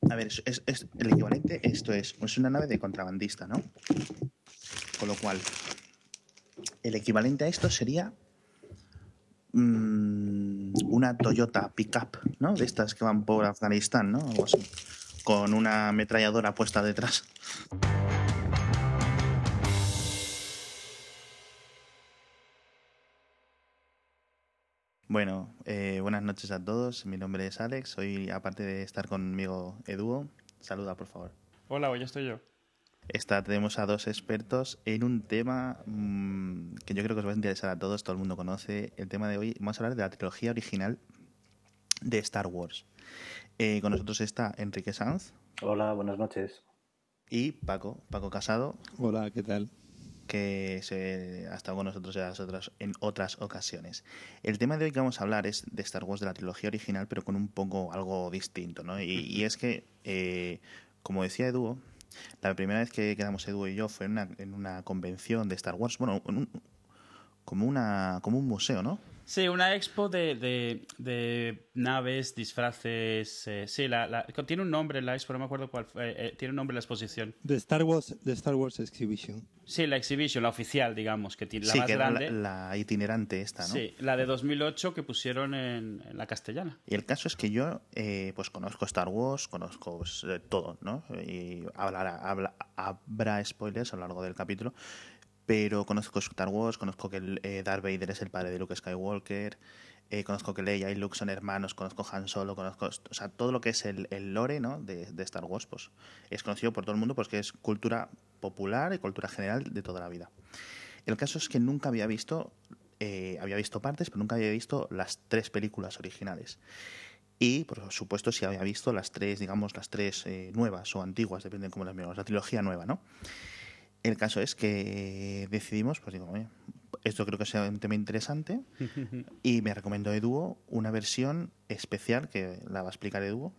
A ver, es el equivalente, esto es una nave de contrabandista, ¿no? Con lo cual, el equivalente a esto sería una Toyota Pickup, ¿no? De estas que van por Afganistán, ¿no? Algo así. Con una ametralladora puesta detrás. Bueno, buenas noches a todos. Mi nombre es Alex. Hoy, aparte de estar conmigo, Eduo. Saluda, por favor. Hola, hoy estoy yo. Tenemos a dos expertos en un tema que yo creo que os va a interesar a todos. Todo el mundo conoce el tema de hoy. Vamos a hablar de la trilogía original de Star Wars. Con nosotros está Enrique Sanz. Hola, buenas noches. Y Paco Casado. Hola, ¿qué tal? Que ha estado con nosotros en otras ocasiones. El tema de hoy que vamos a hablar es de Star Wars, de la trilogía original, pero con un poco algo distinto, ¿no? Y es que, como decía Edu, la primera vez que quedamos Edu y yo fue en una convención de Star Wars, bueno, como un museo, ¿no? Sí, una expo de naves, disfraces. Sí, tiene un nombre la expo, no me acuerdo cuál. Tiene un nombre la exposición. The Star Wars Exhibition. Sí, la exhibition, la oficial, digamos, que tiene la sí, más que grande. Era la itinerante esta, ¿no? Sí, la de 2008 que pusieron en la castellana. Y el caso es que yo pues conozco Star Wars, conozco pues, todo, ¿no? Y habrá spoilers a lo largo del capítulo, pero conozco Star Wars, conozco que Darth Vader es el padre de Luke Skywalker, conozco que Leia y Luke son hermanos, conozco Han Solo, conozco, o sea, todo lo que es el lore, ¿no? de Star Wars, pues es conocido por todo el mundo porque es cultura popular y cultura general de toda la vida. El caso es que nunca había visto partes, pero nunca había visto las 3 películas originales. Y, por supuesto, sí había visto las 3, digamos, las 3 nuevas o antiguas, depende de cómo las miramos, la trilogía nueva, ¿no? El caso es que decidimos, pues digo, oye, esto creo que sea un tema interesante y me recomendó Eduo una versión especial que la va a explicar Eduo.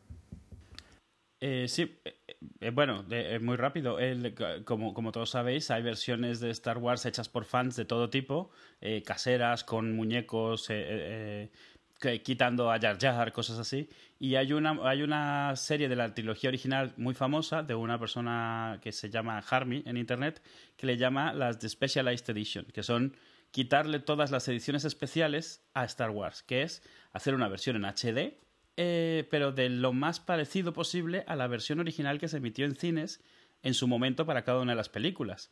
Sí, bueno, muy rápido. Como todos sabéis, hay versiones de Star Wars hechas por fans de todo tipo, caseras, con muñecos, quitando a Jar Jar, cosas así. Y hay una serie de la trilogía original muy famosa de una persona que se llama Harmy en internet, que le llama las The Specialized Edition, que son quitarle todas las ediciones especiales a Star Wars, que es hacer una versión en HD, pero de lo más parecido posible a la versión original que se emitió en cines en su momento para cada una de las películas.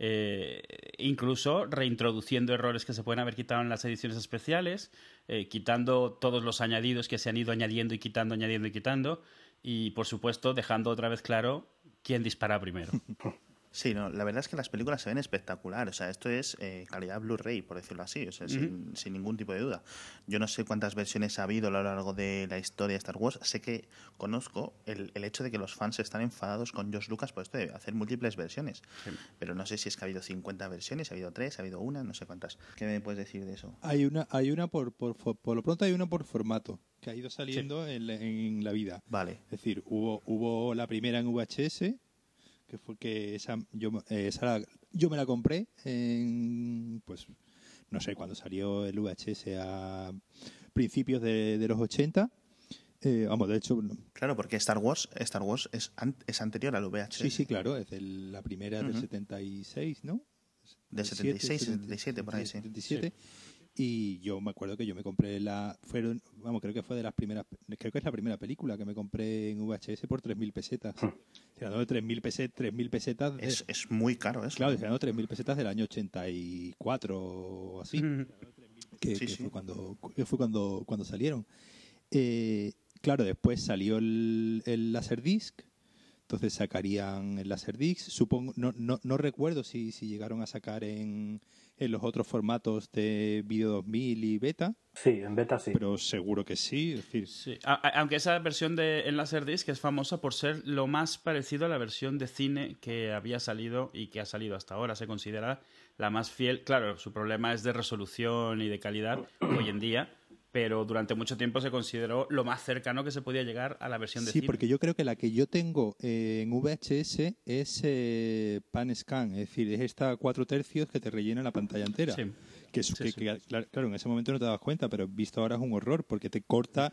Incluso reintroduciendo errores que se pueden haber quitado en las ediciones especiales, quitando todos los añadidos que se han ido añadiendo y quitando, añadiendo y quitando, y por supuesto dejando otra vez claro quién dispara primero. Sí, no, la verdad es que las películas se ven espectacular. O sea, esto es calidad Blu-ray, por decirlo así, o sea, sin ningún tipo de duda. Yo no sé cuántas versiones ha habido a lo largo de la historia de Star Wars. Sé que conozco el hecho de que los fans están enfadados con George Lucas por esto de hacer múltiples versiones. Sí. Pero no sé si es que ha habido 50 versiones, ha habido 3, ha habido una, no sé cuántas. ¿Qué me puedes decir de eso? Hay una por lo pronto hay una por formato que ha ido saliendo en la vida. Vale. Es decir, hubo la primera en VHS, que fue que esa yo me la compré en, pues no sé, cuando salió el VHS a principios de los 80. Vamos, de hecho... Claro, porque Star Wars es anterior al VHS. Sí, claro, es la primera del 76, ¿no? Del 76, 77, por ahí, 77. Sí. Y yo me acuerdo que yo me compré creo que fue de las primeras, creo que es la primera película que me compré en VHS por 3.000 pesetas. Tirando de 3.000 pesetas. Es muy caro eso. Claro, tirando 3.000 pesetas del año 84 o así. Que fue cuando salieron. Claro, después salió el Laserdisc. Entonces sacarían el Laserdisc. Supongo, no recuerdo si llegaron a sacar en los otros formatos de Video 2000 y Beta. Sí, en Beta sí. Pero seguro que sí. Es decir, sí. Aunque esa versión en Laserdisc es famosa por ser lo más parecido a la versión de cine que había salido y que ha salido hasta ahora. Se considera la más fiel. Claro, su problema es de resolución y de calidad hoy en día, pero durante mucho tiempo se consideró lo más cercano que se podía llegar a la versión de cine. Sí, porque yo creo que la que yo tengo en VHS es Pan Scan, es decir, es esta 4/3 que te rellena la pantalla entera. Sí. Claro, en ese momento no te das cuenta, pero visto ahora es un horror porque te corta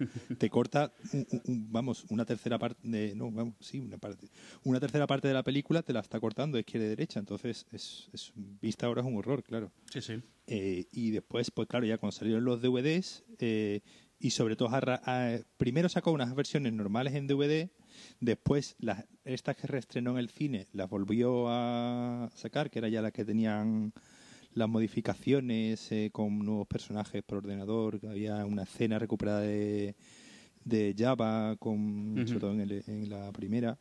una tercera parte una tercera parte de la película te la está cortando de izquierda y derecha, entonces vista ahora es un horror, claro. Sí. Y después, pues claro, ya cuando salieron los DVDs y sobre todo primero sacó unas versiones normales en DVD, después estas que reestrenó en el cine las volvió a sacar, que era ya las que tenían las modificaciones con nuevos personajes por ordenador, que había una escena recuperada de Java sobre todo en la primera,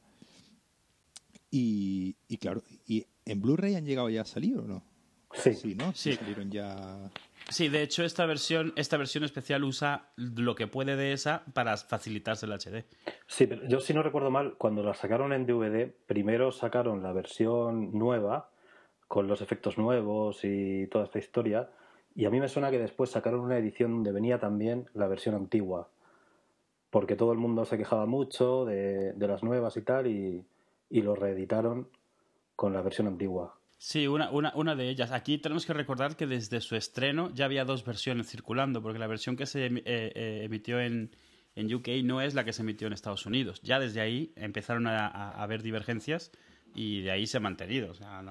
y claro, ¿y en Blu-ray han llegado ya a salir o no? Sí, ¿no? Sí. Salieron ya. Sí, de hecho esta versión especial usa lo que puede de esa para facilitarse el HD. Sí, pero yo si no recuerdo mal, cuando la sacaron en DVD, primero sacaron la versión nueva, con los efectos nuevos y toda esta historia, y a mí me suena que después sacaron una edición donde venía también la versión antigua, porque todo el mundo se quejaba mucho de las nuevas y tal, y lo reeditaron con la versión antigua. Sí, una de ellas. Aquí tenemos que recordar que desde su estreno ya había dos versiones circulando, porque la versión que se emitió en UK no es la que se emitió en Estados Unidos. Ya desde ahí empezaron a haber divergencias y de ahí se ha mantenido. O sea,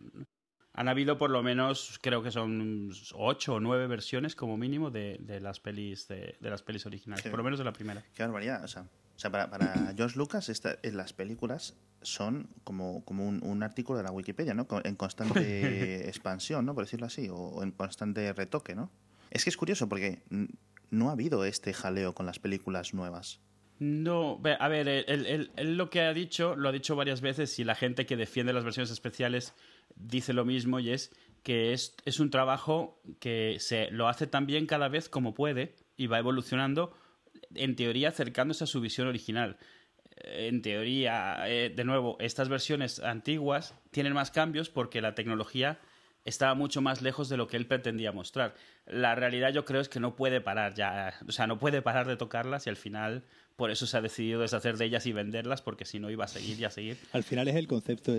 han habido por lo menos, creo que son 8 o 9 versiones como mínimo de las pelis de las pelis originales, Sí. por lo menos de la primera. Qué barbaridad. O sea, para George Lucas las películas son como un artículo de la Wikipedia, ¿no? En constante expansión, ¿no? Por decirlo así, o en constante retoque, ¿no? Es que es curioso porque no ha habido este jaleo con las películas nuevas. No, a ver, él lo que ha dicho, lo ha dicho varias veces y la gente que defiende las versiones especiales dice lo mismo, y es que es un trabajo que se lo hace tan bien cada vez como puede y va evolucionando, en teoría acercándose a su visión original. En teoría, de nuevo, estas versiones antiguas tienen más cambios porque la tecnología estaba mucho más lejos de lo que él pretendía mostrar. La realidad yo creo es que no puede parar ya, o sea, no puede parar de tocarlas y al final por eso se ha decidido deshacer de ellas y venderlas, porque si no iba a seguir y a seguir. Al final es el concepto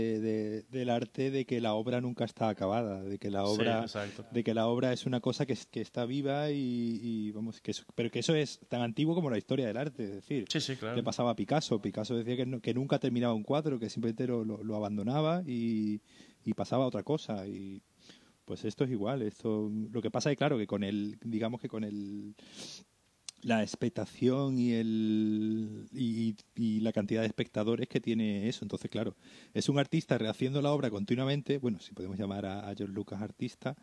del arte de que la obra nunca está acabada, de que la obra, Sí, exacto. de que la obra es una cosa que está viva y vamos, pero que eso es tan antiguo como la historia del arte, es decir, Sí, claro. le pasaba a Picasso. Picasso decía que nunca terminaba un cuadro, que simplemente lo abandonaba y pasaba a otra cosa. Y pues esto es igual. Lo que pasa es claro que digamos que con la expectación y la cantidad de espectadores que tiene eso. Entonces, claro, es un artista rehaciendo la obra continuamente. Bueno, si podemos llamar a George Lucas artista.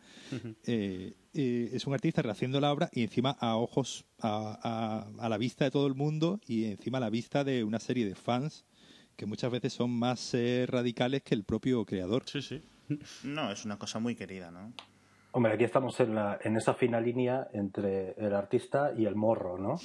Es un artista rehaciendo la obra y encima a ojos, a la vista de todo el mundo y encima a la vista de una serie de fans que muchas veces son más radicales que el propio creador. Sí. No, es una cosa muy querida, ¿no? Hombre, aquí estamos en esa fina línea entre el artista y el morro, ¿no?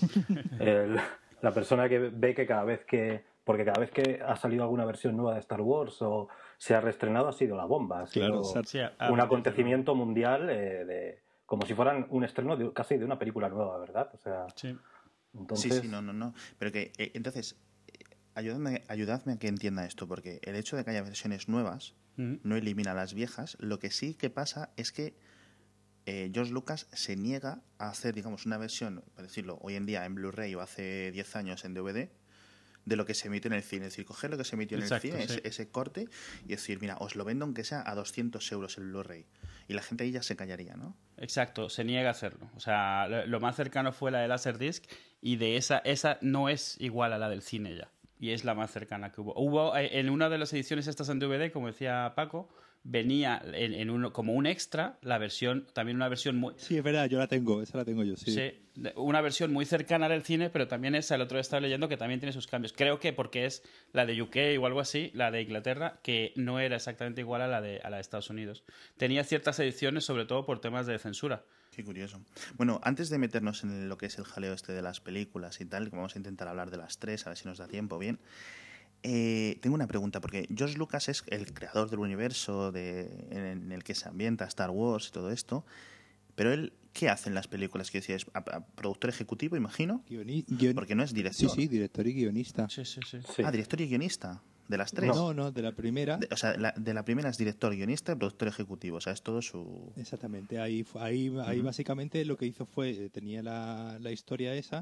La persona que ve que porque cada vez que ha salido alguna versión nueva de Star Wars o se ha reestrenado ha sido la bomba, ha sido un acontecimiento mundial como si fueran un estreno casi de una película nueva, ¿verdad? O sea, sí. Entonces... Sí, no. Pero que, entonces, ayudadme a que entienda esto, porque el hecho de que haya versiones nuevas no elimina las viejas. Lo que sí que pasa es que George Lucas se niega a hacer, digamos, una versión, por decirlo, hoy en día en Blu-ray o hace 10 años en DVD, de lo que se emitió en el cine. Es decir, coger lo que se emitió en el cine, sí. ese corte, y decir, mira, os lo vendo aunque sea a 200 euros el Blu-ray. Y la gente ahí ya se callaría, ¿no? Exacto, se niega a hacerlo. O sea, lo más cercano fue la de Laserdisc y de esa no es igual a la del cine ya. Y es la más cercana que hubo. Hubo en una de las ediciones estas en DVD, como decía Paco, venía como un extra la versión, también una versión muy... Sí, es verdad, esa la tengo yo, sí. Sí, una versión muy cercana al cine, pero también esa, el otro día estaba leyendo que también tiene sus cambios. Creo que porque es la de UK o algo así, la de Inglaterra, que no era exactamente igual a la de Estados Unidos. Tenía ciertas ediciones, sobre todo por temas de censura. Qué curioso. Bueno, antes de meternos en lo que es el jaleo de las películas y tal, que vamos a intentar hablar de las tres, a ver si nos da tiempo bien. Tengo una pregunta, porque George Lucas es el creador del universo en el que se ambienta Star Wars y todo esto, pero él, ¿qué hace en las películas? Quiero decir, ¿es productor ejecutivo, imagino? Porque no es director. Sí, director y guionista. Sí. Director y guionista. ¿De las tres? No, de la primera. O sea, de la primera es director, guionista y productor ejecutivo. O sea, es todo su... Exactamente. Ahí básicamente lo que hizo fue, tenía la historia esa,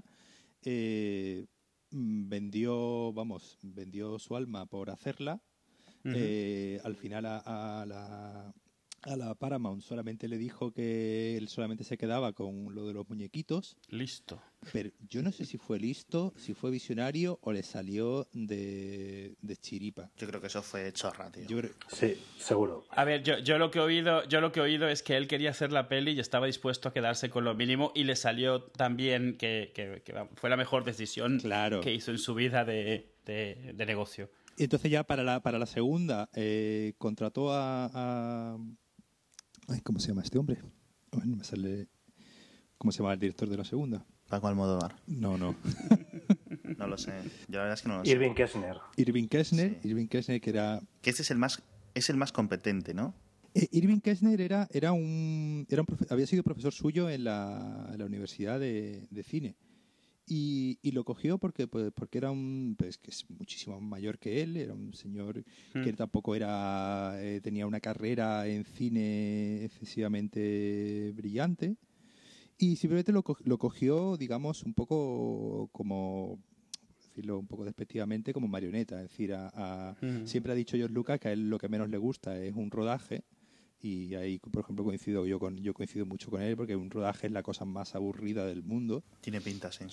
vendió su alma por hacerla. Al final a la Paramount solamente le dijo que él solamente se quedaba con lo de los muñequitos. Listo. Pero yo no sé si fue listo, si fue visionario o le salió de chiripa. Yo creo que eso fue chorra, tío. Sí, seguro. A ver, yo lo que he oído es que él quería hacer la peli y estaba dispuesto a quedarse con lo mínimo y le salió también que fue la mejor decisión que hizo en su vida de negocio. Y entonces ya para la segunda contrató Ay, ¿cómo se llama este hombre? Ay, no me sale... ¿Cómo se llama el director de la segunda? Paco Almodóvar. No. No lo sé. Yo la verdad es que no lo sé. Irving Kershner. Sí. Irving Kershner, que era... Que este es el más competente, ¿no? Irving Kershner había sido profesor suyo en la Universidad de Cine. Y lo cogió porque era que es muchísimo mayor que él, era un señor que tampoco tenía una carrera en cine excesivamente brillante, y simplemente lo cogió, digamos, un poco como, decirlo un poco despectivamente, como marioneta. Es decir, siempre ha dicho George Lucas que a él lo que menos le gusta es un rodaje. Y ahí, por ejemplo, yo coincido mucho con él, porque un rodaje es la cosa más aburrida del mundo. Tiene pinta, sí.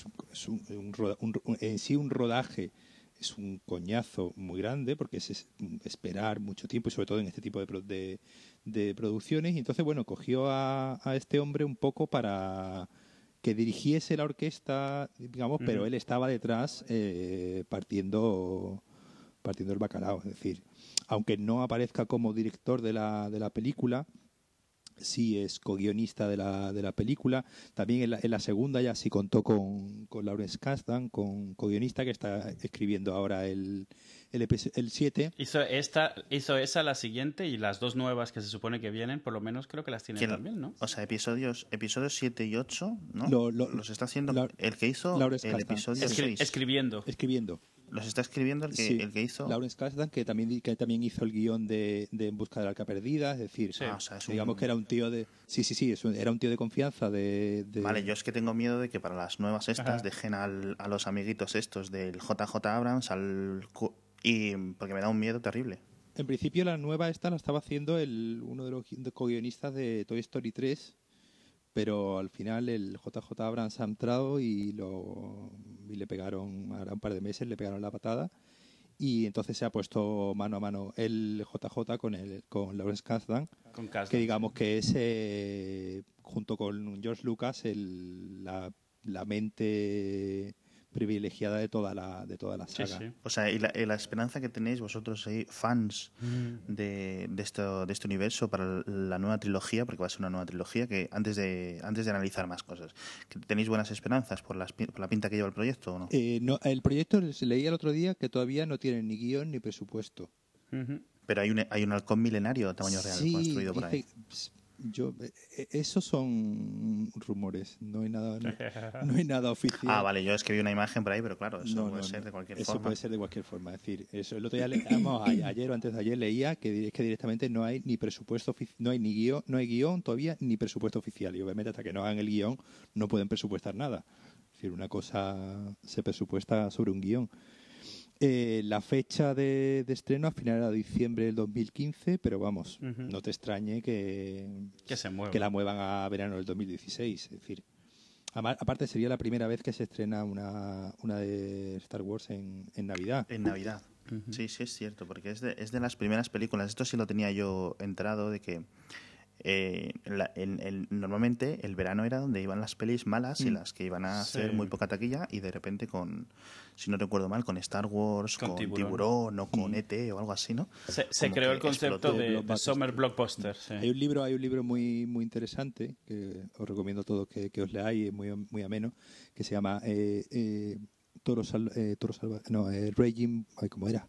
En sí un rodaje es un coñazo muy grande, porque es esperar mucho tiempo, y sobre todo en este tipo de producciones. Y entonces, bueno, cogió a este hombre un poco para que dirigiese la orquesta, digamos, pero él estaba detrás partiendo el bacalao. Es decir, aunque no aparezca como director de la película, sí es co-guionista de la película. También en la segunda ya sí contó con Lawrence Kasdan, con co-guionista, que está escribiendo ahora el 7. Hizo esa, la siguiente, y las dos nuevas que se supone que vienen, por lo menos creo que las tiene también, ¿no? O sea, episodios 7 y 8, ¿no? Los está haciendo el que hizo el episodio 6. Escribiendo. Los está escribiendo el que hizo... Lawrence Kasdan, que también hizo el guión de En busca de la arca perdida. Es decir, digamos que era un tío de... Sí, era un tío de confianza Vale, yo es que tengo miedo de que para las nuevas estas dejen a los amiguitos estos del JJ Abrams porque me da un miedo terrible. En principio la nueva esta la estaba haciendo uno de los co-guionistas de Toy Story 3, pero al final el JJ Abrams ha entrado y le pegaron, ahora un par de meses, le pegaron la patada, y entonces se ha puesto mano a mano el JJ con Lawrence Kasdan, que digamos que es, junto con George Lucas, la mente privilegiada de toda la saga. Sí. O sea, y la esperanza que tenéis vosotros ahí, fans de este universo, para la nueva trilogía, porque va a ser una nueva trilogía, que antes de analizar más cosas, ¿tenéis buenas esperanzas por la pinta que lleva el proyecto o no? No, el proyecto, se leía el otro día que todavía no tiene ni guión ni presupuesto. Pero hay un halcón milenario a tamaño real construido por ahí. Esos son rumores, no hay nada oficial. Ah, vale, yo es que vi una imagen por ahí, pero claro, eso puede ser de cualquier forma. Eso puede ser de cualquier forma. Es decir, eso el otro día ayer o antes de ayer leía que directamente no hay ni presupuesto, no hay guión todavía, ni presupuesto oficial. Y obviamente hasta que no hagan el guión no pueden presupuestar nada. Es decir, una cosa se presupuesta sobre un guión. La fecha de estreno al final era diciembre del 2015, pero vamos, no te extrañe que la muevan a verano del 2016. Es decir, aparte sería la primera vez que se estrena una de Star Wars en Navidad. En Navidad. Sí, es cierto, porque es de las primeras películas. Esto sí lo tenía yo enterado, de que normalmente el verano era donde iban las pelis malas y las que iban a hacer muy poca taquilla, y de repente si no recuerdo mal, con Star Wars, con Tiburón o con E.T. o algo así, ¿no? Se creó el concepto de Summer Blockbuster. Sí. Hay un libro muy muy interesante que os recomiendo a todos que os leáis, es muy, muy ameno, que se llama Raging... ¿Cómo era?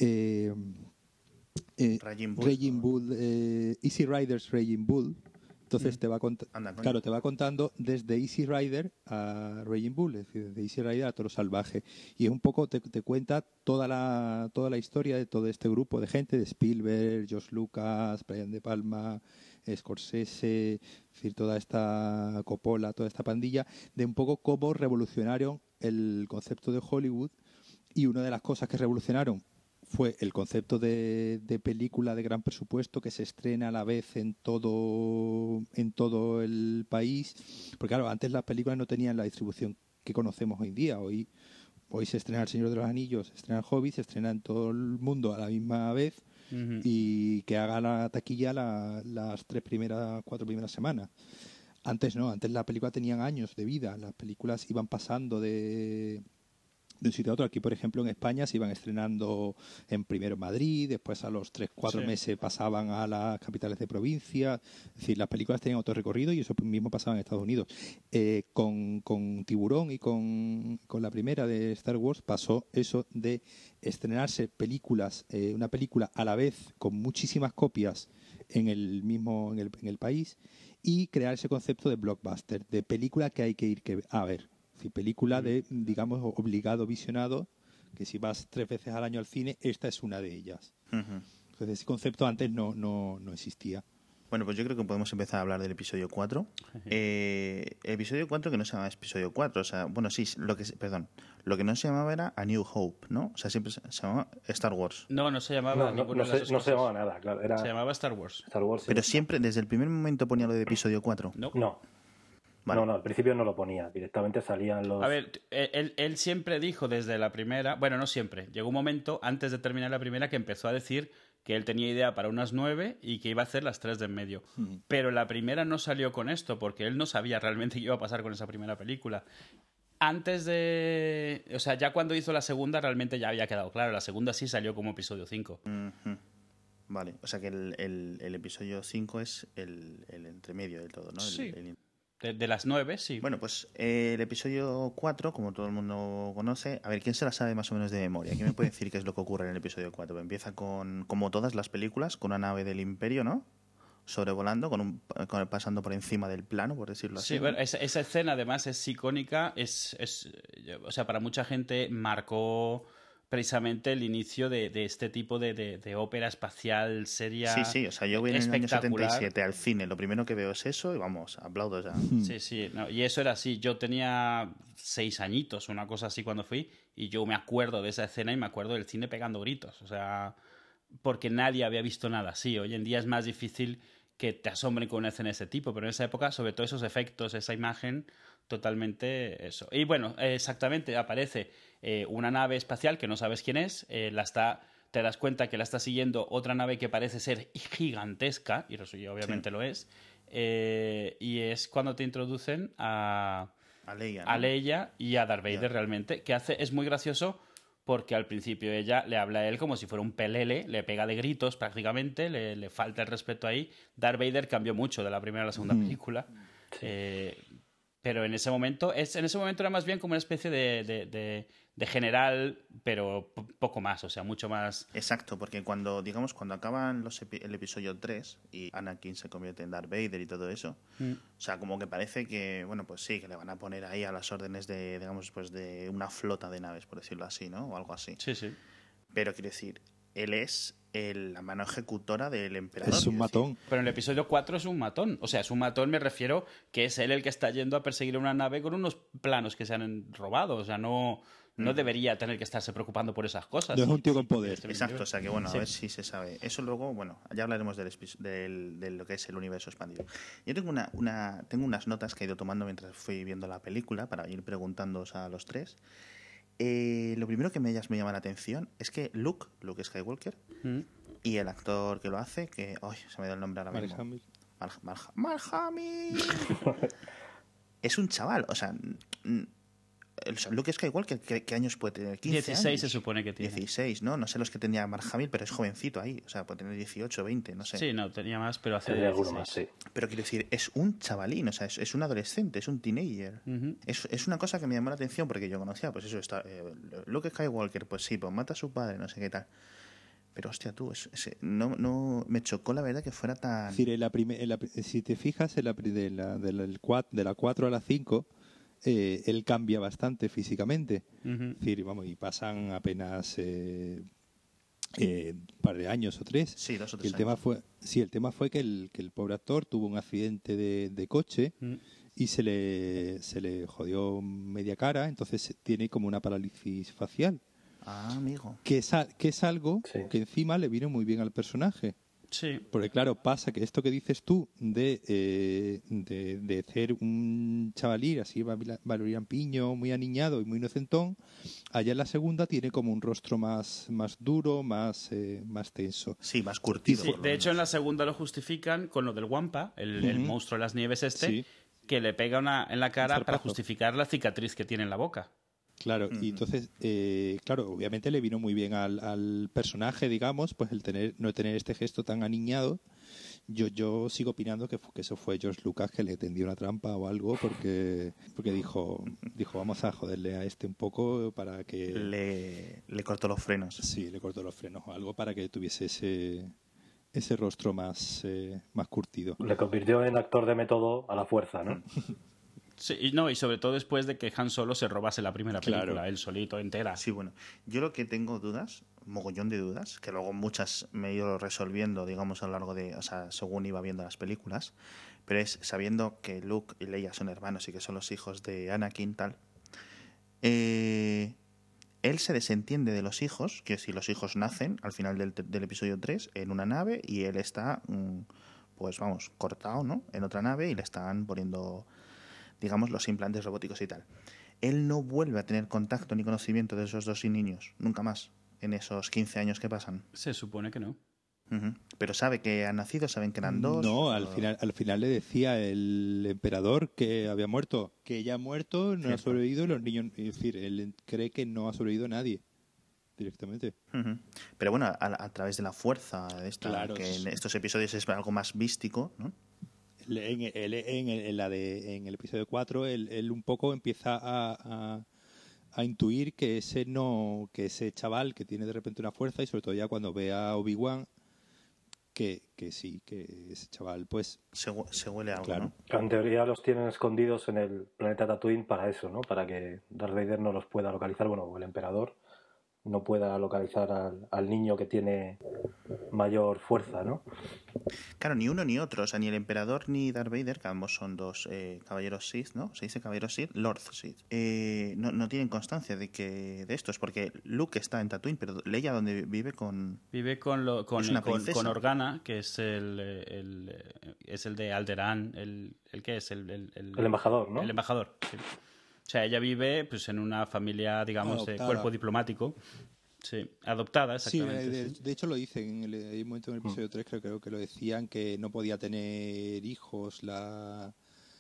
Raging Bull, Easy Riders Raging Bull, Entonces te va contando desde Easy Rider a Raging Bull, es decir, desde Easy Rider a Toro Salvaje. Y es un poco, te cuenta toda la historia de todo este grupo de gente, de Spielberg, George Lucas, Brian De Palma, Scorsese, es decir, toda esta Coppola, toda esta pandilla, de un poco cómo revolucionaron el concepto de Hollywood. Y una de las cosas que revolucionaron fue el concepto de película de gran presupuesto que se estrena a la vez en todo el país. Porque claro, antes las películas no tenían la distribución que conocemos hoy en día. Hoy se estrena El Señor de los Anillos, se estrena El Hobbit, se estrena en todo el mundo a la misma vez, y que haga la taquilla las 4 primeras semanas. Antes no, antes las películas tenían años de vida. Las películas iban pasando de un sitio a otro. Aquí, por ejemplo, en España se iban estrenando primero en Madrid, después a los 3-4 meses pasaban a las capitales de provincia. Es decir, las películas tenían otro recorrido y eso mismo pasaba en Estados Unidos. Con Tiburón y con la primera de Star Wars pasó eso de estrenarse una película a la vez con muchísimas copias en el país, y crear ese concepto de blockbuster, de película que hay que ir a ver. Película de, digamos, obligado visionado, que si vas 3 veces al año al cine, esta es una de ellas. Entonces ese concepto antes no existía. Bueno, pues yo creo que podemos empezar a hablar del episodio 4. El episodio 4 que no se llama episodio 4, o sea, bueno, sí, lo que no se llamaba era A New Hope, ¿no? O sea, siempre se llamaba Star Wars. No se llamaba no se llamaba nada, claro. Se llamaba Star Wars. Star Wars, sí. Pero siempre, desde el primer momento ponía lo de episodio 4. No. Vale. No, al principio no lo ponía, directamente salían los... A ver, él siempre dijo desde la primera, bueno, no siempre, llegó un momento antes de terminar la primera que empezó a decir que él tenía idea para unas 9 y que iba a hacer las 3 de en medio. Pero la primera no salió con esto, porque él no sabía realmente qué iba a pasar con esa primera película. Antes de... O sea, ya cuando hizo la segunda realmente ya había quedado claro. La segunda sí salió como episodio 5. Vale, o sea que el episodio 5 es el entremedio del todo, ¿no? Sí. De las 9, sí. Bueno, pues el episodio 4, como todo el mundo conoce, a ver, ¿quién se la sabe más o menos de memoria? ¿Quién me puede decir qué es lo que ocurre en el episodio 4? Empieza con, como todas las películas, con una nave del Imperio, ¿no? Sobrevolando, pasando por encima del plano, por decirlo así. Sí, bueno, esa escena además es icónica, o sea, para mucha gente marcó precisamente el inicio de este tipo de ópera espacial seria. Sí, o sea, yo voy en el año 77 al cine, lo primero que veo es eso y vamos, aplaudo ya. Sí, no, y eso era así, yo tenía 6 añitos, una cosa así cuando fui, y yo me acuerdo de esa escena y me acuerdo del cine pegando gritos, o sea, porque nadie había visto nada así. Hoy en día es más difícil que te asombren con una escena de ese tipo, pero en esa época, sobre todo esos efectos, esa imagen, totalmente eso. Y bueno, exactamente, aparece una nave espacial que no sabes quién es, te das cuenta que la está siguiendo otra nave que parece ser gigantesca, y eso obviamente lo es, y es cuando te introducen a Leia, ¿no? A Leia y a Darth Vader realmente, que es muy gracioso porque al principio ella le habla a él como si fuera un pelele, le pega de gritos prácticamente, le falta el respeto ahí. Darth Vader cambió mucho de la primera a la segunda película. Sí. Pero en ese momento era más bien como una especie de general, pero poco más, o sea, mucho más... Exacto, porque cuando acaban el episodio 3 y Anakin se convierte en Darth Vader y todo eso, o sea, como que parece que, bueno, pues sí, que le van a poner ahí a las órdenes de, digamos, pues de una flota de naves, por decirlo así, ¿no? O algo así. Sí. Pero quiero decir, él es la mano ejecutora del emperador. Es un matón. Pero en el episodio 4 es un matón. O sea, es un matón, me refiero que es él el que está yendo a perseguir una nave con unos planos que se han robado. O sea, no debería tener que estarse preocupando por esas cosas. No es un tío con poder. Exacto, o sea que bueno, a ver si se sabe. Eso luego, bueno, ya hablaremos de lo que es el universo expandido. Yo tengo tengo unas notas que he ido tomando mientras fui viendo la película para ir preguntándoos a los tres. Lo primero que me llama la atención es que Luke Skywalker, y el actor que lo hace, que se me da el nombre ahora mismo. Mark Hamill. Es un chaval, o sea, Luke Skywalker, ¿qué años puede tener? 15 16 años. Se supone que tiene. 16, ¿no? No sé los que tenía Mark Hamill, pero es jovencito ahí. O sea, puede tener 18, 20, no sé. Sí, no, tenía más, pero hace de alguno más, sí. Pero quiero decir, es un chavalín, o sea, es un adolescente, es un teenager. Es una cosa que me llamó la atención porque yo conocía, pues eso, Luke Skywalker, pues sí, pues mata a su padre, no sé qué tal. Pero hostia tú, no me chocó la verdad que fuera tan... Es decir, si te fijas, de la 4 a la 5, él cambia bastante físicamente. Es decir, vamos, y pasan apenas un par de años o 3. Sí, 2 o 3 y el tema fue que el pobre actor tuvo un accidente de coche y se le jodió media cara, entonces tiene como una parálisis facial. Ah, amigo. Que es algo que encima le vino muy bien al personaje. Sí. Porque claro, pasa que esto que dices tú de ser un chavalín así valoriampiño, muy aniñado y muy inocentón, allá en la segunda tiene como un rostro más duro, más tenso. Sí, más curtido. Sí, de hecho, en la segunda lo justifican con lo del Wampa, el monstruo de las nieves que le pega en la cara para justificar la cicatriz que tiene en la boca. Claro, y entonces, claro, obviamente le vino muy bien al personaje, digamos, pues no tener este gesto tan aniñado. Yo sigo opinando que eso fue George Lucas que le tendió una trampa o algo porque dijo vamos a joderle a este un poco para que... Le cortó los frenos. Sí, le cortó los frenos o algo para que tuviese ese rostro más curtido. Le convirtió en actor de método a la fuerza, ¿no? Sí, y sobre todo después de que Han Solo se robase la primera película, él solito, entera. Sí, bueno, yo lo que tengo dudas, mogollón de dudas, que luego muchas me he ido resolviendo, digamos, a lo largo de, o sea, según iba viendo las películas, pero es sabiendo que Luke y Leia son hermanos y que son los hijos de Anakin, tal, él se desentiende de los hijos, que si los hijos nacen al final del episodio 3 en una nave y él está, pues vamos, cortado, ¿no? En otra nave y le están poniendo, digamos, los implantes robóticos y tal. Él no vuelve a tener contacto ni conocimiento de esos dos niños, nunca más, en esos 15 años que pasan. Se supone que no. Pero sabe que han nacido, saben que eran dos. No, al final le decía el emperador que había muerto, que ella ha muerto, no ha sobrevivido, los niños, es decir, él cree que no ha sobrevivido nadie directamente. Pero bueno, a través de la fuerza de esta, claro, que en estos episodios es algo más místico, ¿no? En el episodio 4 él un poco empieza a intuir que ese chaval que tiene de repente una fuerza, y sobre todo ya cuando ve a Obi-Wan que ese chaval pues se huele algo, claro, ¿no? En teoría los tienen escondidos en el planeta Tatooine para eso, ¿no? Para que Darth Vader no los pueda localizar, bueno, o el emperador no pueda localizar al niño que tiene mayor fuerza, ¿no? Claro, ni uno ni otro, o sea, ni el emperador ni Darth Vader, que ambos son dos caballeros Sith, ¿no? Se dice caballeros Sith, Lord Sith. No tienen constancia de esto, es porque Luke está en Tatooine, pero Leia donde vive con... Vive con Organa, que es el de Alderaan, el que es el embajador, ¿no? El embajador, sí. O sea, ella vive pues en una familia, digamos, de cuerpo diplomático. Sí, adoptada, exactamente. Sí, de hecho lo dicen, hay un momento en el episodio 3 creo que lo decían, que no podía tener hijos el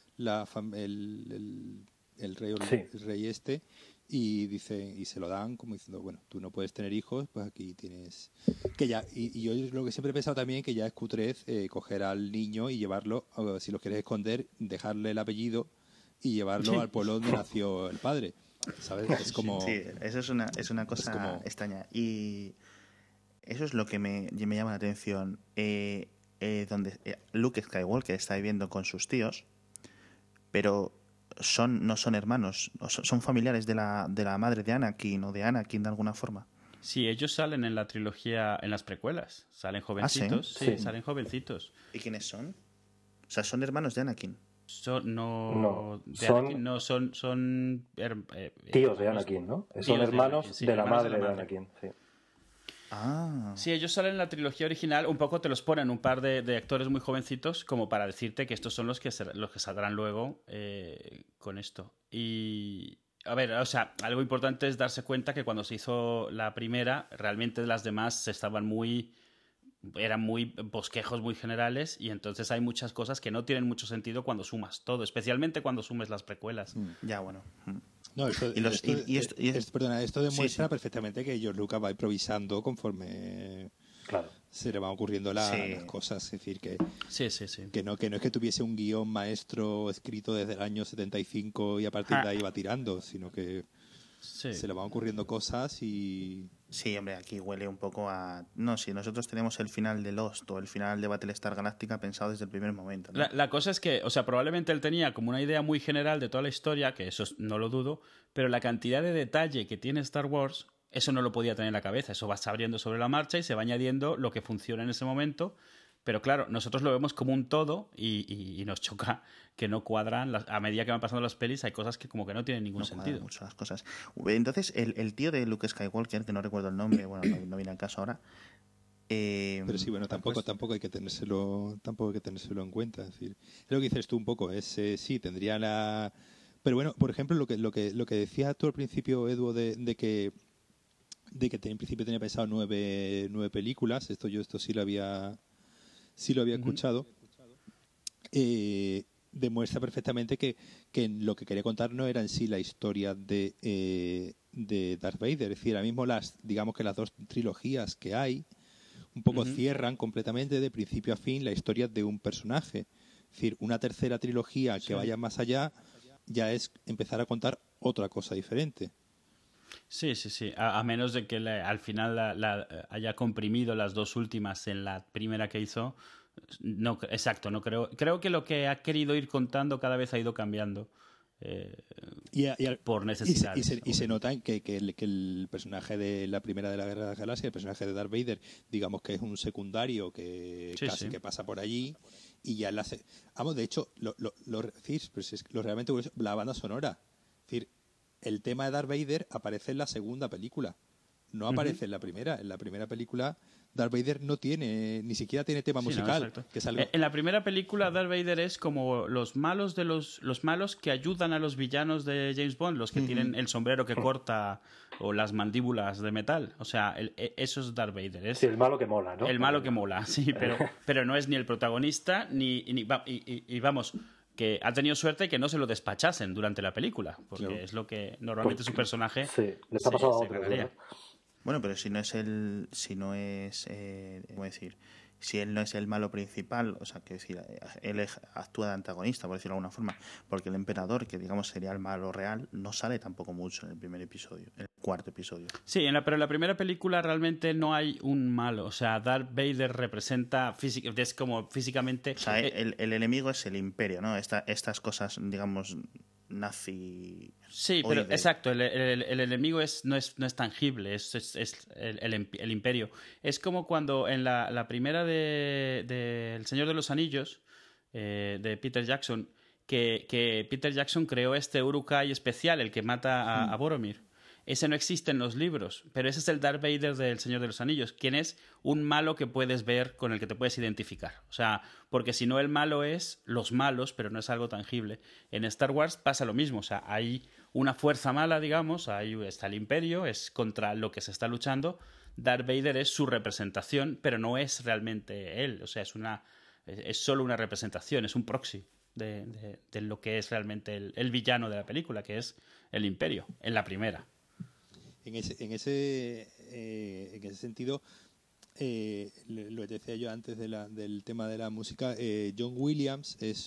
rey este, y se lo dan como diciendo, bueno, tú no puedes tener hijos, pues aquí tienes que ya, y yo lo que siempre he pensado también, que ya es cutrez coger al niño y llevarlo, si lo quieres esconder, dejarle el apellido y llevarlo al pueblo donde nació el padre, ¿sabes? Es como... Sí, eso es una cosa extraña. Y eso es lo que me llama la atención. Donde Luke Skywalker está viviendo con sus tíos, pero no son hermanos, son familiares de la madre de Anakin o de Anakin de alguna forma. Sí, ellos salen en la trilogía, en las precuelas. Salen jovencitos. ¿sí? Sí, salen jovencitos. ¿Y quiénes son? O sea, son hermanos de Anakin. Son tíos de Anakin, ¿no? Son hermanos de la madre de Anakin, sí. Sí, ellos salen en la trilogía original, un poco te los ponen un par de actores muy jovencitos como para decirte que estos son los que saldrán luego con esto. Y a ver, o sea, algo importante es darse cuenta que cuando se hizo la primera, realmente las demás eran muy bosquejos muy generales, y entonces hay muchas cosas que no tienen mucho sentido cuando sumas todo, especialmente cuando sumes las precuelas. Ya, bueno. No, esto demuestra perfectamente que George Lucas va improvisando conforme se le van ocurriendo las cosas. Es decir, que no es que tuviese un guión maestro escrito desde el año 75 y a partir de ahí va tirando, sino que se le van ocurriendo cosas y... Sí, hombre, aquí huele un poco a... No, si nosotros tenemos el final de Lost o el final de Battlestar Galactica pensado desde el primer momento, ¿no? La cosa es que, o sea, probablemente él tenía como una idea muy general de toda la historia, que eso no lo dudo, pero la cantidad de detalle que tiene Star Wars, eso no lo podía tener en la cabeza. Eso va abriendo sobre la marcha y se va añadiendo lo que funciona en ese momento. Pero claro, nosotros lo vemos como un todo y nos choca que no cuadran. A medida que van pasando las pelis hay cosas que como que no tienen ningún sentido. Mucho las cosas. Entonces, el tío de Luke Skywalker, que no recuerdo el nombre, bueno, no viene al caso ahora. Pero sí, bueno, tampoco hay que tenérselo en cuenta. Es decir, es lo que dices tú un poco. Sí, tendría la... Pero bueno, por ejemplo, lo que decías tú al principio, Edu, de que en principio tenía pensado 9 películas. Esto sí lo había escuchado. Demuestra perfectamente que lo que quería contar no era en sí la historia de Darth Vader. Es decir, ahora mismo digamos que las 2 trilogías que hay un poco cierran completamente de principio a fin la historia de un personaje. Es decir, una tercera trilogía que vaya más allá ya es empezar a contar otra cosa diferente. Sí. A menos de que al final haya comprimido las 2 últimas en la primera que hizo. No, exacto, no creo. Creo que lo que ha querido ir contando cada vez ha ido cambiando. Por necesidades. Y se nota que el personaje de la primera de la Guerra de las Galaxias, el personaje de Darth Vader, digamos que es un secundario que que pasa por allí y ya vamos, de hecho, lo realmente curioso, la banda sonora. Es decir, el tema de Darth Vader aparece en la segunda película. No aparece en la primera. En la primera película Darth Vader ni siquiera tiene tema musical. No, que es algo... En la primera película Darth Vader es como los malos de los malos que ayudan a los villanos de James Bond, los que tienen el sombrero que corta o las mandíbulas de metal. O sea, eso es Darth Vader. Sí, el malo que mola, ¿no? El malo que mola, sí, pero no es ni el protagonista y vamos, que ha tenido suerte que no se lo despachasen durante la película, porque es lo que normalmente su personaje les ha pasado a otros, ¿verdad? Bueno, pero si él no es el malo principal, o sea, que decir, él actúa de antagonista, por decirlo de alguna forma, porque el emperador, que digamos sería el malo real, no sale tampoco mucho en el primer episodio, en el cuarto episodio. Sí, pero en la primera película realmente no hay un malo, o sea, Darth Vader representa es como físicamente... O sea, el enemigo es el imperio, ¿no? Estas cosas, digamos, nazi... Sí, pero exacto, el enemigo no es tangible, es el imperio. Es como cuando en la primera de El Señor de los Anillos, de Peter Jackson, que Peter Jackson creó este Uruk-hai especial, el que mata a Boromir. Ese no existe en los libros, pero ese es el Darth Vader del Señor de los Anillos, quien es un malo que puedes ver, con el que te puedes identificar. O sea, porque si no el malo es los malos, pero no es algo tangible. En Star Wars pasa lo mismo, o sea, hay una fuerza mala, digamos, ahí está el Imperio, es contra lo que se está luchando. Darth Vader es su representación, pero no es realmente él, o sea, es solo una representación, es un proxy de lo que es realmente el villano de la película, que es el Imperio, en la primera. En ese sentido, lo decía yo antes del tema de la música, John Williams es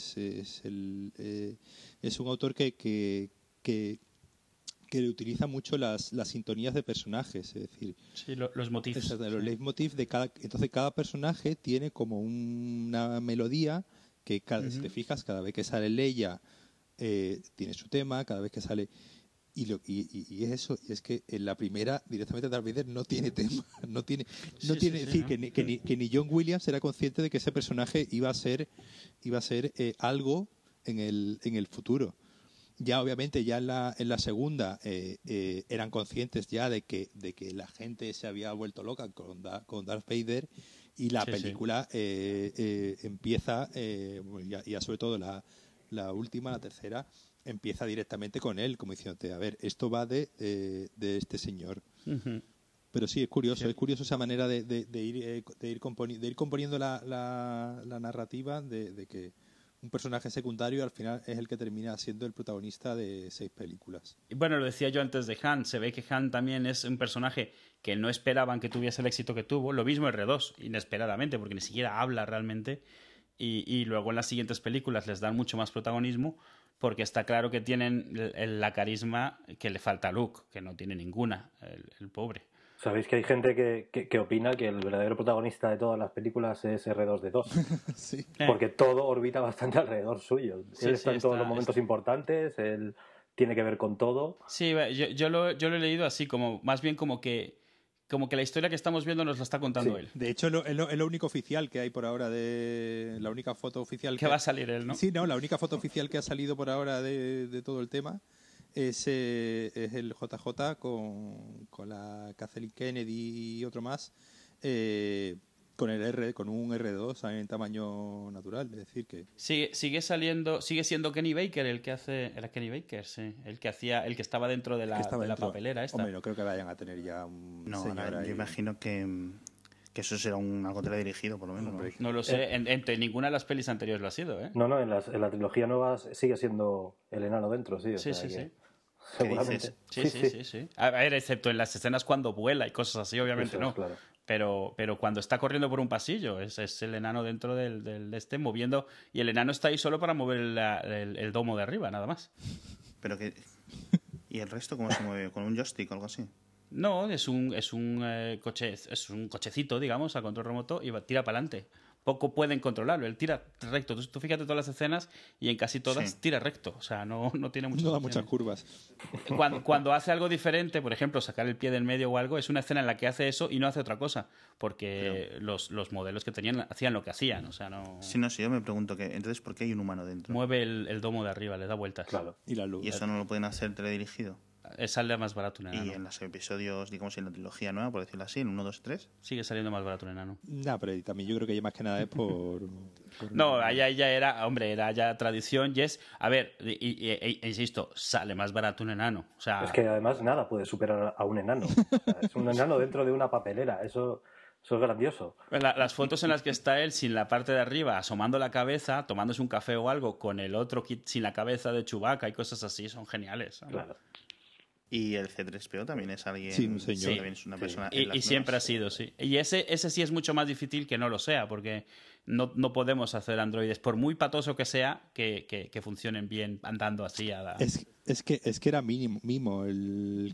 un autor que le utiliza mucho las sintonías de personajes, es decir, sí, los motifs. Los leitmotiv de entonces cada personaje tiene como una melodía que si te fijas, cada vez que sale Leia tiene su tema, cada vez que sale... Y es eso, y es que en la primera directamente Darth Vader no tiene tema, no tiene, decir, ¿no? que ni John Williams era consciente de que ese personaje iba a ser algo en el futuro. Ya obviamente ya en la segunda eran conscientes ya de que la gente se había vuelto loca con Darth Vader, y la película empieza ya sobre todo la última, la tercera, empieza directamente con él, como diciéndote, a ver, esto va de este señor. Uh-huh. Pero sí, es curioso esa manera de ir componiendo la narrativa de que un personaje secundario al final es el que termina siendo el protagonista de 6 películas. Bueno, lo decía yo antes de Han, se ve que Han también es un personaje que no esperaban que tuviese el éxito que tuvo, lo mismo R2, inesperadamente, porque ni siquiera habla realmente, y luego en las siguientes películas les dan mucho más protagonismo, porque está claro que tienen la carisma que le falta a Luke, que no tiene ninguna, el pobre. Sabéis que hay gente que opina que el verdadero protagonista de todas las películas es R2D2. Sí. Porque todo orbita bastante alrededor suyo. Sí, Él está sí, en todos los momentos importantes, él tiene que ver con todo. Sí, yo lo he leído así, como más bien como que la historia que estamos viendo nos la está contando él. De hecho, es lo único oficial que hay por ahora la única foto oficial que va a salir él, ¿no? Sí, no, la única foto oficial que ha salido por ahora de todo el tema es el JJ con la Kathleen Kennedy y otro más, con un R2 en tamaño natural, es decir que sigue siendo Kenny Baker era Kenny Baker, sí, el que estaba dentro de la papelera esta. Hombre, no creo que vayan a tener ya un señor yo ahí. imagino que eso será algo teledirigido, por lo menos. No lo sé, en ninguna de las pelis anteriores lo ha sido, ¿eh? No, en la trilogía nueva sigue siendo el enano dentro, sí. Sí. Seguramente. Sí. A ver, excepto en las escenas cuando vuela y cosas así, obviamente Eso no. es, claro. Pero cuando está corriendo por un pasillo, es el enano dentro del moviendo. Y el enano está ahí solo para mover el domo de arriba, nada más. Pero que... ¿Y el resto cómo se mueve? ¿Con un joystick o algo así? No, es un cochecito, digamos, a control remoto y tira para adelante. Poco pueden controlarlo, él tira recto. Tú fíjate todas las escenas y en casi todas tira recto. O sea, no tiene muchas No da muchas curvas. Cuando hace algo diferente, por ejemplo, sacar el pie del medio o algo, es una escena en la que hace eso y no hace otra cosa. Porque los modelos que tenían hacían lo que hacían. O sea, no... Sí, yo me pregunto que entonces ¿por qué hay un humano dentro? Mueve el domo de arriba, le da vueltas. Claro. Y la luz. ¿Y eso no lo pueden hacer teledirigido? Sale más barato un enano. Y en los episodios, digamos, en la trilogía nueva, por decirlo así, en 1, 2, 3. Sigue saliendo más barato un enano. No, pero también yo creo que más que nada es por no, allá ya era ya tradición y es... A ver, insisto, sale más barato un enano. O sea... Es que además nada puede superar a un enano. O sea, es un enano dentro de una papelera. Eso es grandioso. Las fotos en las que está él sin la parte de arriba, asomando la cabeza, tomándose un café o algo, con el otro sin la cabeza de Chewbacca y cosas así, son geniales. ¿No? Claro. Y el C3PO también es alguien... Sí, un señor. También es una persona y siempre ha sido, sí. Y ese sí es mucho más difícil que no lo sea, porque no podemos hacer androides, por muy patoso que sea, que funcionen bien andando así. Es que era mimo el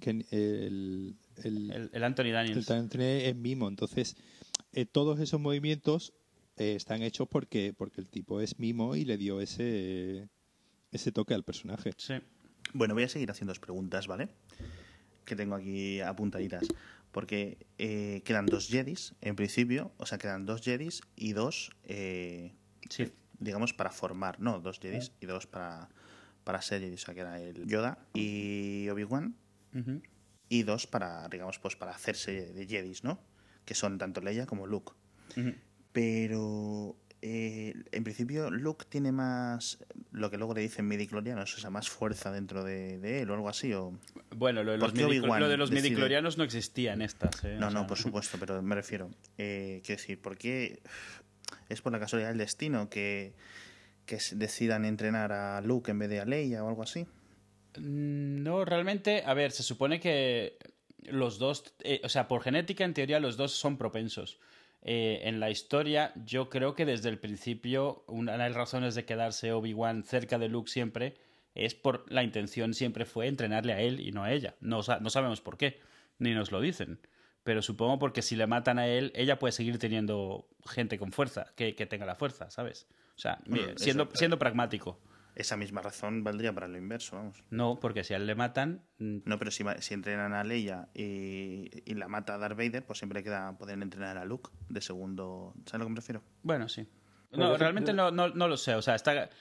Anthony Daniels. El Anthony es mimo, entonces todos esos movimientos están hechos porque el tipo es mimo y le dio ese toque al personaje. Sí. Bueno, voy a seguir haciendo preguntas, ¿vale? Que tengo aquí apuntaditas. Porque quedan 2 Jedis, en principio. O sea, quedan 2 Jedis y 2, digamos, para formar. No, 2 Jedis y 2 para ser Jedis. O sea, que era el Yoda y Obi-Wan. Uh-huh. Y 2 para, digamos, pues para hacerse de Jedis, ¿no? Que son tanto Leia como Luke. Uh-huh. Pero... en principio Luke tiene más lo que luego le dicen midichlorianos, o sea, más fuerza dentro de él o algo así, o... Bueno, lo de los midichlorianos no existía en estas, ¿eh? No, por supuesto, pero me refiero, quiero decir, ¿por qué es por la casualidad del destino que decidan entrenar a Luke en vez de a Leia o algo así? No, realmente, a ver, se supone que los dos, o sea, por genética en teoría los dos son propensos. En la historia, yo creo que desde el principio, una de las razones de quedarse Obi-Wan cerca de Luke siempre es por la intención siempre fue entrenarle a él y no a ella. No sabemos por qué, ni nos lo dicen. Pero supongo porque si le matan a él, ella puede seguir teniendo gente con fuerza, que tenga la fuerza, ¿sabes? O sea, siendo pragmático. Esa misma razón valdría para lo inverso, vamos. No, porque si a él le matan... No, pero si entrenan a Leia y la mata a Darth Vader, pues siempre pueden entrenar a Luke de segundo... ¿Sabes a lo que me refiero? Bueno, sí. No, realmente no lo sé. O sea,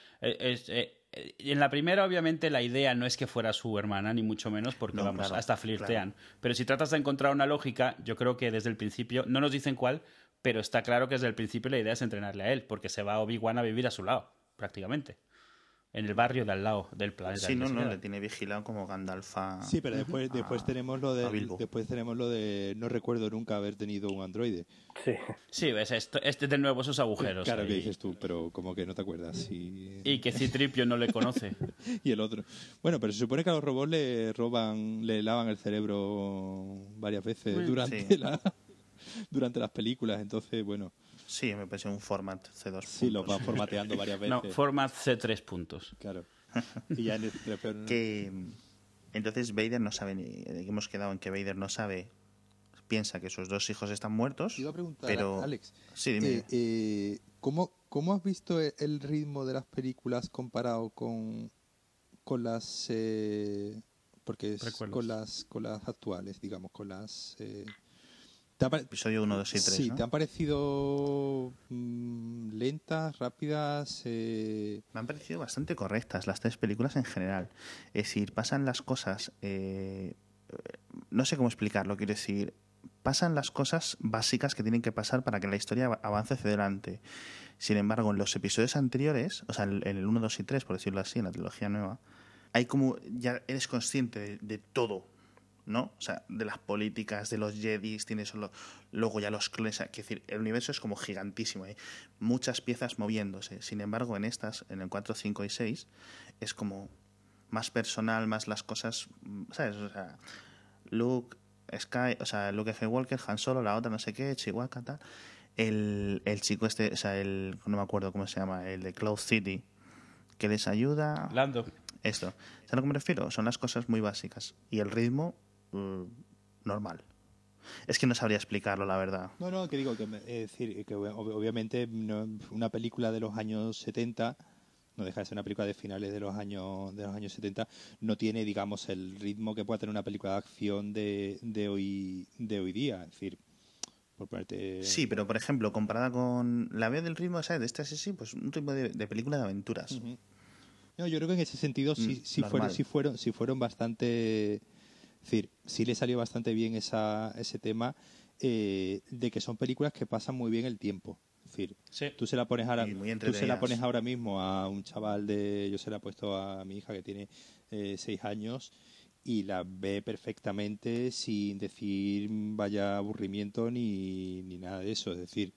en la primera, obviamente, la idea no es que fuera su hermana, ni mucho menos, porque no, vamos, claro, hasta flirtean. Claro. Pero si tratas de encontrar una lógica, yo creo que desde el principio, no nos dicen cuál, pero está claro que desde el principio la idea es entrenarle a él, porque se va Obi-Wan a vivir a su lado, prácticamente. En el barrio de al lado del planeta. Sí, no, le tiene vigilado como Gandalf a... Sí, pero después tenemos lo de no recuerdo nunca haber tenido un androide. Sí, ves, este de nuevo esos agujeros. Claro ahí. Que dices tú, pero como que no te acuerdas. Y que C-3PO no le conoce. Y el otro. Bueno, pero se supone que a los robots le lavan el cerebro varias veces durante las películas, entonces, bueno... Sí, me parece un format C2. Sí, lo va formateando varias veces. No, format C3 puntos. Claro. Y ya que entonces Vader no sabe, hemos quedado en que Vader no sabe, piensa que sus dos hijos están muertos. Te iba a preguntar, pero Alex, sí, dime. ¿cómo has visto el ritmo de las películas comparado con las porque es Precuelas. con las actuales, digamos, con las Episodio 1, 2 y 3, sí, ¿no? ¿te han parecido lentas, rápidas? Me han parecido bastante correctas las tres películas en general. Es decir, pasan las cosas... no sé cómo explicarlo, quiero decir... Pasan las cosas básicas que tienen que pasar para que la historia avance hacia adelante. Sin embargo, en los episodios anteriores, o sea, en el 1, 2 y 3, por decirlo así, en la trilogía nueva, hay como... ya eres consciente de todo, ¿no? O sea, de las políticas, de los Jedis, tienes luego ya los clones. Es decir, el universo es como gigantísimo, hay muchas piezas moviéndose. Sin embargo, en estas, en el 4, 5 y 6, es como más personal, más las cosas, ¿sabes? O sea, Luke, Luke Skywalker, Han Solo, la otra no sé qué, Chihuahua, tal. El chico este, o sea, no me acuerdo cómo se llama, el de Cloud City, que les ayuda. Lando. Esto. ¿Sabes a lo que me refiero? Son las cosas muy básicas. Y el ritmo, normal. Es que no sabría explicarlo, la verdad. No, que digo, es decir, que obviamente una película de los años 70, no deja de ser una película de finales de los años 70, no tiene, digamos, el ritmo que pueda tener una película de acción de hoy día. Es decir, por ponerte... Sí, pero por ejemplo, comparada con la veo del ritmo, ¿sabes? De este sí, pues un tipo de película de aventuras. Uh-huh. No, yo creo que en ese sentido sí fueron bastante... Es decir, sí le salió bastante bien ese tema de que son películas que pasan muy bien el tiempo. Es decir, sí. tú se la pones ahora mismo a un chaval yo se la he puesto a mi hija que tiene 6 años y la ve perfectamente sin decir vaya aburrimiento ni nada de eso. Es decir,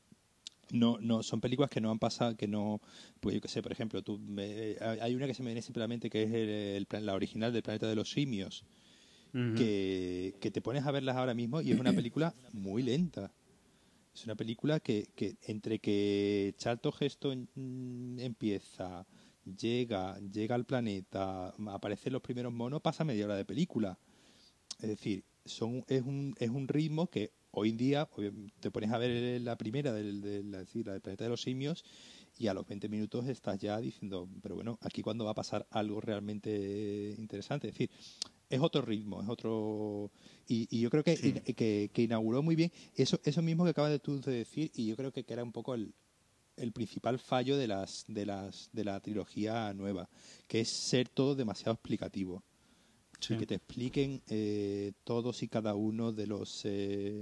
no son películas que no han pasado, que no, pues yo qué sé, por ejemplo, hay una que se me viene simplemente que es la original del Planeta de los Simios. Uh-huh. que te pones a verlas ahora mismo y es una película muy lenta. Es una película que entre que Charlton Heston empieza, llega al planeta, aparecen los primeros monos, pasa media hora de película. Es decir, es un ritmo que hoy en día te pones a ver la primera la del Planeta de los Simios y a los 20 minutos estás ya diciendo, pero bueno, aquí cuándo va a pasar algo realmente interesante. Es decir, es otro ritmo, es otro... Y yo creo que, sí, que inauguró muy bien eso mismo que acabas de decir, y yo creo que era un poco el principal fallo de la trilogía nueva, que es ser todo demasiado explicativo. Sí. Y que te expliquen todos y cada uno de los... sí,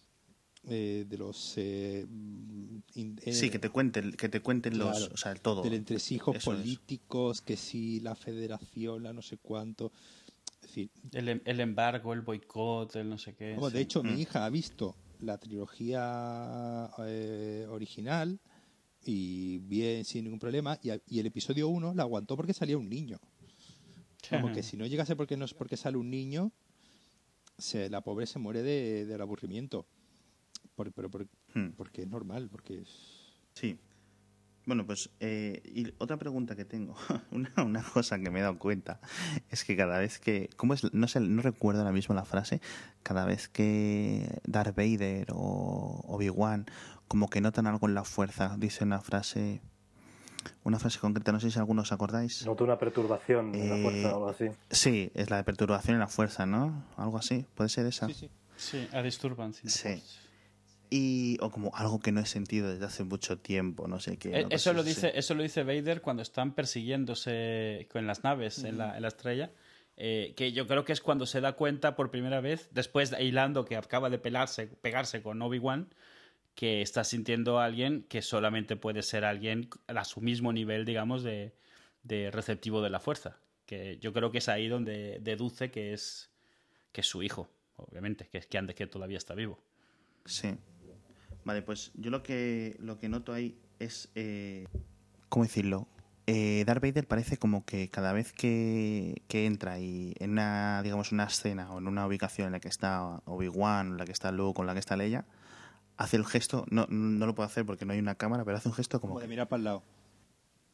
que te cuenten claro, los, o sea, todo. Del entresijos políticos, que si la federación, la no sé cuánto... Es decir, el embargo, el boicot, el no sé qué. Como, de hecho, mi hija ha visto la trilogía original y bien, sin ningún problema, y el episodio 1 la aguantó porque salía un niño. Como que si no llegase porque sale un niño, la pobre se muere del aburrimiento. Porque es normal, porque es... Sí. Bueno, pues y otra pregunta que tengo, una cosa que me he dado cuenta, es que cada vez que... ¿Cómo es? No sé, no recuerdo ahora mismo la frase. Cada vez que Darth Vader o Obi-Wan como que notan algo en la fuerza, dice una frase concreta, no sé si algunos os acordáis. Noto una perturbación en la fuerza o algo así. Sí, es la de perturbación en la fuerza, ¿no? Algo así, ¿puede ser esa? Sí, a disturbance. Sí. O como algo que no he sentido desde hace mucho tiempo, no sé qué. Eso lo dice Vader cuando están persiguiéndose con las naves en la estrella, que yo creo que es cuando se da cuenta por primera vez, después de hilando que acaba de pegarse con Obi-Wan, que está sintiendo a alguien que solamente puede ser alguien a su mismo nivel, digamos, de receptivo de la fuerza. Que yo creo que es ahí donde deduce que es su hijo, obviamente, que todavía está vivo. Sí. Vale, pues yo lo que noto ahí es... ¿cómo decirlo? Darth Vader parece como que cada vez que entra y en una escena o en una ubicación en la que está Obi-Wan, en la que está Luke, con la que está Leia, hace el gesto, no lo puedo hacer porque no hay una cámara, pero hace un gesto como de mirar para el lado.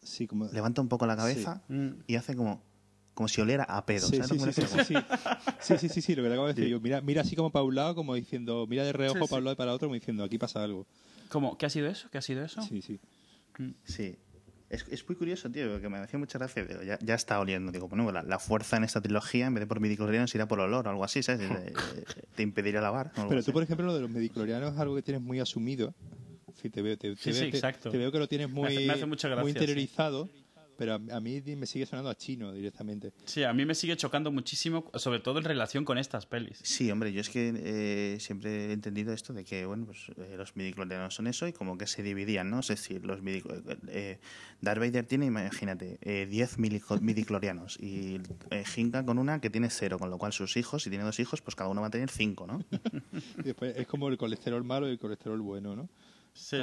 Sí, como... levanta un poco la cabeza y hace como si oliera a pedo. Sí, ¿Sabes lo que me refiero? sí, lo que te acabo de decir. Yo, mira así como para un lado, como diciendo, mira de reojo para un lado y para otro, como diciendo, aquí pasa algo. ¿Cómo? ¿Qué ha sido eso? ¿Qué ha sido eso? Sí. Sí. Es muy curioso, tío, porque me hacía mucha gracia. Digo, ya está oliendo. Digo, bueno, la fuerza en esta trilogía, en vez de por midichlorianos, irá por olor o algo así, ¿sabes? Te impediría lavar. Pero tú, por ejemplo, lo de los midichlorianos es algo que tienes muy asumido. Sí, te veo exacto. Te veo que lo tienes muy, me hace mucha gracia, muy interiorizado. Sí. Pero a mí me sigue sonando a chino directamente. Sí, a mí me sigue chocando muchísimo, sobre todo en relación con estas pelis. Sí, hombre, yo es que siempre he entendido esto de que, bueno, pues los midichlorianos son eso y como que se dividían, ¿no? Es decir, Darth Vader tiene, imagínate, 10 midichlorianos y Jinka con una que tiene 0, con lo cual sus hijos, si tiene 2 hijos, pues cada uno va a tener 5, ¿no? Y después es como el colesterol malo y el colesterol bueno, ¿no? Sí.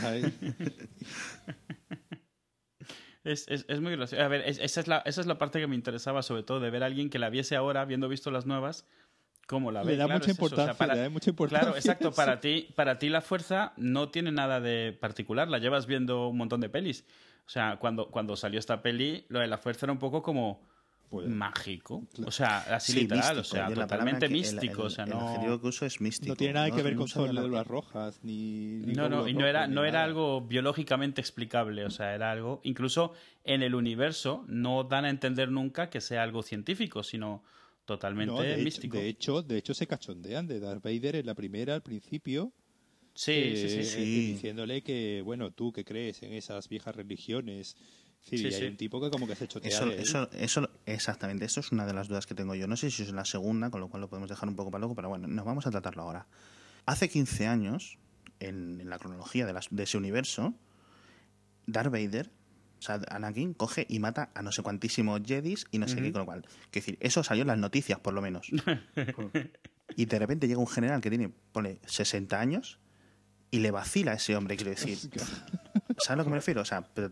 Es muy gracioso. A ver, esa es la parte que me interesaba, sobre todo, de ver a alguien que la viese ahora, habiendo visto las nuevas, cómo la ve. Le da mucha importancia, le da mucha importancia. Claro, exacto. Para ti la fuerza no tiene nada de particular. La llevas viendo un montón de pelis. O sea, cuando salió esta peli, lo de la fuerza era un poco como mágico. O sea, así sí, literal. Místico, o sea, totalmente místico. O sea, el adjetivo que uso es místico. No tiene nada que ver con células rojas, ni no era algo biológicamente explicable. O sea, era algo... Incluso en el universo no dan a entender nunca que sea algo científico, sino totalmente místico. De hecho, se cachondean de Darth Vader en la primera, al principio. Sí. Diciéndole que, bueno, tú que crees en esas viejas religiones... Sí, y hay un tipo que como que se chotea de él. Eso, exactamente, eso es una de las dudas que tengo yo. No sé si es la segunda, con lo cual lo podemos dejar un poco para luego, pero bueno, nos vamos a tratarlo ahora. Hace 15 años, en la cronología de ese universo, Darth Vader, o sea, Anakin, coge y mata a no sé cuantísimos Jedis y no sé qué, con lo cual. Es decir, eso salió en las noticias, por lo menos. Y de repente llega un general que tiene, pone 60 años y le vacila a ese hombre, quiero decir. ¿Sabes a lo que me refiero? O sea, pero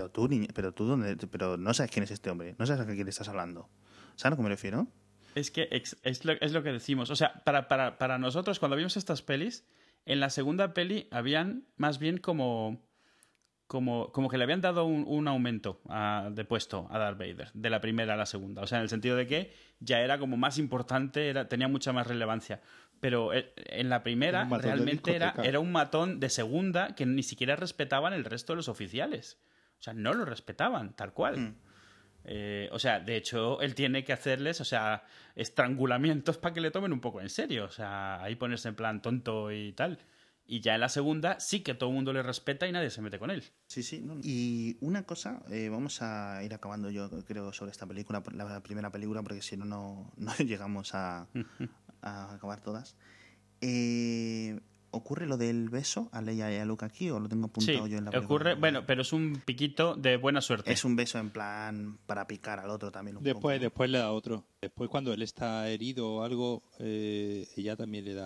tú no sabes quién es este hombre, no sabes a quién estás hablando. ¿Sabes a lo que me refiero? Es que es lo que decimos. O sea, para nosotros, cuando vimos estas pelis, en la segunda peli habían más bien como que le habían dado un aumento de puesto a Darth Vader, de la primera a la segunda. O sea, en el sentido de que ya era como más importante, tenía mucha más relevancia. Pero en la primera realmente era un matón de segunda que ni siquiera respetaban el resto de los oficiales. O sea, no lo respetaban, tal cual. O sea, de hecho, él tiene que hacerles, o sea, estrangulamientos para que le tomen un poco en serio. O sea, ahí ponerse en plan tonto y tal. Y ya en la segunda sí que todo el mundo le respeta y nadie se mete con él. Sí. No. Y una cosa, vamos a ir acabando yo creo sobre esta película, la primera película, porque si no llegamos a acabar todas. ¿Ocurre lo del beso a Leia y a Luke aquí o lo tengo apuntado yo en la película? Ocurre, bueno, pero es un piquito de buena suerte. Es un beso en plan para picar al otro también un poco. Después le da otro. Después cuando él está herido o algo, ella también le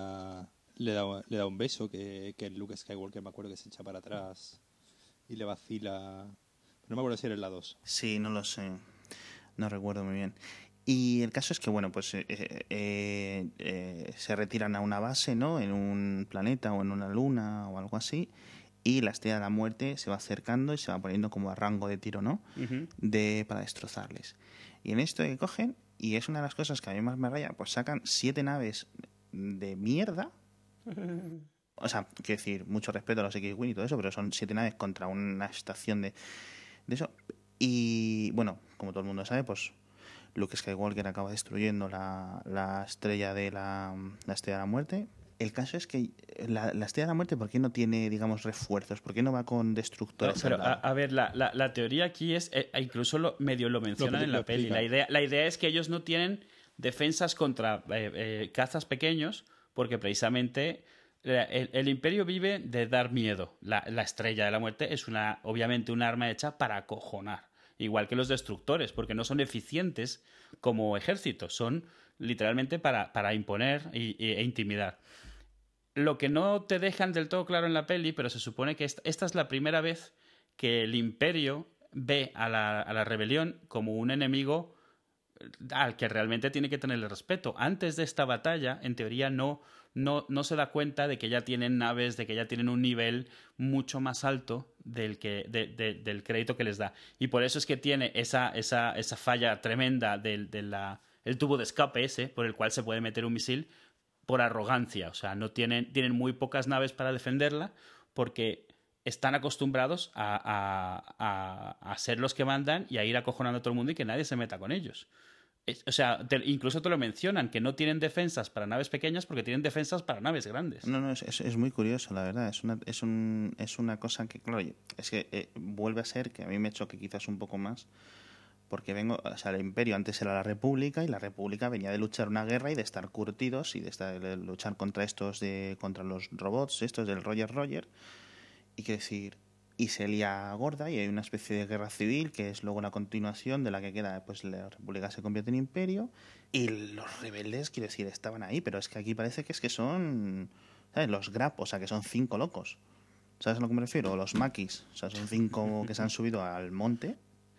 da un beso que Luke Skywalker me acuerdo que se echa para atrás y le vacila. No me acuerdo si era en la 2. Sí, no lo sé. No recuerdo muy bien. Y el caso es que, bueno, pues se retiran a una base, ¿no? En un planeta o en una luna o algo así. Y la Estrella de la Muerte se va acercando y se va poniendo como a rango de tiro, ¿no? Para destrozarles. Y en esto que cogen, y es una de las cosas que a mí más me raya, pues sacan 7 naves de mierda. O sea, quiero decir, mucho respeto a los X-Wing y todo eso, pero son 7 naves contra una estación de eso. Y, bueno, como todo el mundo sabe, pues Luke Skywalker acaba destruyendo la estrella de la Estrella de la Muerte. El caso es que la Estrella de la Muerte, ¿por qué no tiene, digamos, refuerzos? ¿Por qué no va con destructores? Pero, a ver, la teoría aquí es, incluso medio lo mencionan en la peli. La idea es que ellos no tienen defensas contra cazas pequeños, porque precisamente el Imperio vive de dar miedo. La Estrella de la Muerte es obviamente un arma hecha para acojonar. Igual que los destructores, porque no son eficientes como ejército, son literalmente para imponer e intimidar. Lo que no te dejan del todo claro en la peli, pero se supone que esta es la primera vez que el Imperio ve a la rebelión como un enemigo al que realmente tiene que tenerle respeto. Antes de esta batalla, en teoría, no no se da cuenta de que ya tienen naves, de que ya tienen un nivel mucho más alto del crédito que les da. Y por eso es que tiene esa falla tremenda del tubo de escape ese, por el cual se puede meter un misil, por arrogancia. O sea, no tienen muy pocas naves para defenderla porque están acostumbrados a ser los que mandan y a ir acojonando a todo el mundo y que nadie se meta con ellos. O sea, incluso te lo mencionan, que no tienen defensas para naves pequeñas porque tienen defensas para naves grandes. No, es muy curioso, la verdad. Es una cosa que, claro, es que vuelve a ser que a mí me choque quizás un poco más, porque o sea, el Imperio antes era la República y la República venía de luchar una guerra y de estar curtidos y de luchar contra contra los robots estos del Roger, y que decir, y se lía gorda y hay una especie de guerra civil que es luego la continuación de la que queda, pues la República se convierte en Imperio y los rebeldes, quiero decir, estaban ahí, pero es que aquí parece que son, ¿sabes? Los Grap, o sea, que son 5 locos. ¿Sabes a lo que me refiero? O los Maquis, o sea, son 5 que se han subido al monte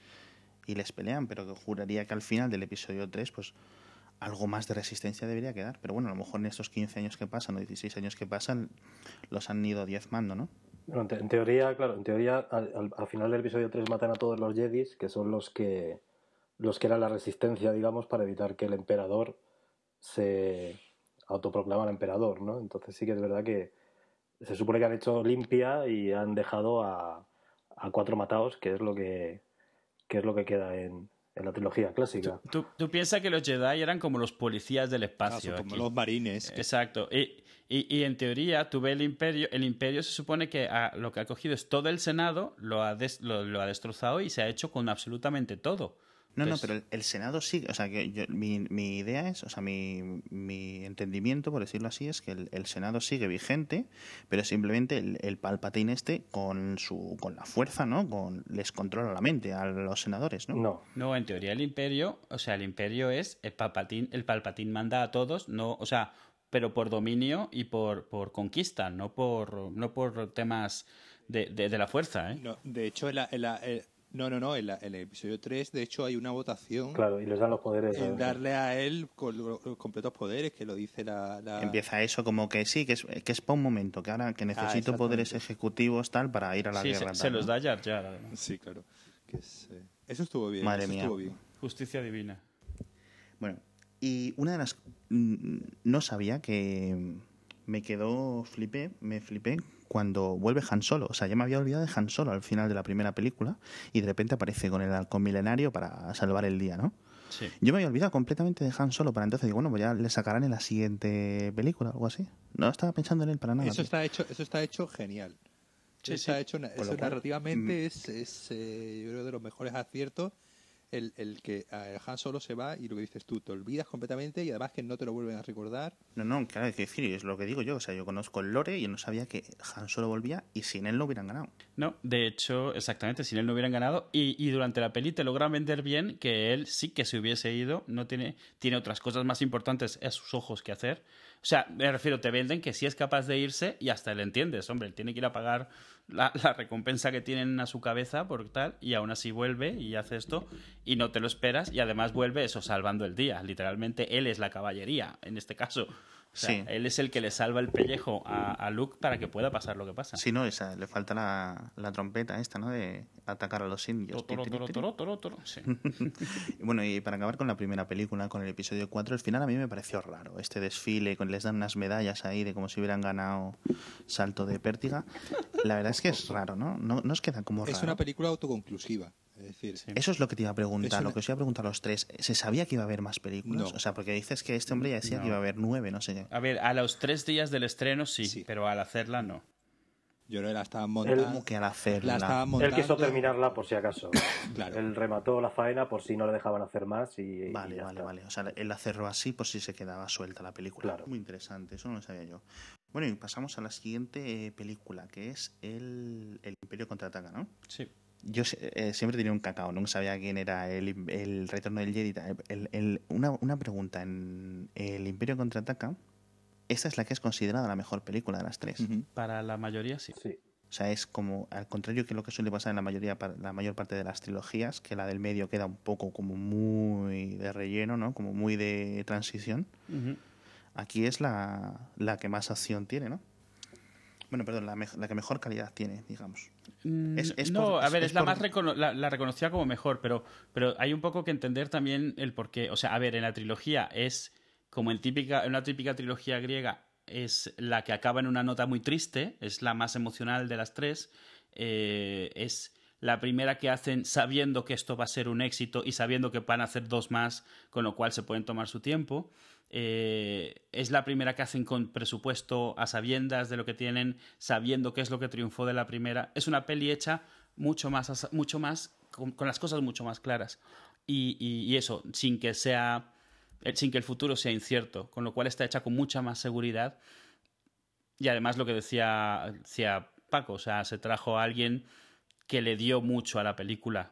y les pelean, pero que juraría que al final del episodio 3, pues algo más de resistencia debería quedar. Pero bueno, a lo mejor en estos 15 años que pasan o 16 años que pasan, los han ido diezmando, ¿no? Bueno, en teoría, claro, al final del episodio 3 matan a todos los Jedis, que son los que eran la resistencia, digamos, para evitar que el emperador se autoproclamara emperador, ¿no? Entonces sí que es verdad que se supone que han hecho limpia y han dejado a 4 mataos, que es lo que queda en la trilogía clásica. Tú piensas que los Jedi eran como los policías del espacio. Como los marines. Exacto. Y en teoría, tú ves el Imperio se supone que lo que ha cogido es todo el Senado, lo ha destrozado y se ha hecho con absolutamente todo. No, pero el Senado sigue, o sea, que mi idea es, o sea, mi entendimiento, por decirlo así, es que el Senado sigue vigente, pero simplemente el Palpatine con la fuerza, ¿no? Les controla la mente a los senadores, ¿no? No, en teoría el Imperio es el Palpatine manda a todos, no, o sea, pero por dominio y por conquista, no por temas de la fuerza, ¿eh? No, de hecho, en el episodio 3, de hecho, hay una votación. Claro, y les dan los poderes. En darle a él los completos poderes, que lo dice la... Empieza eso como que sí, que es para un momento, que ahora que necesito poderes ejecutivos tal para ir a la guerra. Se los da Jar Jar, además. Sí, claro. Eso estuvo bien. Madre mía. Estuvo bien. Justicia divina. Bueno, y una de las... No sabía que me flipé cuando vuelve Han Solo. O sea, ya me había olvidado de Han Solo al final de la primera película y de repente aparece con el halcón milenario para salvar el día, ¿no? Sí. Yo me había olvidado completamente de Han Solo para entonces. Digo, bueno, pues ya le sacarán en la siguiente película o algo así. No estaba pensando en él para nada. Eso está hecho genial. Sí, está hecho narrativamente es yo creo de los mejores aciertos el que Han Solo se va y lo que dices tú, te olvidas completamente y además que no te lo vuelven a recordar. No, claro, es decir, es lo que digo yo. O sea, yo conozco el lore y yo no sabía que Han Solo volvía y sin él no hubieran ganado. No, de hecho, exactamente, sin él no hubieran ganado y durante la peli te logran vender bien que él sí que se hubiese ido, no tiene otras cosas más importantes a sus ojos que hacer. O sea, me refiero, te venden que sí es capaz de irse y hasta le entiendes, hombre, él tiene que ir a pagar la recompensa que tienen a su cabeza por tal y aún así vuelve y hace esto y no te lo esperas y además vuelve eso salvando el día. Literalmente él es la caballería en este caso. O sea, sí. Él es el que le salva el pellejo a Luke para que pueda pasar lo que pasa. Sí, no, le falta la trompeta esta, ¿no? De atacar a los indios. Sí. Y bueno, y para acabar con la primera película, con el episodio 4, el final a mí me pareció raro. Este desfile, les dan unas medallas ahí de como si hubieran ganado salto de pértiga. La verdad es que es raro, ¿no? No os queda como raro. Es una película autoconclusiva. Es decir, sí. Eso es lo que te iba a preguntar, lo que os iba a preguntar a los tres. ¿Se sabía que iba a haber más películas? No. O sea, porque dices que este hombre ya decía que iba a haber 9, no sé qué. A ver, a los 3 días del estreno sí, pero al hacerla no. Yo no la estaba montando. ¿Cómo que al hacerla? Él quiso terminarla por si acaso. Claro. Él remató la faena por si no le dejaban hacer más Vale. O sea, él la cerró así por si se quedaba suelta la película. Claro. Muy interesante, eso no lo sabía yo. Bueno, y pasamos a la siguiente película, que es el Imperio Contraataca, ¿no? Sí. Yo siempre tenía un cacao, nunca sabía quién era el retorno del Jedi. Una pregunta, en el Imperio Contraataca, esta es la que es considerada la mejor película de las 3. Uh-huh. Para la mayoría sí. O sea, es como, al contrario que lo que suele pasar en la mayor parte de las trilogías, que la del medio queda un poco como muy de relleno, ¿no? Como muy de transición. Uh-huh. Aquí es la que más acción tiene, ¿no? Bueno, perdón, la que mejor calidad tiene, digamos. Es la más la reconocida como mejor, pero hay un poco que entender también el porqué. O sea, a ver, en la trilogía es como en una típica trilogía griega, es la que acaba en una nota muy triste, es la más emocional de las tres. Es la primera que hacen sabiendo que esto va a ser un éxito y sabiendo que van a hacer dos más, con lo cual se pueden tomar su tiempo. Es la primera que hacen con presupuesto a sabiendas de lo que tienen, sabiendo qué es lo que triunfó de la primera. Es una peli hecha mucho más con las cosas mucho más claras y eso, sin que el futuro sea incierto, con lo cual está hecha con mucha más seguridad. Y además lo que decía Paco, o sea, se trajo a alguien que le dio mucho a la película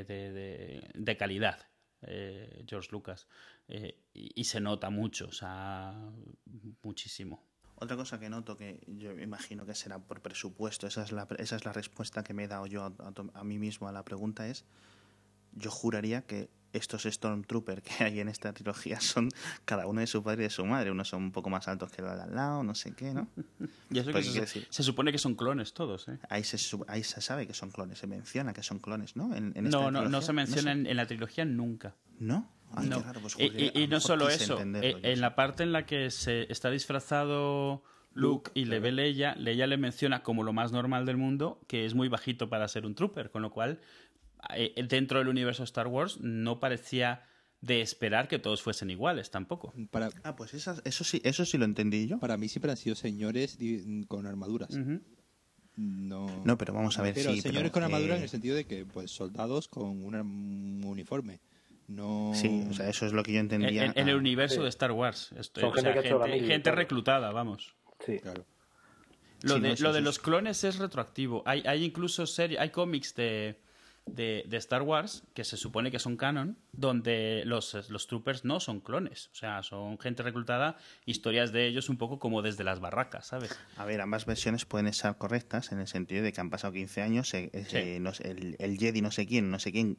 de calidad, George Lucas. Y se nota mucho, o sea, muchísimo. Otra cosa que noto, que yo imagino que será por presupuesto, esa es la respuesta que me he dado yo a mí mismo a la pregunta, es: yo juraría que estos Stormtroopers que hay en esta trilogía son cada uno de su padre y de su madre. Unos son un poco más altos que el de al lado, no sé qué, ¿no? Y eso pues que se supone que son clones todos, ¿eh? Ahí se sabe que son clones, se menciona que son clones, ¿no? No se menciona en la trilogía nunca. ¿No? Ay, no. Qué raro, pues, y no solo eso, en la parte en la que se está disfrazado Luke y le ve Leia le menciona como lo más normal del mundo que es muy bajito para ser un trooper, con lo cual dentro del universo Star Wars no parecía de esperar que todos fuesen iguales tampoco. Pues eso sí lo entendí yo. Para mí siempre han sido señores con armaduras. Uh-huh. No, pero vamos a ver. Pero señores con armadura en el sentido de que pues soldados con un uniforme. No... Sí, o sea, eso es lo que yo entendía. En el universo de Star Wars. Gente reclutada, vamos. Sí, claro. Lo de los clones es retroactivo. Hay incluso hay cómics de Star Wars que se supone que son canon, donde los troopers no son clones, o sea, son gente reclutada, historias de ellos un poco como desde las barracas, ¿sabes? A ver, ambas versiones pueden estar correctas en el sentido de que han pasado 15 años, el Jedi no sé quién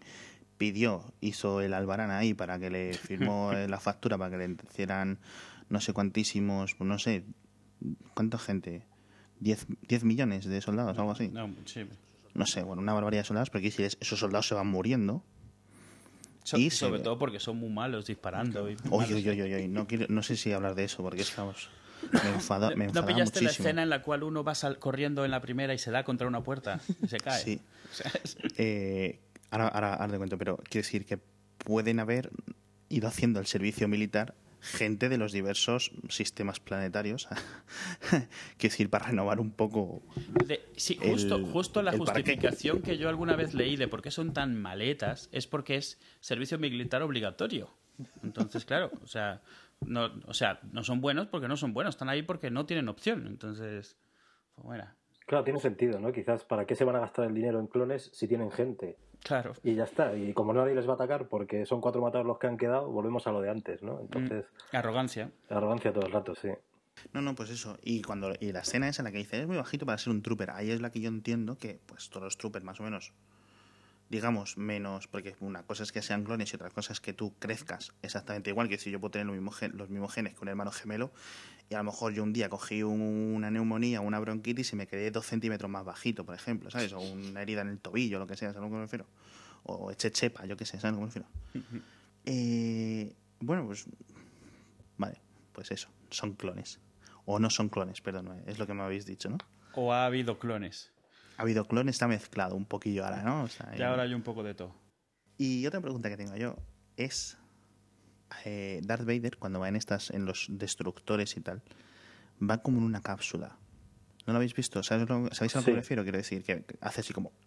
hizo el Albarán ahí para que le firmó la factura para que le hicieran no sé cuantísimos, no sé, ¿cuánta gente? 10 millones de soldados, algo así. No sé, bueno, una barbaridad de soldados, porque si esos soldados se van muriendo. Sobre todo porque son muy malos disparando. No sé si hablar de eso, porque estamos... Me enfada ¿No pillaste muchísimo. la escena en la cual uno va corriendo en la primera y se da contra una puerta y se cae? Sí. Ahora te cuento, pero quiero decir que pueden haber ido haciendo el servicio militar gente de los diversos sistemas planetarios, quiero decir, para renovar un poco. Justo la justificación que yo alguna vez leí de por qué son tan maletas es porque es servicio militar obligatorio. Entonces, claro, no son buenos porque no son buenos, están ahí porque no tienen opción. Entonces, pues bueno. Claro, tiene sentido, ¿no? Quizás, ¿para qué se van a gastar el dinero en clones si tienen gente? Claro. Y ya está. Y como nadie les va a atacar porque son 4 matados los que han quedado, volvemos a lo de antes, ¿no? Entonces... Arrogancia. Arrogancia todo el rato, sí. No, pues eso. Y la escena esa en la que dice, es muy bajito para ser un trooper. Ahí es la que yo entiendo que pues todos los troopers más o menos, digamos, menos, porque una cosa es que sean clones y otra cosa es que tú crezcas exactamente igual, que si yo puedo tener los mismos genes que un hermano gemelo y a lo mejor yo un día cogí una neumonía o una bronquitis y me quedé 2 centímetros más bajito, por ejemplo, ¿sabes? O una herida en el tobillo, lo que sea, ¿sabes a lo que me refiero? O eché chepa, yo qué sé, ¿sabes a lo que me refiero? Bueno, pues vale, pues eso, son clones. O no son clones, perdón, es lo que me habéis dicho, ¿no? O ha habido clones. Ha habido clones, está mezclado un poquillo ahora, ¿no? O sea, ya ahora hay un poco de todo. Y otra pregunta que tengo yo es... Darth Vader, cuando va en los destructores y tal, va como en una cápsula. ¿No lo habéis visto? ¿Sabéis a lo que me refiero? Quiero decir, que hace así como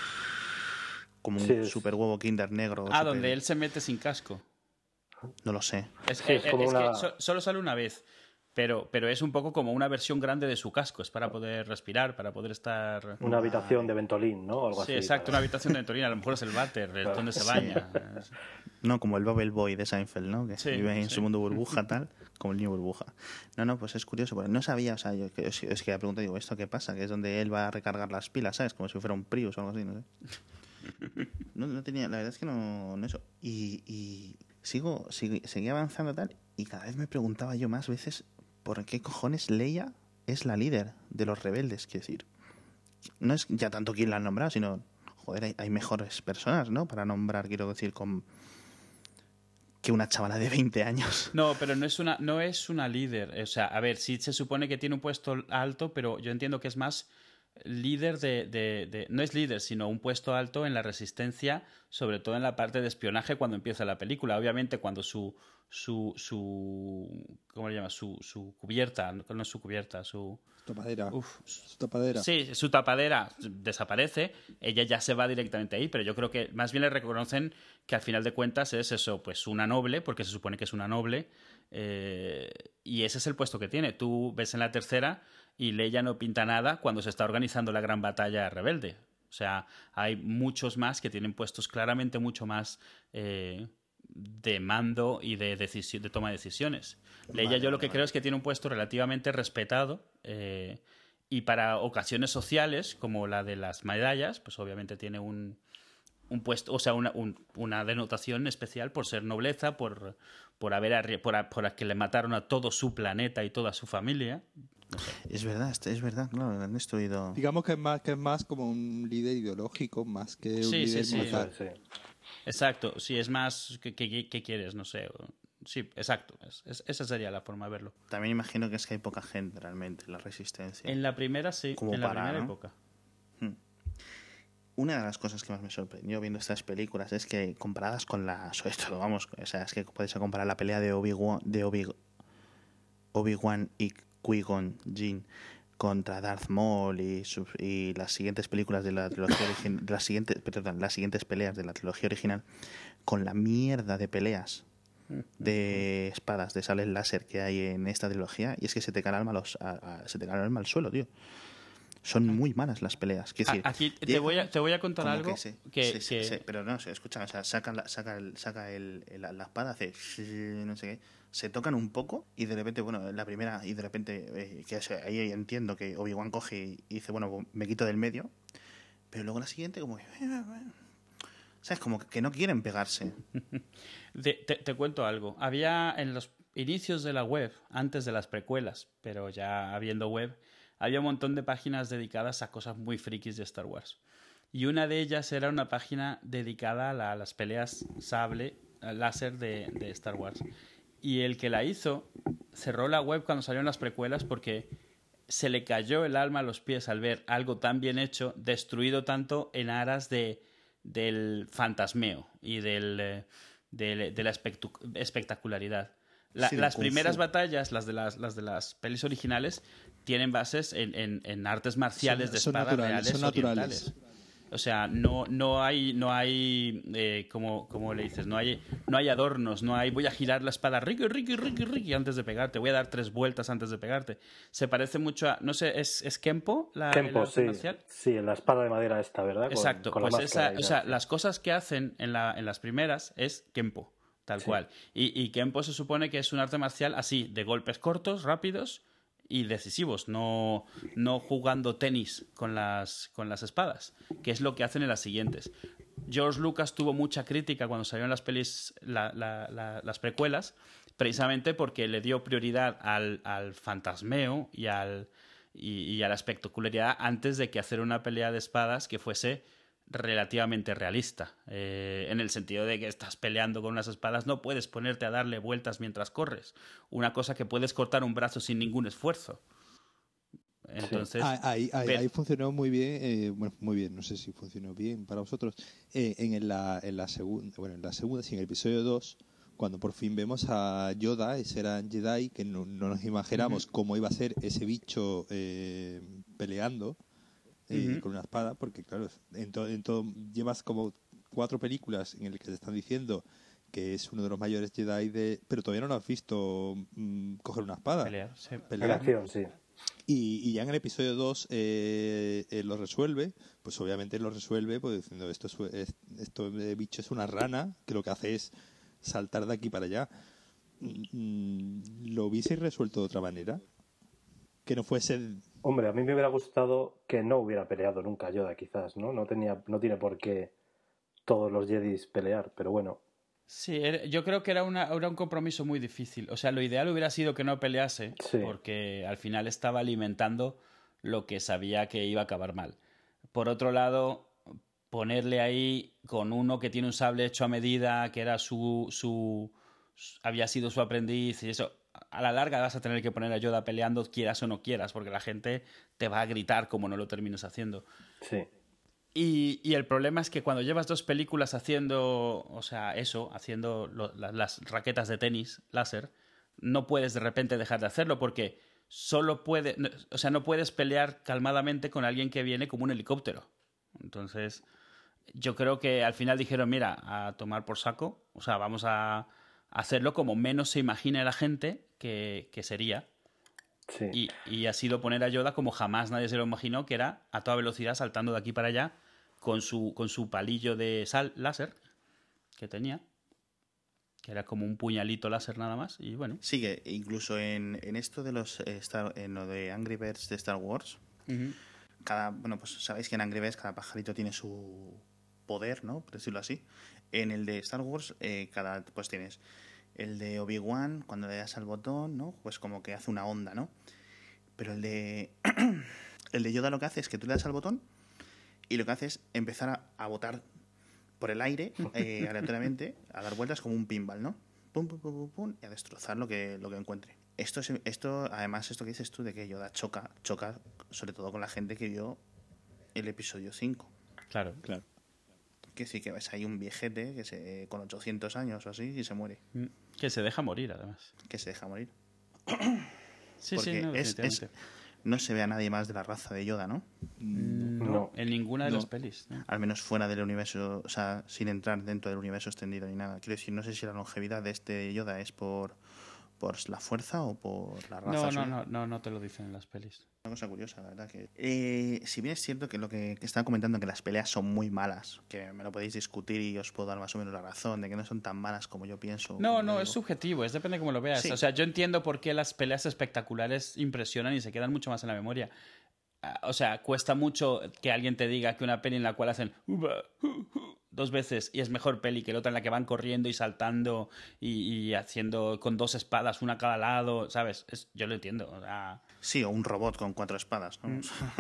un super huevo Kinder negro. Donde él se mete sin casco. No lo sé. Es que solo sale una vez. Pero es un poco como una versión grande de su casco. Es para poder respirar, para poder estar... Una habitación de Ventolin, ¿no? Algo así. Sí, exacto, una habitación de Ventolin. A lo mejor es el váter, es donde se baña. No, como el Bubble Boy de Seinfeld, ¿no? Que vive en su mundo burbuja, tal, como el niño burbuja. No, pues es curioso, porque no sabía, o sea, es que la pregunta, digo, ¿esto qué pasa? Que es donde él va a recargar las pilas, ¿sabes? Como si fuera un Prius o algo así, no sé. No tenía, la verdad es que no eso. Y seguí avanzando tal, y cada vez me preguntaba yo más veces por qué cojones Leia es la líder de los rebeldes. Quiero decir, no es ya tanto quién la han nombrado, sino, joder, hay mejores personas, ¿no? Para nombrar, quiero decir, que una chavala de 20 años. No, pero no es una líder. O sea, a ver, sí se supone que tiene un puesto alto, pero yo entiendo que es más líder no es líder, sino un puesto alto en la resistencia, sobre todo en la parte de espionaje cuando empieza la película. Obviamente cuando su ¿cómo le llama? Su cubierta, no es su cubierta, su tapadera. Uf. Su tapadera. Sí, su tapadera desaparece, ella ya se va directamente ahí, pero yo creo que más bien le reconocen que al final de cuentas es eso, pues una noble, porque se supone que es una noble, y ese es el puesto que tiene. Tú ves en la tercera y Leia no pinta nada cuando se está organizando la gran batalla rebelde. O sea, hay muchos más que tienen puestos claramente mucho más de mando y de toma de decisiones. Leia yo lo que creo es que tiene un puesto relativamente respetado, y para ocasiones sociales, como la de las medallas, pues obviamente tiene un puesto, o sea, una denotación especial por ser nobleza, por que le mataron a todo su planeta y toda su familia. No sé. Es verdad, claro, han destruido. Digamos que es más como un líder ideológico, más que un líder militar. Sí. Exacto, sí, es más ¿qué quieres? No sé. Sí, exacto. Esa sería la forma de verlo. También imagino que es que hay poca gente realmente en la resistencia. En la primera sí, como en la primera época. Una de las cosas que más me sorprendió viendo estas películas es que comparadas con sobre todo, vamos, o sea, es que puedes comparar la pelea de Obi-Wan y Qui-Gon Jinn contra Darth Maul y las siguientes películas de la trilogía original, las siguientes peleas de la trilogía original, con la mierda de peleas de espadas de sable láser que hay en esta trilogía, y es que se te cae el alma al suelo, tío. Son muy malas las peleas. Decir, aquí te voy a contar algo pero no, escucha, o sea, saca la espada, hace no sé qué, se tocan un poco y de repente, bueno, la primera, y de repente, ahí entiendo que Obi-Wan coge y dice, bueno, me quito del medio, pero luego la siguiente como que... ¿Sabes? Como que no quieren pegarse. Te cuento algo. Había en los inicios de la web, antes de las precuelas, pero ya habiendo web, había un montón de páginas dedicadas a cosas muy frikis de Star Wars. Y una de ellas era una página dedicada a las peleas láser de Star Wars. Y el que la hizo cerró la web cuando salieron las precuelas porque se le cayó el alma a los pies al ver algo tan bien hecho, destruido tanto en aras del fantasmeo y de la espectacularidad. Las primeras batallas, las de las pelis originales, tienen bases en artes marciales de espada reales orientales. O sea, no hay como le dices, no hay adornos, no hay voy a girar la espada Ricky antes de pegarte, voy a dar 3 vueltas antes de pegarte. Se parece mucho a, no sé, ¿es Kenpo el arte marcial? Sí, la espada de madera esta, ¿verdad? Exacto, con pues las cosas que hacen en las primeras es Kenpo, tal cual. Y Kenpo se supone que es un arte marcial así, de golpes cortos, rápidos y decisivos, no jugando tenis con las espadas, que es lo que hacen en las siguientes. George Lucas tuvo mucha crítica cuando salieron las pelis, las precuelas, precisamente porque le dio prioridad al fantasmeo y a la espectacularidad antes de que hacer una pelea de espadas que fuese relativamente realista, en el sentido de que estás peleando con unas espadas, no puedes ponerte a darle vueltas mientras corres, una cosa que puedes cortar un brazo sin ningún esfuerzo. Entonces, ahí funcionó muy bien, bueno, muy bien, no sé si funcionó bien para vosotros, en la segunda, sí, en el episodio 2, cuando por fin vemos a Yoda, ese gran Jedi, que no nos imaginamos cómo iba a ser ese bicho peleando con una espada, porque claro, en todo llevas como 4 películas en las que te están diciendo que es uno de los mayores Jedi pero todavía no lo has visto coger una espada. Pelear. En acción, sí. Y ya en el episodio 2 lo resuelve, pues obviamente lo resuelve pues diciendo esto de bicho es una rana que lo que hace es saltar de aquí para allá. ¿Lo hubieseis resuelto de otra manera? Que no fuese... Hombre, a mí me hubiera gustado que no hubiera peleado nunca Yoda, quizás, ¿no? No tiene por qué todos los Jedis pelear, pero bueno, Sí, yo creo que era un compromiso muy difícil. O sea, lo ideal hubiera sido que no pelease, Sí. porque al final estaba alimentando lo que sabía que iba a acabar mal. Por otro lado, ponerle ahí con uno que tiene un sable hecho a medida, que era había sido su aprendiz, y eso, a la larga vas a tener que poner a Yoda peleando, quieras o no quieras, porque la gente te va a gritar como no lo termines haciendo. Sí. Y el problema es que cuando llevas 2 películas haciendo, o sea, eso, haciendo las raquetas de tenis láser, no puedes de repente dejar de hacerlo porque o sea, no puedes pelear calmadamente con alguien que viene como un helicóptero. Entonces, yo creo que al final dijeron, mira, a tomar por saco, o sea, vamos a hacerlo como menos se imagine la gente que sería. Sí. Y ha sido poner a Yoda como jamás nadie se lo imaginó, que era a toda velocidad saltando de aquí para allá con su palillo de láser que tenía, que era como un puñalito láser nada más, y bueno. Sí, que incluso en esto de en lo de Angry Birds de Star Wars, bueno, pues sabéis que en Angry Birds cada pajarito tiene su poder, ¿no? Por decirlo así. En el de Star Wars, pues tienes el de Obi-Wan, cuando le das al botón, ¿no? Pues como que hace una onda, ¿no? Pero el de el de Yoda lo que hace es que tú le das al botón y lo que hace es empezar a botar por el aire aleatoriamente, a dar vueltas como un pinball, ¿no? Pum, pum, pum, pum, pum, y a destrozar lo que encuentre. Además, esto que dices tú de que Yoda choca sobre todo con la gente que vio el episodio 5. Claro. Que sí, que ves ahí un viejete con 800 años o así y se muere. Que se deja morir, además. Que se deja morir. Sí, porque sí, no, definitivamente. No se ve a nadie más de la raza de Yoda, ¿no? No, en ninguna de las pelis. ¿No? Al menos fuera del universo, o sea, sin entrar dentro del universo extendido ni nada. Quiero decir, no sé si la longevidad de este Yoda es por la fuerza o por la raza. No te lo dicen en las pelis. Una cosa curiosa, la verdad, que si bien es cierto que lo que estaba comentando, que las peleas son muy malas, que me lo podéis discutir y os puedo dar más o menos la razón de que no son tan malas como yo pienso. No, es subjetivo, depende de cómo lo veas. Sí. O sea, yo entiendo por qué las peleas espectaculares impresionan y se quedan mucho más en la memoria. O sea, cuesta mucho que alguien te diga que una peli en la cual hacen 2 veces y es mejor peli que la otra en la que van corriendo y saltando y haciendo con 2 espadas, una a cada lado, ¿sabes? Yo lo entiendo. O sea... Sí, o un robot con 4 espadas, ¿no?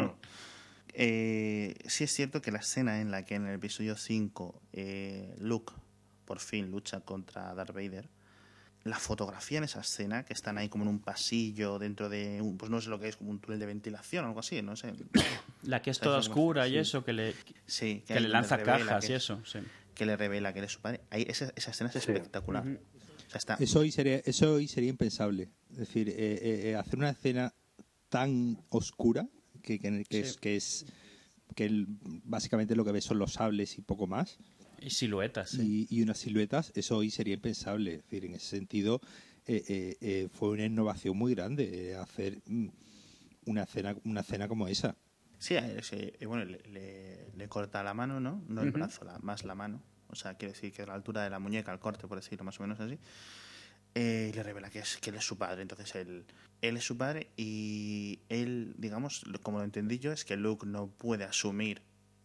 Sí es cierto que la escena en la que en el episodio 5 Luke por fin lucha contra Darth Vader, la fotografía en esa escena, que están ahí como en un pasillo dentro de pues no sé lo que es, como un túnel de ventilación o algo así, no sé. La que es toda oscura y eso, que le lanza cajas y eso, sí. Que le revela que él es su padre. Ahí, esa escena es espectacular. O sea, está... Eso hoy sería impensable. Es decir, hacer una escena tan oscura que básicamente lo que ves son los sables y poco más. Y siluetas, y unas siluetas, eso hoy sería impensable. Es decir, en ese sentido fue una innovación muy grande hacer una escena como esa. Sí, bueno, le corta la mano, ¿no? No el brazo, más la mano. O sea, quiere decir que a la altura de la muñeca, el corte, por decirlo más o menos así. Le revela que él es su padre. Entonces él es su padre y él, digamos, como lo entendí yo, es que Luke no puede asumir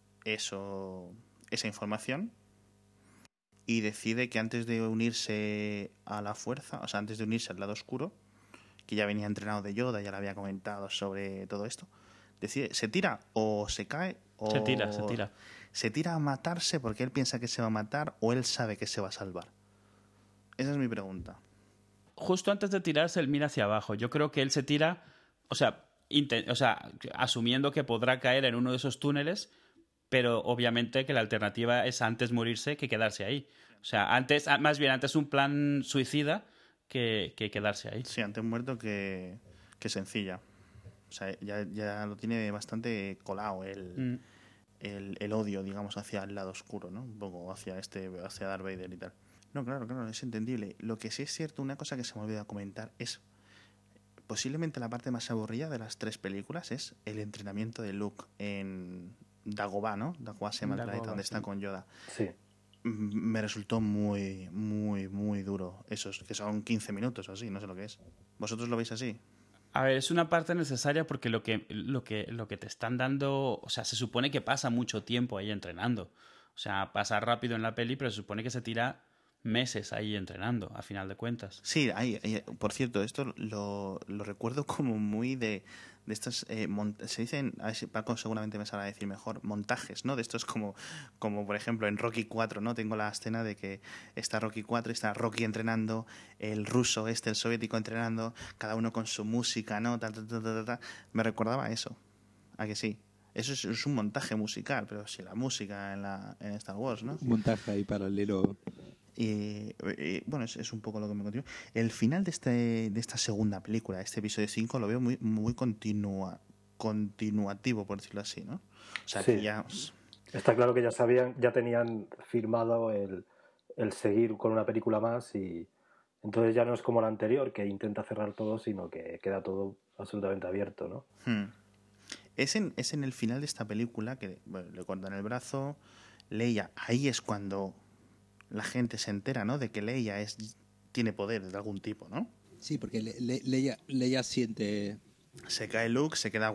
esa información y decide que antes de unirse a la fuerza, o sea, antes de unirse al lado oscuro, que ya venía entrenado de Yoda, ya le había comentado sobre todo esto, decide, se tira o se cae o... Se tira. Se tira a matarse porque él piensa que se va a matar o él sabe que se va a salvar. Esa es mi pregunta. Justo antes de tirarse, él mira hacia abajo. Yo creo que él se tira, o sea, asumiendo que podrá caer en uno de esos túneles, pero obviamente que la alternativa es antes morirse que quedarse ahí. O sea, más bien antes un plan suicida que quedarse ahí. Sí, antes muerto que sencilla. O sea, ya lo tiene bastante colado el odio, digamos, hacia el lado oscuro, ¿no? Un poco hacia Darth Vader y tal. No, claro, es entendible. Lo que sí es cierto, una cosa que se me olvidó comentar es posiblemente la parte más aburrida de las 3 películas es el entrenamiento de Luke en Dagobah, ¿no? Dagobah se llama el planeta donde está con Yoda. Sí. Me resultó muy, muy, muy duro. Esos que son 15 minutos o así, no sé lo que es. ¿Vosotros lo veis así? A ver, es una parte necesaria porque lo que te están dando, o sea, se supone que pasa mucho tiempo ahí entrenando. O sea, pasa rápido en la peli, pero se supone que se tira meses ahí entrenando, a final de cuentas. Sí, por cierto, esto lo recuerdo como muy de estos, se dicen, a ver si Paco seguramente me sabrá decir mejor, montajes, ¿no? De estos como por ejemplo en Rocky 4, ¿no? Tengo la escena de que está Rocky 4, está Rocky entrenando, el ruso el soviético entrenando, cada uno con su música, ¿no? Me recordaba eso, ¿a que sí? Eso es un montaje musical, pero sí la música en Star Wars, ¿no? Un montaje ahí paralelo. Y bueno, es un poco lo que me continúa. El final de esta segunda película, este episodio 5, lo veo muy, muy continuativo, por decirlo así, ¿no? O sea, sí. que ya... Está claro que ya tenían firmado el seguir con una película más, y entonces ya no es como la anterior, que intenta cerrar todo, sino que queda todo absolutamente abierto, ¿no? Es en el final de esta película que le cortan el brazo, Leia, ahí es cuando la gente se entera, ¿no? De que Leia tiene poder de algún tipo, ¿no? Sí, porque Leia siente... Se cae Luke, se queda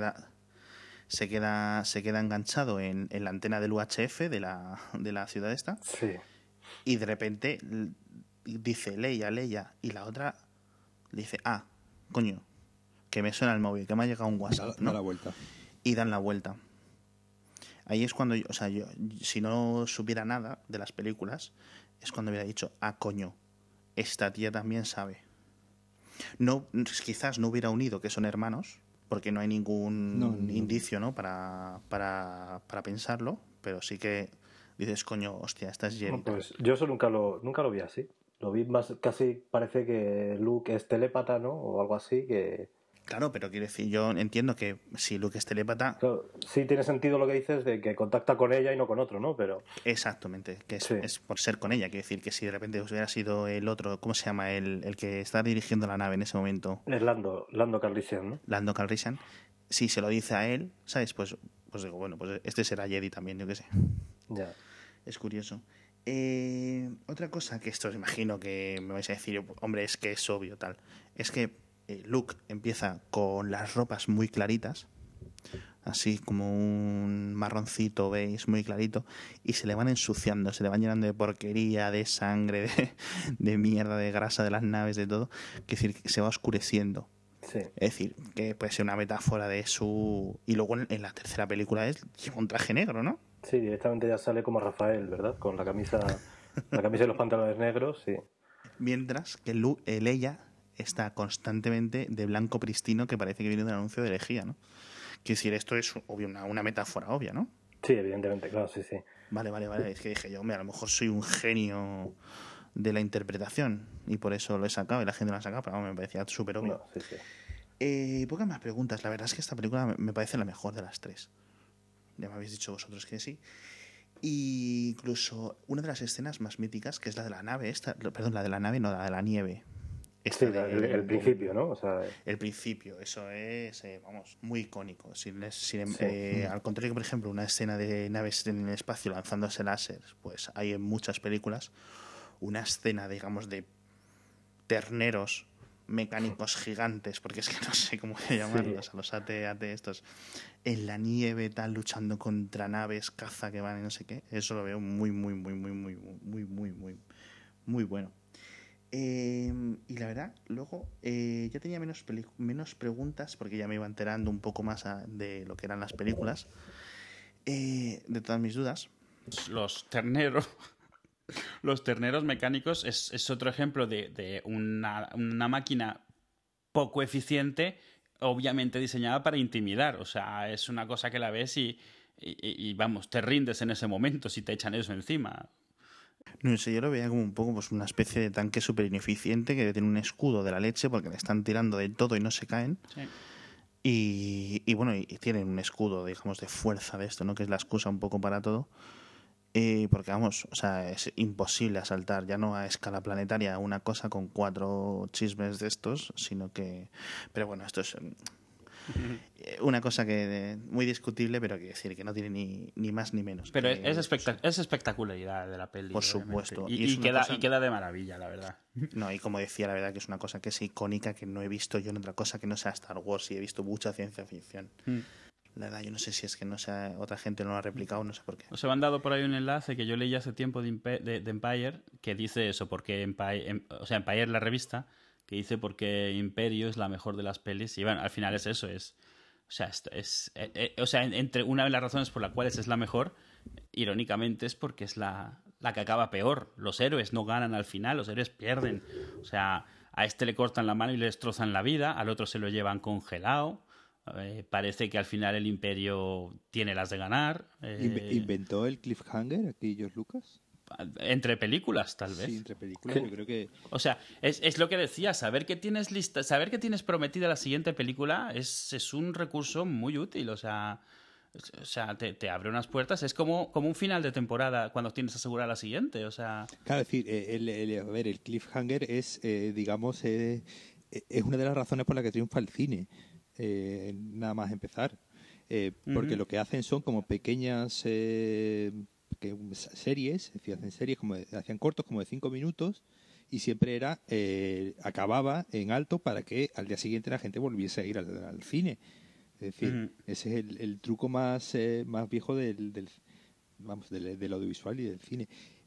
enganchado en la antena del UHF de la ciudad esta. Sí. Y de repente dice Leia, y la otra dice, coño, que me suena el móvil, que me ha llegado un WhatsApp, ¿no? Da la vuelta. Y dan la vuelta. Ahí es cuando, yo, si no supiera nada de las películas, es cuando hubiera dicho, coño, esta tía también sabe. No, quizás no hubiera unido que son hermanos, porque no hay ningún indicio, ¿no? para pensarlo, pero sí que dices, coño, hostia, esta es Jedi. Pues yo eso nunca lo vi así. Lo vi más, casi parece que Luke es telépata, ¿no? O algo así, que... Claro, pero quiero decir, yo entiendo que si Luke es telépata... Claro, sí tiene sentido lo que dices de que contacta con ella y no con otro, ¿no? Pero... Exactamente, que Sí. es por ser con ella. Quiero decir que si de repente hubiera sido el otro, ¿cómo se llama? El que está dirigiendo la nave en ese momento. Es Lando Calrissian, ¿no? Lando Calrissian. Si se lo dice a él, ¿sabes? Pues digo, bueno, pues este será Jedi también, yo qué sé. Ya. Es curioso. Otra cosa que esto os imagino que me vais a decir, hombre, es que es obvio, tal. Es que Luke empieza con las ropas muy claritas, así como un marroncito beige muy clarito, y se le van ensuciando, se le van llenando de porquería, de sangre, de mierda, de grasa de las naves, de todo. Es decir, que se va oscureciendo. Sí. Es decir, que puede ser una metáfora de su... Y luego en la tercera película lleva un traje negro, ¿no? Sí, directamente ya sale como Rafael, ¿verdad? Con la camisa y los pantalones negros, sí. Mientras que Leia está constantemente de blanco pristino, que parece que viene de un anuncio de lejía, ¿no? Quiero decir, esto es obvio, una metáfora obvia, ¿no? Sí, evidentemente, claro, sí, sí. Vale. Es que dije yo, a lo mejor soy un genio de la interpretación y por eso lo he sacado y la gente lo ha sacado, pero me parecía súper obvio. No, sí, sí. Pocas más preguntas. La verdad es que esta película me parece la mejor de las tres. Ya me habéis dicho vosotros que sí. Y incluso una de las escenas más míticas, que es la de la nave, la de la nave, no, la de la nieve. Sí, el principio, ¿no? O sea, el principio, eso es, vamos, muy icónico. Sí. Al contrario que, por ejemplo, una escena de naves en el espacio lanzándose láser, pues hay en muchas películas una escena, digamos, de terneros mecánicos gigantes, porque es que no sé cómo llamarlos, Sí. a los AT estos, en la nieve, tal, luchando contra naves, caza que van y no sé qué. Eso lo veo muy bueno. Y la verdad, luego ya tenía menos preguntas porque ya me iba enterando un poco más de lo que eran las películas, de todas mis dudas. Los terneros mecánicos es otro ejemplo de una máquina poco eficiente, obviamente diseñada para intimidar. O sea, es una cosa que la ves y vamos, te rindes en ese momento si te echan eso encima. No sé, yo lo veía como un poco pues una especie de tanque súper ineficiente que tiene un escudo de la leche porque le están tirando de todo y no se caen. Sí. Y bueno, y tienen un escudo, digamos, de fuerza de esto, ¿no? Que es la excusa un poco para todo. Porque vamos, o sea, es imposible asaltar ya no a escala planetaria una cosa con 4 chismes de estos, sino que... Pero bueno, esto es una cosa que muy discutible, pero que decir que no tiene ni más ni menos. Pero es espectacularidad de la peli. Por supuesto. Y queda de maravilla, la verdad. No, y como decía, la verdad que es una cosa que es icónica, que no he visto yo en otra cosa que no sea Star Wars, y he visto mucha ciencia ficción. La verdad, yo no sé si es que no sea, otra gente no lo ha replicado, no sé por qué. Os he mandado por ahí un enlace que yo leí hace tiempo de Empire que dice eso, porque Empire la revista, que dice porque Imperio es la mejor de las pelis. Y bueno, al final es eso, entre una de las razones por las cuales es la mejor, irónicamente es porque es la que acaba peor. Los héroes no ganan al final, los héroes pierden. O sea, a este le cortan la mano y le destrozan la vida, al otro se lo llevan congelado. Parece que al final el Imperio tiene las de ganar. ¿Inventó el cliffhanger aquí George Lucas? Entre películas, tal vez. Sí, entre películas, yo creo que... O sea, es lo que decía, saber que tienes prometida la siguiente película es un recurso muy útil, o sea, te abre unas puertas, es como un final de temporada cuando tienes asegurada la siguiente, o sea... Claro, es decir, el cliffhanger es, digamos, es una de las razones por las que triunfa el cine, nada más empezar. Porque lo que hacen son como pequeñas series, es decir, hacen series hacían cortos como de 5 minutos y siempre acababa en alto para que al día siguiente la gente volviese a ir al cine. Es decir, ese es el truco más viejo del audiovisual y del cine.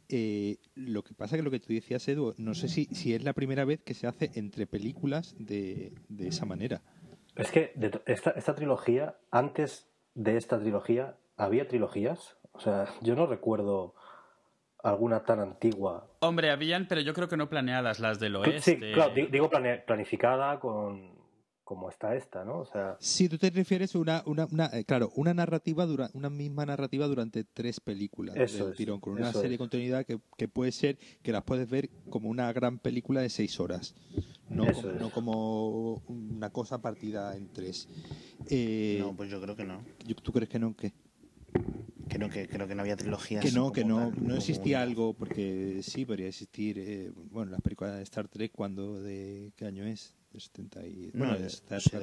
Lo que pasa que lo que tú decías, Edu, no sé si es la primera vez que se hace entre películas de esa manera. Es que esta trilogía, antes de esta trilogía, ¿había trilogías? O sea, yo no recuerdo alguna tan antigua. Hombre, habían, pero yo creo que no planeadas, las del oeste. Sí, claro, digo planificada como está esta, ¿no? O sea... Sí, tú te refieres a una narrativa, una misma narrativa durante 3 películas del tirón, con una serie de continuidad que puede ser que las puedes ver como una gran película de 6 horas. No como una cosa partida en 3. No, pues yo creo que no. ¿Tú crees que no? ¿Qué? Creo que no había trilogías. Que no existía algo, porque sí podría existir. Bueno, las películas de Star Trek, ¿de qué año es? De 70 y... Bueno, de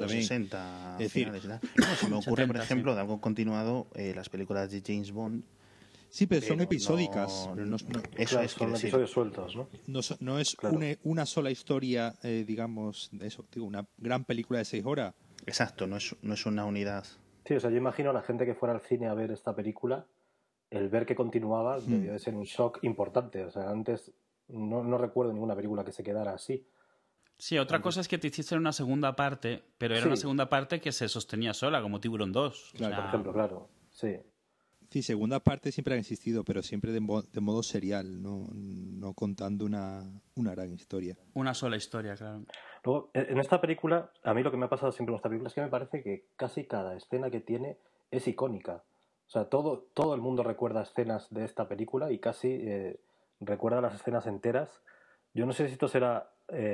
60 es decir, finales y tal. No, se me ocurre, 70, por ejemplo, de algo continuado, las películas de James Bond. Sí, pero son episódicas. Eso son episodios sueltos, ¿no? No es una sola historia, digamos, una gran película de 6 horas. Exacto, no es una unidad. Sí, o sea, yo imagino a la gente que fuera al cine a ver esta película, el ver que continuaba debió de ser un shock importante. O sea, antes no recuerdo ninguna película que se quedara así. Sí, otra cosa es que te hiciste una segunda parte, pero era una segunda parte que se sostenía sola, como Tiburón 2. Claro, por ejemplo, claro, sí. Sí, segunda parte siempre han existido, pero siempre de modo serial, no contando una gran historia. Una sola historia, claro. Luego, en esta película, a mí lo que me ha pasado siempre en esta película es que me parece que casi cada escena que tiene es icónica. O sea, todo el mundo recuerda escenas de esta película y casi recuerda las escenas enteras. Yo no sé si esto será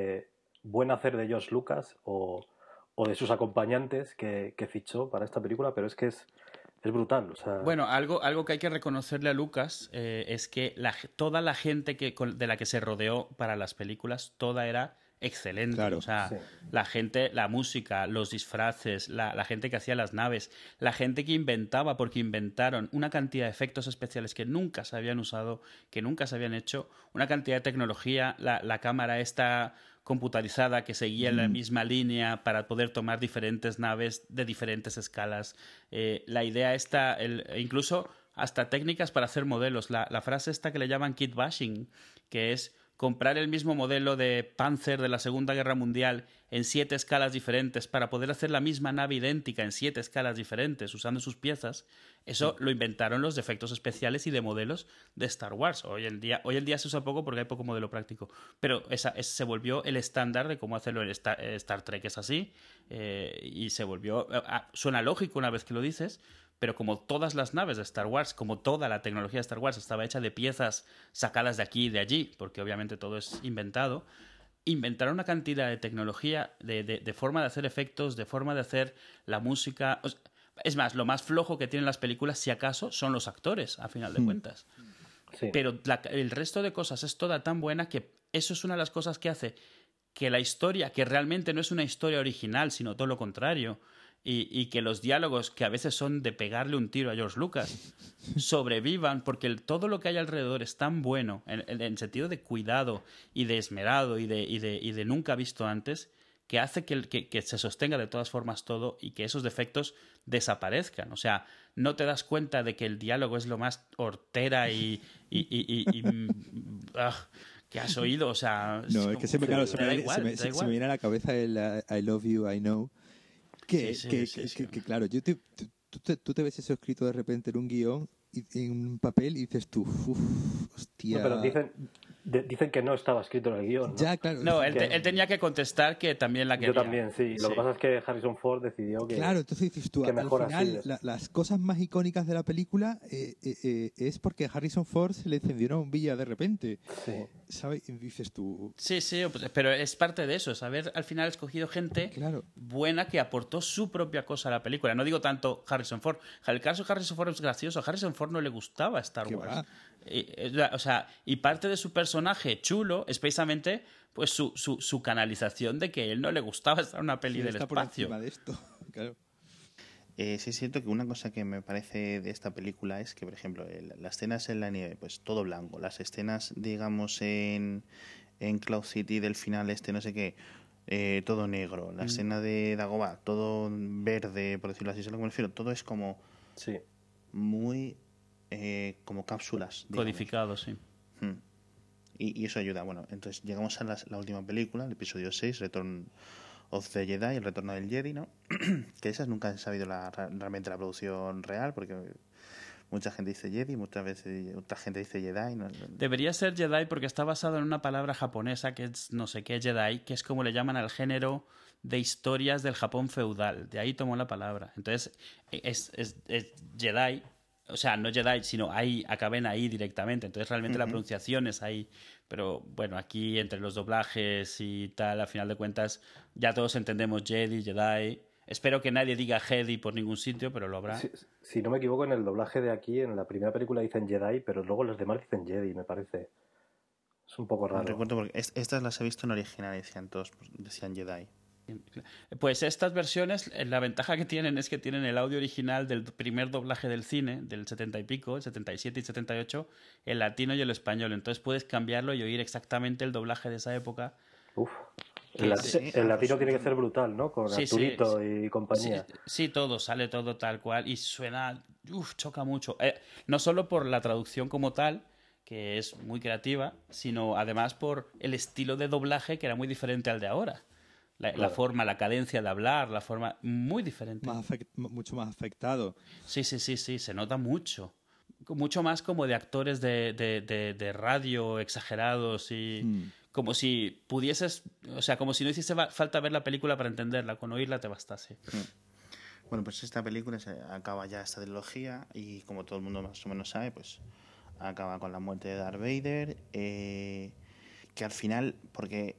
buen hacer de George Lucas o de sus acompañantes que fichó para esta película, pero es que es brutal. O sea... Bueno, algo que hay que reconocerle a Lucas es que toda la gente de la que se rodeó para las películas, toda era excelente. Claro, o sea, la gente, la música, los disfraces, la gente que hacía las naves, la gente que inventaba, porque inventaron una cantidad de efectos especiales que nunca se habían usado, que nunca se habían hecho, una cantidad de tecnología, la cámara esta computarizada que seguía en la misma línea para poder tomar diferentes naves de diferentes escalas. La idea esta, incluso hasta técnicas para hacer modelos. La frase esta que le llaman kit bashing, que es comprar el mismo modelo de Panzer de la Segunda Guerra Mundial en 7 escalas diferentes para poder hacer la misma nave idéntica en 7 escalas diferentes usando sus piezas. Eso lo inventaron los de efectos especiales y de modelos de Star Wars. Hoy en día se usa poco porque hay poco modelo práctico. Pero se volvió el estándar de cómo hacerlo en Star Trek. Es así. Y se volvió... suena lógico una vez que lo dices, pero como todas las naves de Star Wars, como toda la tecnología de Star Wars estaba hecha de piezas sacadas de aquí y de allí, porque obviamente todo es inventado, inventaron una cantidad de tecnología, de forma de hacer efectos, de forma de hacer la música... Es más, lo más flojo que tienen las películas, si acaso, son los actores, a final de cuentas. Sí. Pero el resto de cosas es toda tan buena que eso es una de las cosas que hace que la historia, que realmente no es una historia original, sino todo lo contrario, y que los diálogos, que a veces son de pegarle un tiro a George Lucas, sobrevivan, porque todo lo que hay alrededor es tan bueno, en sentido de cuidado y de esmerado y de nunca visto antes, que hace que se sostenga de todas formas todo y que esos defectos desaparezcan. O sea, no te das cuenta de que el diálogo es lo más hortera que has oído. O sea, no, es que se me viene a la cabeza el I love you, I know. Que claro, tú te ves eso escrito de repente en un guión, en un papel, y dices tú, hostia. No, pero dicen que no estaba escrito en el guión, ¿no? Ya, claro. No, él tenía que contestar que también la quería. Yo también, sí. Lo que pasa es que Harrison Ford decidió que... Claro, entonces dices tú, que al mejor final, así las cosas más icónicas de la película es porque a Harrison Ford se le encendió una bombilla de repente. Sí. ¿Sabes? Y dices tú... Sí, pero es parte de eso, es haber al final escogido gente buena que aportó su propia cosa a la película. No digo tanto Harrison Ford. El caso de Harrison Ford es gracioso. A Harrison Ford no le gustaba Star Wars. Y parte de su personaje chulo es precisamente pues su canalización de que a él no le gustaba estar en una peli del espacio. Por encima de esto, claro. Sí es cierto que una cosa que me parece de esta película es que, por ejemplo, las escenas en la nieve, pues todo blanco. Las escenas, digamos, en Cloud City del final no sé qué, todo negro. La escena de Dagobah, todo verde, por decirlo así, es a lo que me refiero. Todo es como muy como cápsulas, digamos. Codificado, sí. Y eso ayuda. Bueno, entonces llegamos a la última película, el episodio 6, Return of the Jedi, el retorno del Jedi, ¿no? Que esas nunca han sabido realmente la producción real, porque mucha gente dice Jedi, muchas veces otra gente dice Jedi. ¿No? Debería ser Jedi porque está basado en una palabra japonesa que es no sé qué Jedi, que es como le llaman al género de historias del Japón feudal. De ahí tomó la palabra. Entonces, es Jedi. O sea, no Jedi, sino ahí, acaben ahí directamente. Entonces, realmente la pronunciación es ahí. Pero, bueno, aquí entre los doblajes y tal, a final de cuentas, ya todos entendemos Jedi, Jedi. Espero que nadie diga Jedi por ningún sitio, pero lo habrá. Si no me equivoco, en el doblaje de aquí, en la primera película dicen Jedi, pero luego los demás dicen Jedi, me parece. Es un poco raro. No recuerdo porque estas las he visto en original y decían Jedi. Pues estas versiones, la ventaja que tienen es que tienen el audio original del primer doblaje del cine, del 70 y pico, el 77 y 78, el latino y el español. Entonces puedes cambiarlo y oír exactamente el doblaje de esa época. Uf. El latino tiene que ser brutal, ¿no? Con Arturito y compañía. Sí, sale todo tal cual y suena... choca mucho. No solo por la traducción como tal, que es muy creativa, sino además por el estilo de doblaje que era muy diferente al de ahora. La forma, la cadencia de hablar, la forma... Muy diferente. Mucho más afectado. Sí, se nota mucho. Mucho más como de actores de radio exagerados y... Como si pudieses... O sea, como si no hiciese falta ver la película para entenderla. Con oírla te bastase. Bueno, pues esta película acaba ya esta trilogía y como todo el mundo más o menos sabe, pues acaba con la muerte de Darth Vader... que al final, porque,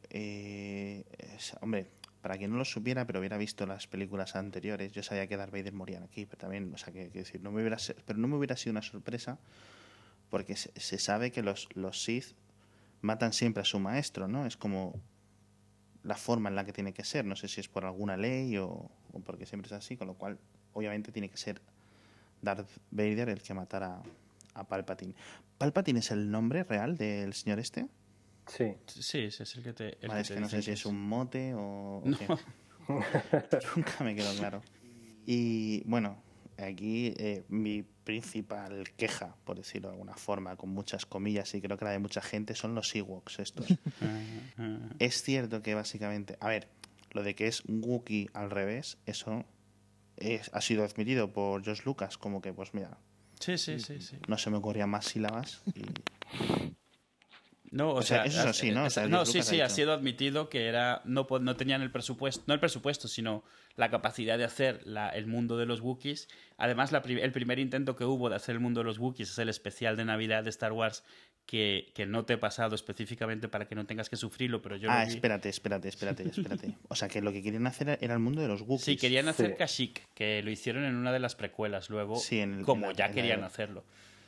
hombre, para quien no lo supiera, pero hubiera visto las películas anteriores, yo sabía que Darth Vader moría aquí, pero también, o sea, que decir, no me hubiera sido una sorpresa, porque se sabe que los Sith matan siempre a su maestro, ¿no? Es como la forma en la que tiene que ser, no sé si es por alguna ley o porque siempre es así, con lo cual, obviamente, tiene que ser Darth Vader el que matara a Palpatine. ¿Palpatine es el nombre real del señor este? Sí. Sí, ese es el que te... Vale, es que no sé si es un mote o no. qué. Nunca me quedó claro. Y bueno, aquí mi principal queja, por decirlo de alguna forma, con muchas comillas, y creo que la de mucha gente, son los Ewoks estos. Es cierto que básicamente... A ver, lo de que es un Wookiee al revés, eso ha sido admitido por George Lucas, como que, pues mira... Sí. No se me ocurrían más sílabas y... No, o sea, eso es así, ¿no? O sea, no, sí, ha sido admitido que no tenían el presupuesto, no el presupuesto, sino la capacidad de hacer el mundo de los Wookiees. Además, el primer intento que hubo de hacer el mundo de los Wookiees es el especial de Navidad de Star Wars, que no te he pasado específicamente para que no tengas que sufrirlo, pero yo lo vi. Espérate. O sea, que lo que querían hacer era el mundo de los Wookiees. Sí, querían hacer Kashyyyk, que lo hicieron en una de las precuelas luego, ya querían hacerlo.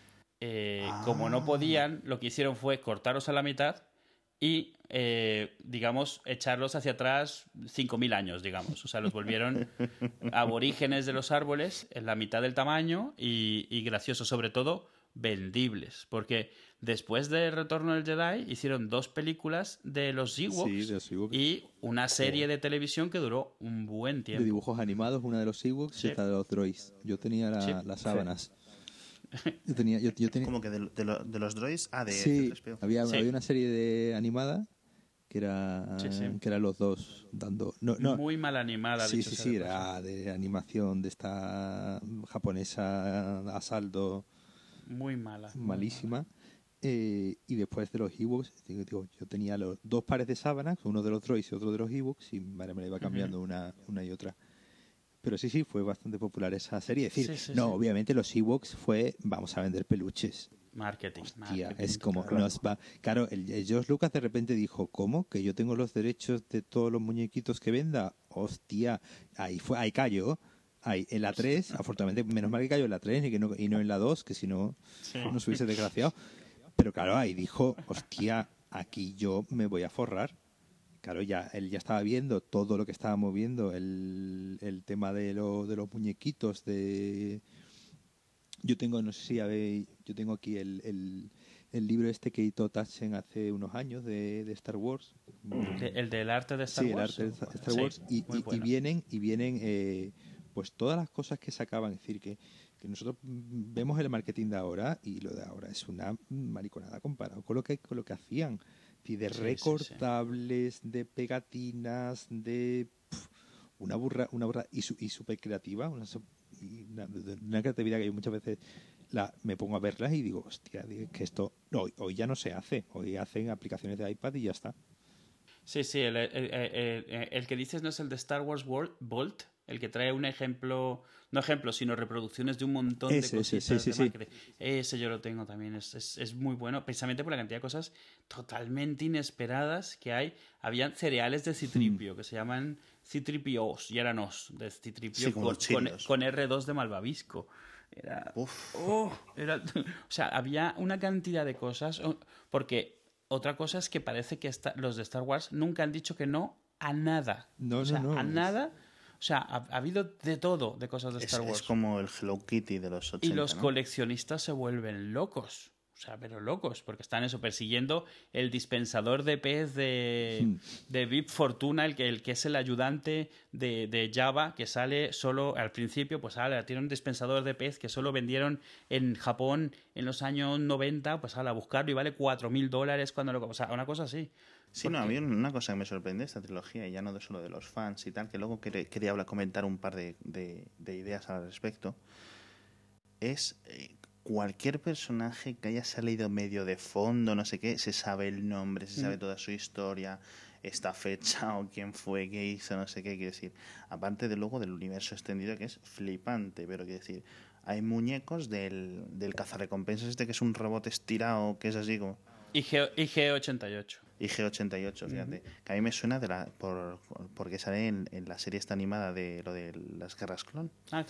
Como no podían, lo que hicieron fue cortarlos a la mitad y, digamos, echarlos hacia atrás 5.000 años, digamos. O sea, los volvieron aborígenes de los árboles en la mitad del tamaño y gracioso, sobre todo, vendibles, porque después de Retorno del Jedi hicieron 2 películas de los Ewoks, Sí, de los Ewoks. Y una serie de televisión que duró un buen tiempo. De dibujos animados, una de los Ewoks Sí. y otra de los droids. Yo tenía las sábanas. Yo tenía... Como que de los droids. De Sí, C3PO. había una serie animada que era que eran los dos dando... No. Muy mal animada. Sí, dicho sí, sea sí, de era de animación de esta japonesa a saldo. Muy mala. Malísima. Y después de los Ewoks, digo, yo tenía los 2 pares de sábanas, uno de los droids y otro de los Ewoks, y me la iba cambiando una y otra. Pero sí, fue bastante popular esa serie. Es decir, Sí. obviamente los Ewoks fue, vamos a vender peluches. Marketing. Hostia, es como nos va. Claro, el George Lucas de repente dijo, ¿cómo? ¿Que yo tengo los derechos de todos los muñequitos que venda? Hostia, ahí cayó. Ahí, en la 3, afortunadamente, menos mal que cayó en la 3 y no en la 2, que si no nos hubiese desgraciado. Pero claro, ahí dijo, hostia, aquí yo me voy a forrar. Claro, él ya estaba viendo todo lo que estábamos viendo, el tema de los muñequitos, yo tengo, no sé si habéis, yo tengo aquí el libro este que editó Taschen hace unos años de Star Wars. ¿El del arte de Star Wars? Sí, el arte de Star Wars. Y vienen pues todas las cosas que sacaban. Es decir, que nosotros vemos el marketing de ahora y lo de ahora es una mariconada comparado con lo que hacían. Es decir, de recortables, de pegatinas, de una burra y súper creativa, una creatividad que yo muchas veces me pongo a verlas y digo, hostia, que esto hoy ya no se hace, hoy hacen aplicaciones de iPad y ya está. Sí, el que dices no es el de Star Wars Vault, el que trae un ejemplo, no ejemplos, sino reproducciones de un montón de cositas de marketing. Ese yo lo tengo también, es muy bueno, precisamente por la cantidad de cosas totalmente inesperadas que hay. Habían cereales de C-3PO que se llaman C-3POs, y eran os de C-3PO con R2 de malvavisco. O sea, había una cantidad de cosas, porque otra cosa es que parece que los de Star Wars nunca han dicho que no a nada. A nada. O sea, ha habido de todo de cosas de Star Wars. Es como el Hello Kitty de los 80, y los coleccionistas se vuelven locos. O sea, pero locos, porque están persiguiendo el dispensador de pez de Vip Fortuna, el que es el ayudante de Jabba, que sale solo al principio, pues tiene un dispensador de pez que solo vendieron en Japón en los años 90, pues a buscarlo y vale $4,000 cuando o sea, una cosa así. Sí, a mí una cosa que me sorprende de esta trilogía, y ya no solo de los fans y tal, que luego quería comentar un par de ideas al respecto, es cualquier personaje que haya salido medio de fondo, no sé qué, se sabe el nombre, se sabe toda su historia, está fechado, quién fue, qué hizo, no sé qué, quiero decir. Aparte de luego del universo extendido, que es flipante, pero quiero decir, hay muñecos del cazarrecompensas que es un robot estirado, que es así como... IG-88. IG-88, fíjate. Que a mí me suena porque sale en la serie esta animada de lo de las guerras clon. Claro.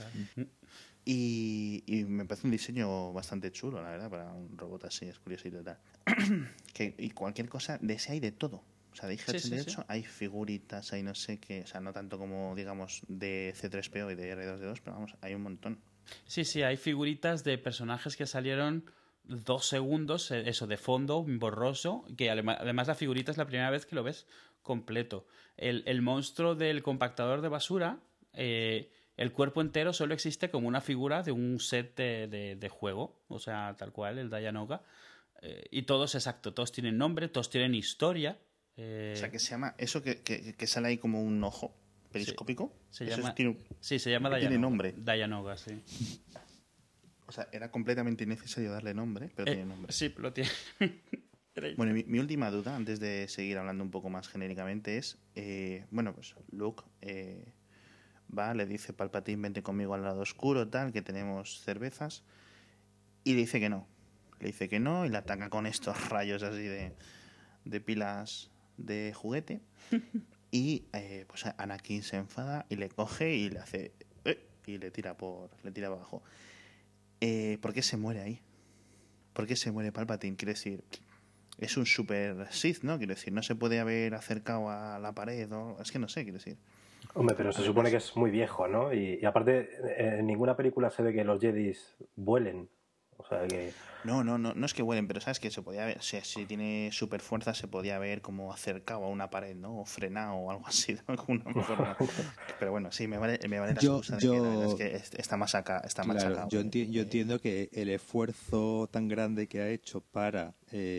Y me parece un diseño bastante chulo, la verdad, para un robot así, es curiosito y tal. Y cualquier cosa, de ese hay de todo. O sea, de IG-88 hay figuritas, hay no sé qué, o sea, no tanto como, digamos, de C-3PO y de R2-D2, pero vamos, hay un montón. Sí, hay figuritas de personajes que salieron 2 segundos, eso, de fondo, borroso, que además la figurita es la primera vez que lo ves completo. El monstruo del compactador de basura, el cuerpo entero solo existe como una figura de un set de juego, o sea, tal cual, el Dianoga. Y todos, exacto, todos tienen nombre, todos tienen historia. O sea, que se llama, eso que sale ahí como un ojo periscópico, se llama Dianoga. Tiene nombre. Dianoga, sí. O sea, era completamente innecesario darle nombre, pero tiene nombre. Sí, lo tiene. Bueno, mi última duda, antes de seguir hablando un poco más genéricamente, es... bueno, pues Luke le dice Palpatine, vente conmigo al lado oscuro, tal, que tenemos cervezas, y le dice que no. Le dice que no y le ataca con estos rayos así de pilas de juguete. Y pues Anakin se enfada y le coge y le hace... y le tira abajo. ¿Por qué se muere ahí? ¿Por qué se muere Palpatine? Quiero decir, es un super Sith, ¿no? Quiero decir, no se puede haber acercado a la pared, o... es que no sé, quiero decir. Hombre, pero se supone que es muy viejo, ¿no? Y aparte, en ninguna película se ve que los Jedis vuelen. O sea que... No es que vuelen, pero sabes que se podía ver, si tiene super fuerza se podía ver como acercado a una pared, ¿no? O frenado o algo así de alguna forma. Pero bueno, sí, me vale la excusa de que la verdad es que está machacado. Yo entiendo que el esfuerzo tan grande que ha hecho para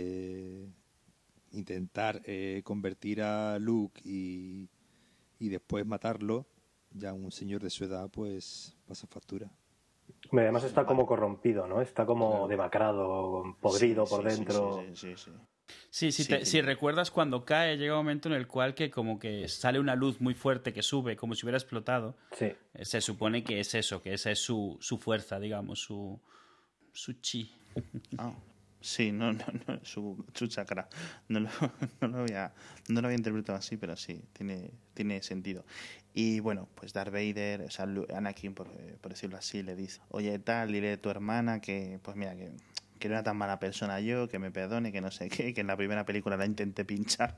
intentar convertir a Luke y después matarlo, ya un señor de su edad pues pasa factura. Además está como corrompido, ¿no? Está como demacrado, podrido por dentro. Sí, si recuerdas cuando cae, llega un momento en el cual que como que sale una luz muy fuerte que sube, como si hubiera explotado. Sí. Se supone que es eso, que esa es su fuerza, digamos, su chi. Sí, su chakra. No lo había interpretado así, pero sí, tiene sentido. Y bueno, pues Darth Vader, o sea, Anakin, por decirlo así, le dice, oye, tal, dile a tu hermana que, pues mira, que no era tan mala persona yo, que me perdone, que no sé qué, que en la primera película la intenté pinchar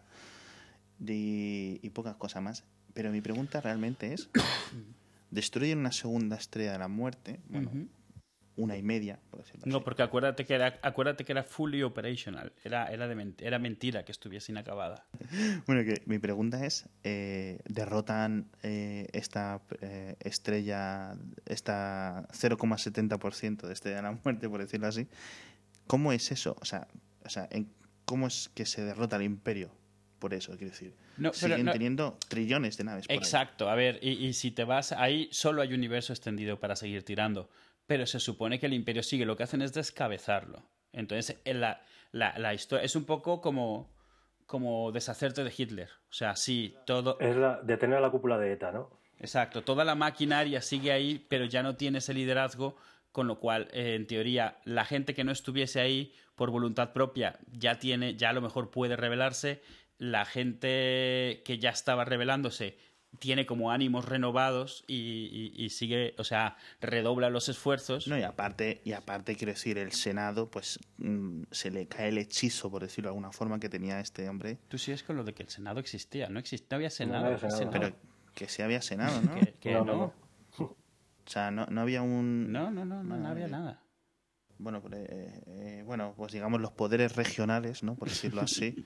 y pocas cosas más. Pero mi pregunta realmente es, ¿destruyen una segunda estrella de la muerte? Bueno... una y media, por decirlo así. No, porque acuérdate que era fully operational. Era mentira que estuviese inacabada. Bueno, que mi pregunta es, ¿derrotan esta estrella, esta 0,70% de estrella de la muerte, por decirlo así? ¿Cómo es eso? O sea, ¿cómo es que se derrota el Imperio? Por eso, quiero decir. Siguen teniendo trillones de naves por Exacto, a ver, y si te vas ahí, solo hay universo extendido para seguir tirando. Pero se supone que el Imperio sigue, lo que hacen es descabezarlo. Entonces, la historia es un poco como deshacerte de Hitler. O sea, sí, todo... Es detener a la cúpula de ETA, ¿no? Exacto, toda la maquinaria sigue ahí, pero ya no tiene ese liderazgo, con lo cual, en teoría, la gente que no estuviese ahí por voluntad propia ya a lo mejor puede rebelarse. La gente que ya estaba rebelándose tiene como ánimos renovados y sigue, o sea, redobla los esfuerzos. No, y aparte quiero decir, el Senado, pues se le cae el hechizo, por decirlo de alguna forma, que tenía este hombre. Tú sigues con lo de que el Senado existía, no había Senado. Pero que sí había Senado, ¿no? que no. O sea, no había un... No había nada. Bueno, pues digamos los poderes regionales, ¿no? Por decirlo así.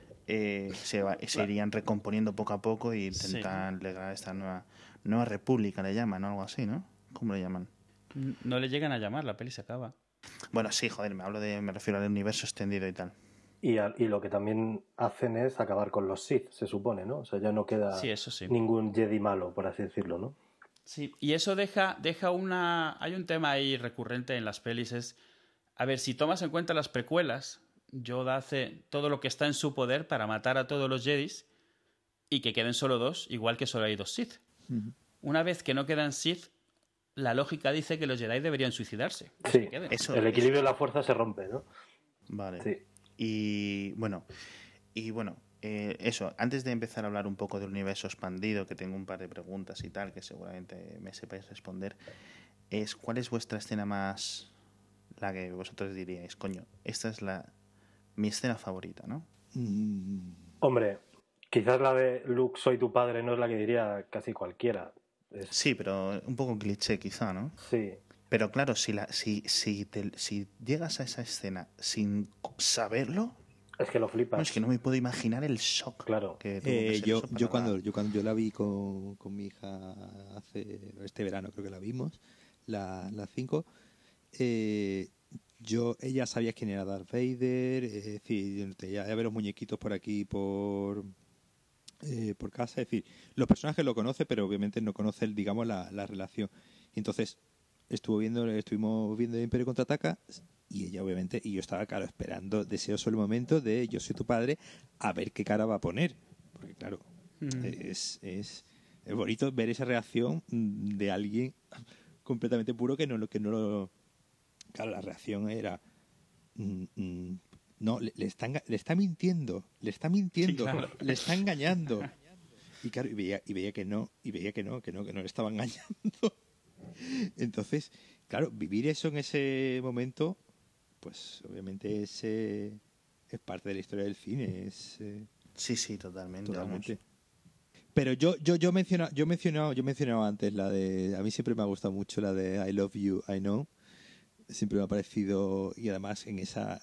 Se irían recomponiendo poco a poco y intentan llegar a esta nueva república, le llaman, o algo así, ¿no? ¿Cómo le llaman? No le llegan a llamar, la peli se acaba. Bueno, sí, joder, me refiero al universo extendido y tal. Y lo que también hacen es acabar con los Sith, se supone, ¿no? O sea, ya no queda ningún Jedi malo, por así decirlo, ¿no? Sí, y eso deja hay un tema ahí recurrente en las pelis, es, a ver, si tomas en cuenta las precuelas, Yoda hace todo lo que está en su poder para matar a todos los Jedis y que queden solo 2, igual que solo hay 2 Sith. Una vez que no quedan Sith, la lógica dice que los Jedi deberían suicidarse. Sí, el equilibrio de la fuerza se rompe, ¿no? Vale. Sí. Y bueno, eso, antes de empezar a hablar un poco del universo expandido, que tengo un par de preguntas y tal, que seguramente me sepáis responder, ¿cuál es vuestra escena más, la que vosotros diríais, coño, esta es mi escena favorita, ¿no? Hombre, quizás la de Luke, soy tu padre, no es la que diría casi cualquiera. Sí, pero un poco cliché quizá, ¿no? Sí. Pero claro, si llegas a esa escena sin saberlo... Es que lo flipas. No, es que no me puedo imaginar el shock. Claro. Yo cuando yo la vi con mi hija este verano, creo que la vimos, la 5, ella sabía quién era Darth Vader, es decir, ya ver los muñequitos por aquí, por casa, es decir, los personajes lo conoce, pero obviamente no conoce, digamos, la relación. Y entonces estuvimos viendo Imperio Contraataca y ella obviamente, y yo estaba claro esperando deseoso el momento de yo soy tu padre, a ver qué cara va a poner, porque claro, es bonito ver esa reacción de alguien completamente puro que no lo claro, la reacción era no, le está mintiendo, sí, claro. Le está engañando. Y claro, y veía que no le estaba engañando. Entonces, claro, vivir eso en ese momento, pues obviamente es parte de la historia del cine. Sí, totalmente. Pero yo mencionaba antes la de, a mí siempre me ha gustado mucho la de I Love You, I Know. siempre me ha parecido, y además en esa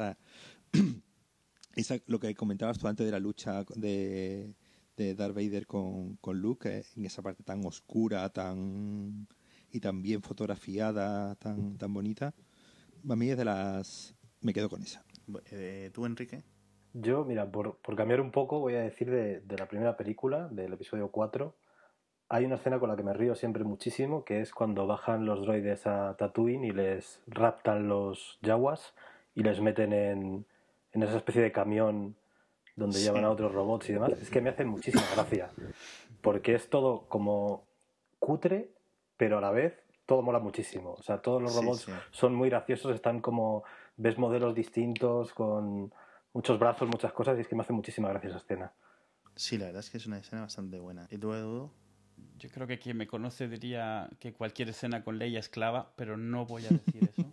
lo que comentabas tú antes de la lucha de Darth Vader con Luke, en esa parte tan oscura, y tan bien fotografiada, tan bonita, a mí es de las... me quedo con esa. ¿Tú, Enrique? Yo, mira, por cambiar un poco, voy a decir de la primera película, del episodio 4. Hay una escena con la que me río siempre muchísimo, que es cuando bajan los droides a Tatooine y les raptan los Jawas y les meten en esa especie de camión donde llevan a otros robots y demás. Es que me hacen muchísima gracia, porque es todo como cutre, pero a la vez todo mola muchísimo. O sea, todos los robots son muy graciosos, están como... ves modelos distintos con muchos brazos, muchas cosas, y es que me hace muchísima gracia esa escena. Sí, la verdad es que es una escena bastante buena. ¿Y tú, Edu? Yo creo que quien me conoce diría que cualquier escena con Leia es clava, pero no voy a decir eso.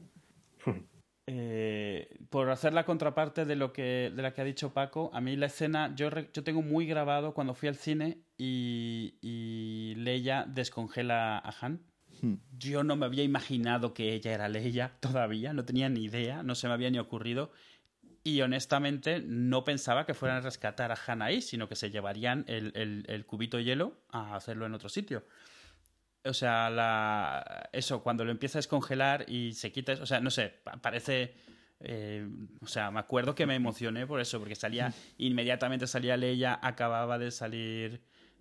Por hacer la contraparte de la que ha dicho Paco, a mí la escena, yo tengo muy grabado cuando fui al cine y Leia descongela a Han. Yo no me había imaginado que ella era Leia todavía, no tenía ni idea, no se me había ni ocurrido. Y honestamente no pensaba que fueran a rescatar a Han ahí, sino que se llevarían el cubito de hielo a hacerlo en otro sitio. O sea, eso, cuando lo empieza a descongelar y se quita... O sea, no sé, parece... o sea, me acuerdo que me emocioné por eso, porque inmediatamente salía Leia, acababan de salir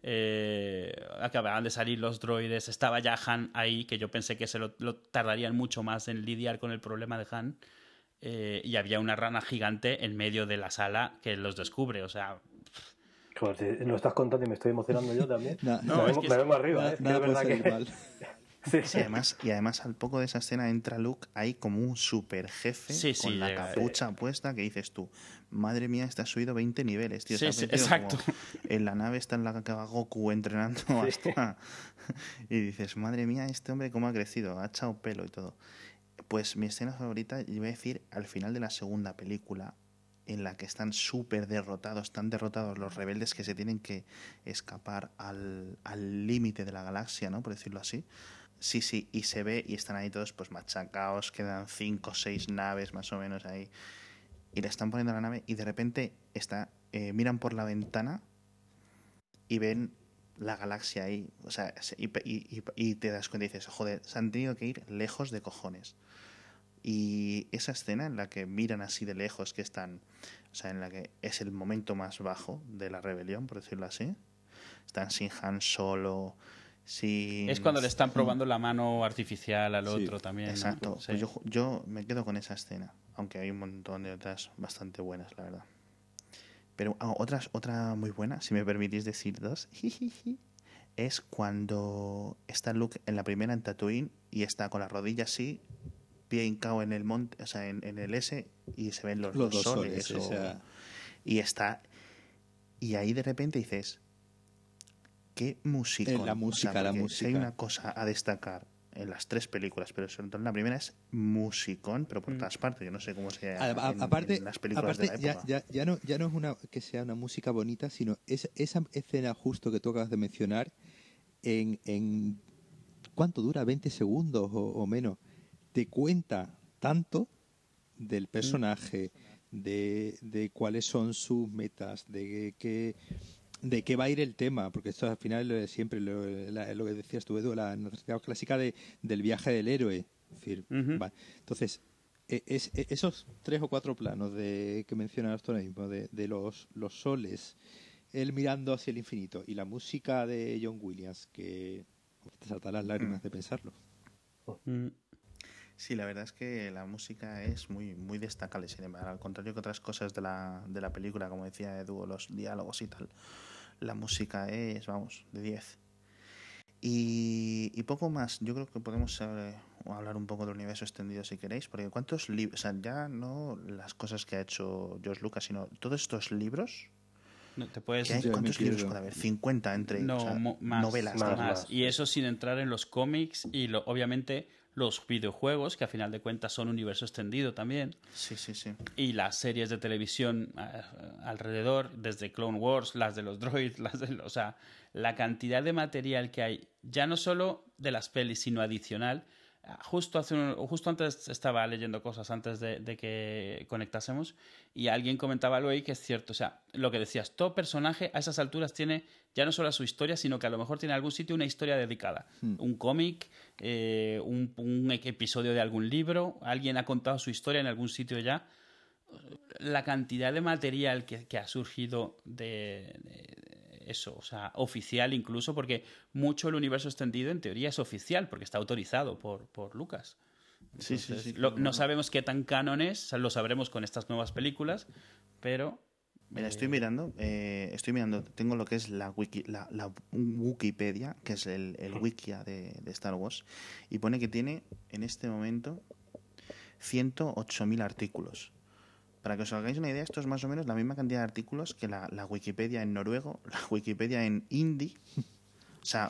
los droides, estaba ya Han ahí, que yo pensé que lo tardarían mucho más en lidiar con el problema de Han. Y había una rana gigante en medio de la sala que los descubre, o sea... Joder, si lo estás contando y me estoy emocionando yo también. Me vengo arriba, nada puede salir mal. Sí. Sí, además al poco de esa escena entra Luke ahí como un super jefe con la capucha puesta que dices tú, madre mía, te has subido 20 niveles, tío. Sí, exacto. En la nave está en la que va Goku entrenando hasta... y dices, madre mía, este hombre cómo ha crecido, ha echado pelo y todo. Pues mi escena favorita, yo voy a decir, al final de la segunda película, en la que están súper derrotados, están derrotados los rebeldes que se tienen que escapar al límite de la galaxia, ¿no? Por decirlo así. Sí, y se ve y están ahí todos pues machacados, quedan 5 o 6 naves más o menos ahí. Y le están poniendo la nave y de repente miran por la ventana y ven la galaxia ahí. O sea, y te das cuenta y dices, joder, se han tenido que ir lejos de cojones. Y esa escena en la que miran así de lejos que están, o sea, en la que es el momento más bajo de la rebelión, por decirlo así, están sin Han Solo, sin... Es cuando le están probando la mano artificial al otro también. Exacto, ¿no? pues yo me quedo con esa escena, aunque hay un montón de otras bastante buenas, la verdad. Pero otra muy buena, si me permitís decir dos, es cuando está Luke en la primera en Tatooine y está con la rodilla así, pie hincado en el monte, o sea, en el S, y se ven los dos soles. Y está... Y ahí de repente dices, qué música. La música. Si hay una cosa a destacar en las 3 películas, pero sobre todo en la primera es musicón, pero por todas partes. Yo no sé cómo se llama en las películas de la época. Ya no es que sea una música bonita, sino esa escena justo que tú acabas de mencionar, en ¿cuánto dura? 20 segundos o menos. Te cuenta tanto del personaje, de cuáles son sus metas, de qué va a ir el tema, porque esto al final siempre lo que decías tú, Edu, la narrativa clásica del viaje del héroe. Es decir, entonces, esos 3 o 4 planos que mencionas tú ahora mismo, de los soles, él mirando hacia el infinito, y la música de John Williams, que te saltan las lágrimas de pensarlo. Sí, la verdad es que la música es muy, muy destacable, sin embargo, al contrario que otras cosas de la película, como decía Edu, los diálogos y tal, la música es, vamos, de 10. Y poco más, yo creo que podemos hablar un poco del universo extendido si queréis, porque ¿cuántos libros? O sea, ya no las cosas que ha hecho George Lucas, sino todos estos libros... No, te puedes... ¿Cuántos libros puede haber? 50 entre novelas. Más. Y eso sin entrar en los cómics y obviamente los videojuegos, que a final de cuentas son universo extendido también. Sí. Y las series de televisión alrededor, desde Clone Wars, las de los droids, o sea, la cantidad de material que hay, ya no solo de las pelis, sino adicional. Justo antes estaba leyendo cosas antes de que conectásemos y alguien comentaba algo ahí que es cierto. O sea, lo que decías, todo personaje a esas alturas tiene ya no solo su historia, sino que a lo mejor tiene en algún sitio una historia dedicada. Un cómic, un episodio de algún libro, alguien ha contado su historia en algún sitio ya. La cantidad de material que ha surgido de eso, o sea, oficial incluso, porque mucho el universo extendido en teoría es oficial, porque está autorizado por Lucas. Entonces, sí. No sabemos qué tan canon es, lo sabremos con estas nuevas películas, pero... Mira, estoy mirando, tengo lo que es la Wikipedia, que es el Wikia de Star Wars, y pone que tiene en este momento 108.000 artículos. Para que os hagáis una idea, esto es más o menos la misma cantidad de artículos que la Wikipedia en noruego, la Wikipedia en hindi. O sea,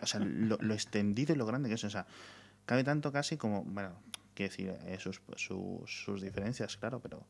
lo extendido y lo grande que es. O sea, cabe tanto casi como, bueno, quiero decir, sus diferencias, claro, pero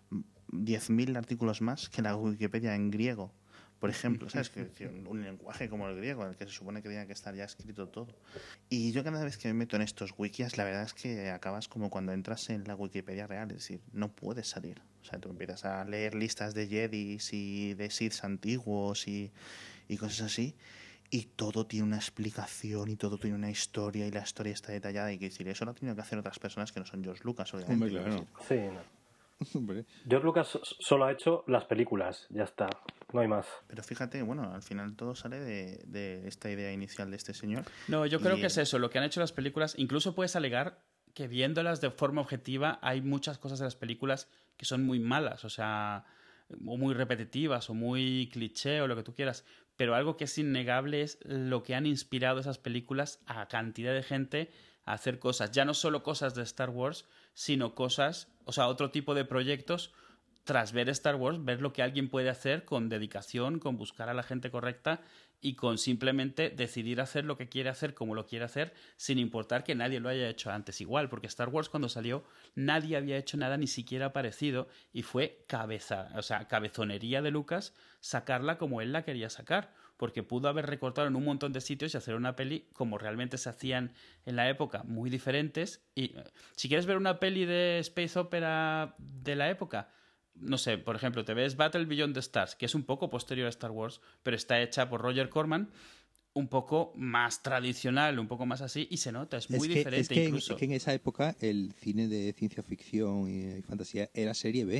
10.000 artículos más que la Wikipedia en griego, por ejemplo, ¿sabes? Que un lenguaje como el griego, en el que se supone que tenía que estar ya escrito todo. Y yo cada vez que me meto en estos wikis, la verdad es que acabas como cuando entras en la Wikipedia real, es decir, no puedes salir. O sea, tú empiezas a leer listas de Jedis y de Siths antiguos y cosas así, y todo tiene una explicación y todo tiene una historia y la historia está detallada, y que decir, eso lo han tenido que hacer otras personas que no son George Lucas, obviamente. Hombre, claro. Sí, no. George Lucas solo ha hecho las películas, ya está, no hay más. Pero fíjate, bueno, al final todo sale de esta idea inicial de este señor. No, yo creo que es eso, lo que han hecho las películas. Incluso puedes alegar que viéndolas de forma objetiva hay muchas cosas de las películas que son muy malas, o sea, o muy repetitivas o muy cliché o lo que tú quieras. Pero algo que es innegable es lo que han inspirado esas películas a cantidad de gente a hacer cosas. Ya no solo cosas de Star Wars, sino cosas, o sea, otro tipo de proyectos. Tras ver Star Wars, ver lo que alguien puede hacer con dedicación, con buscar a la gente correcta y con simplemente decidir hacer lo que quiere hacer como lo quiere hacer, sin importar que nadie lo haya hecho antes igual, porque Star Wars cuando salió nadie había hecho nada ni siquiera parecido y fue cabezonería de Lucas sacarla como él la quería sacar, porque pudo haber recortado en un montón de sitios y hacer una peli como realmente se hacían en la época, muy diferentes. Y si quieres ver una peli de space opera de la época, no sé, por ejemplo, te ves Battle Beyond the Stars, que es un poco posterior a Star Wars, pero está hecha por Roger Corman, un poco más tradicional, un poco más así, y se nota, es muy diferente incluso. Es que en esa época el cine de ciencia ficción y fantasía era serie B.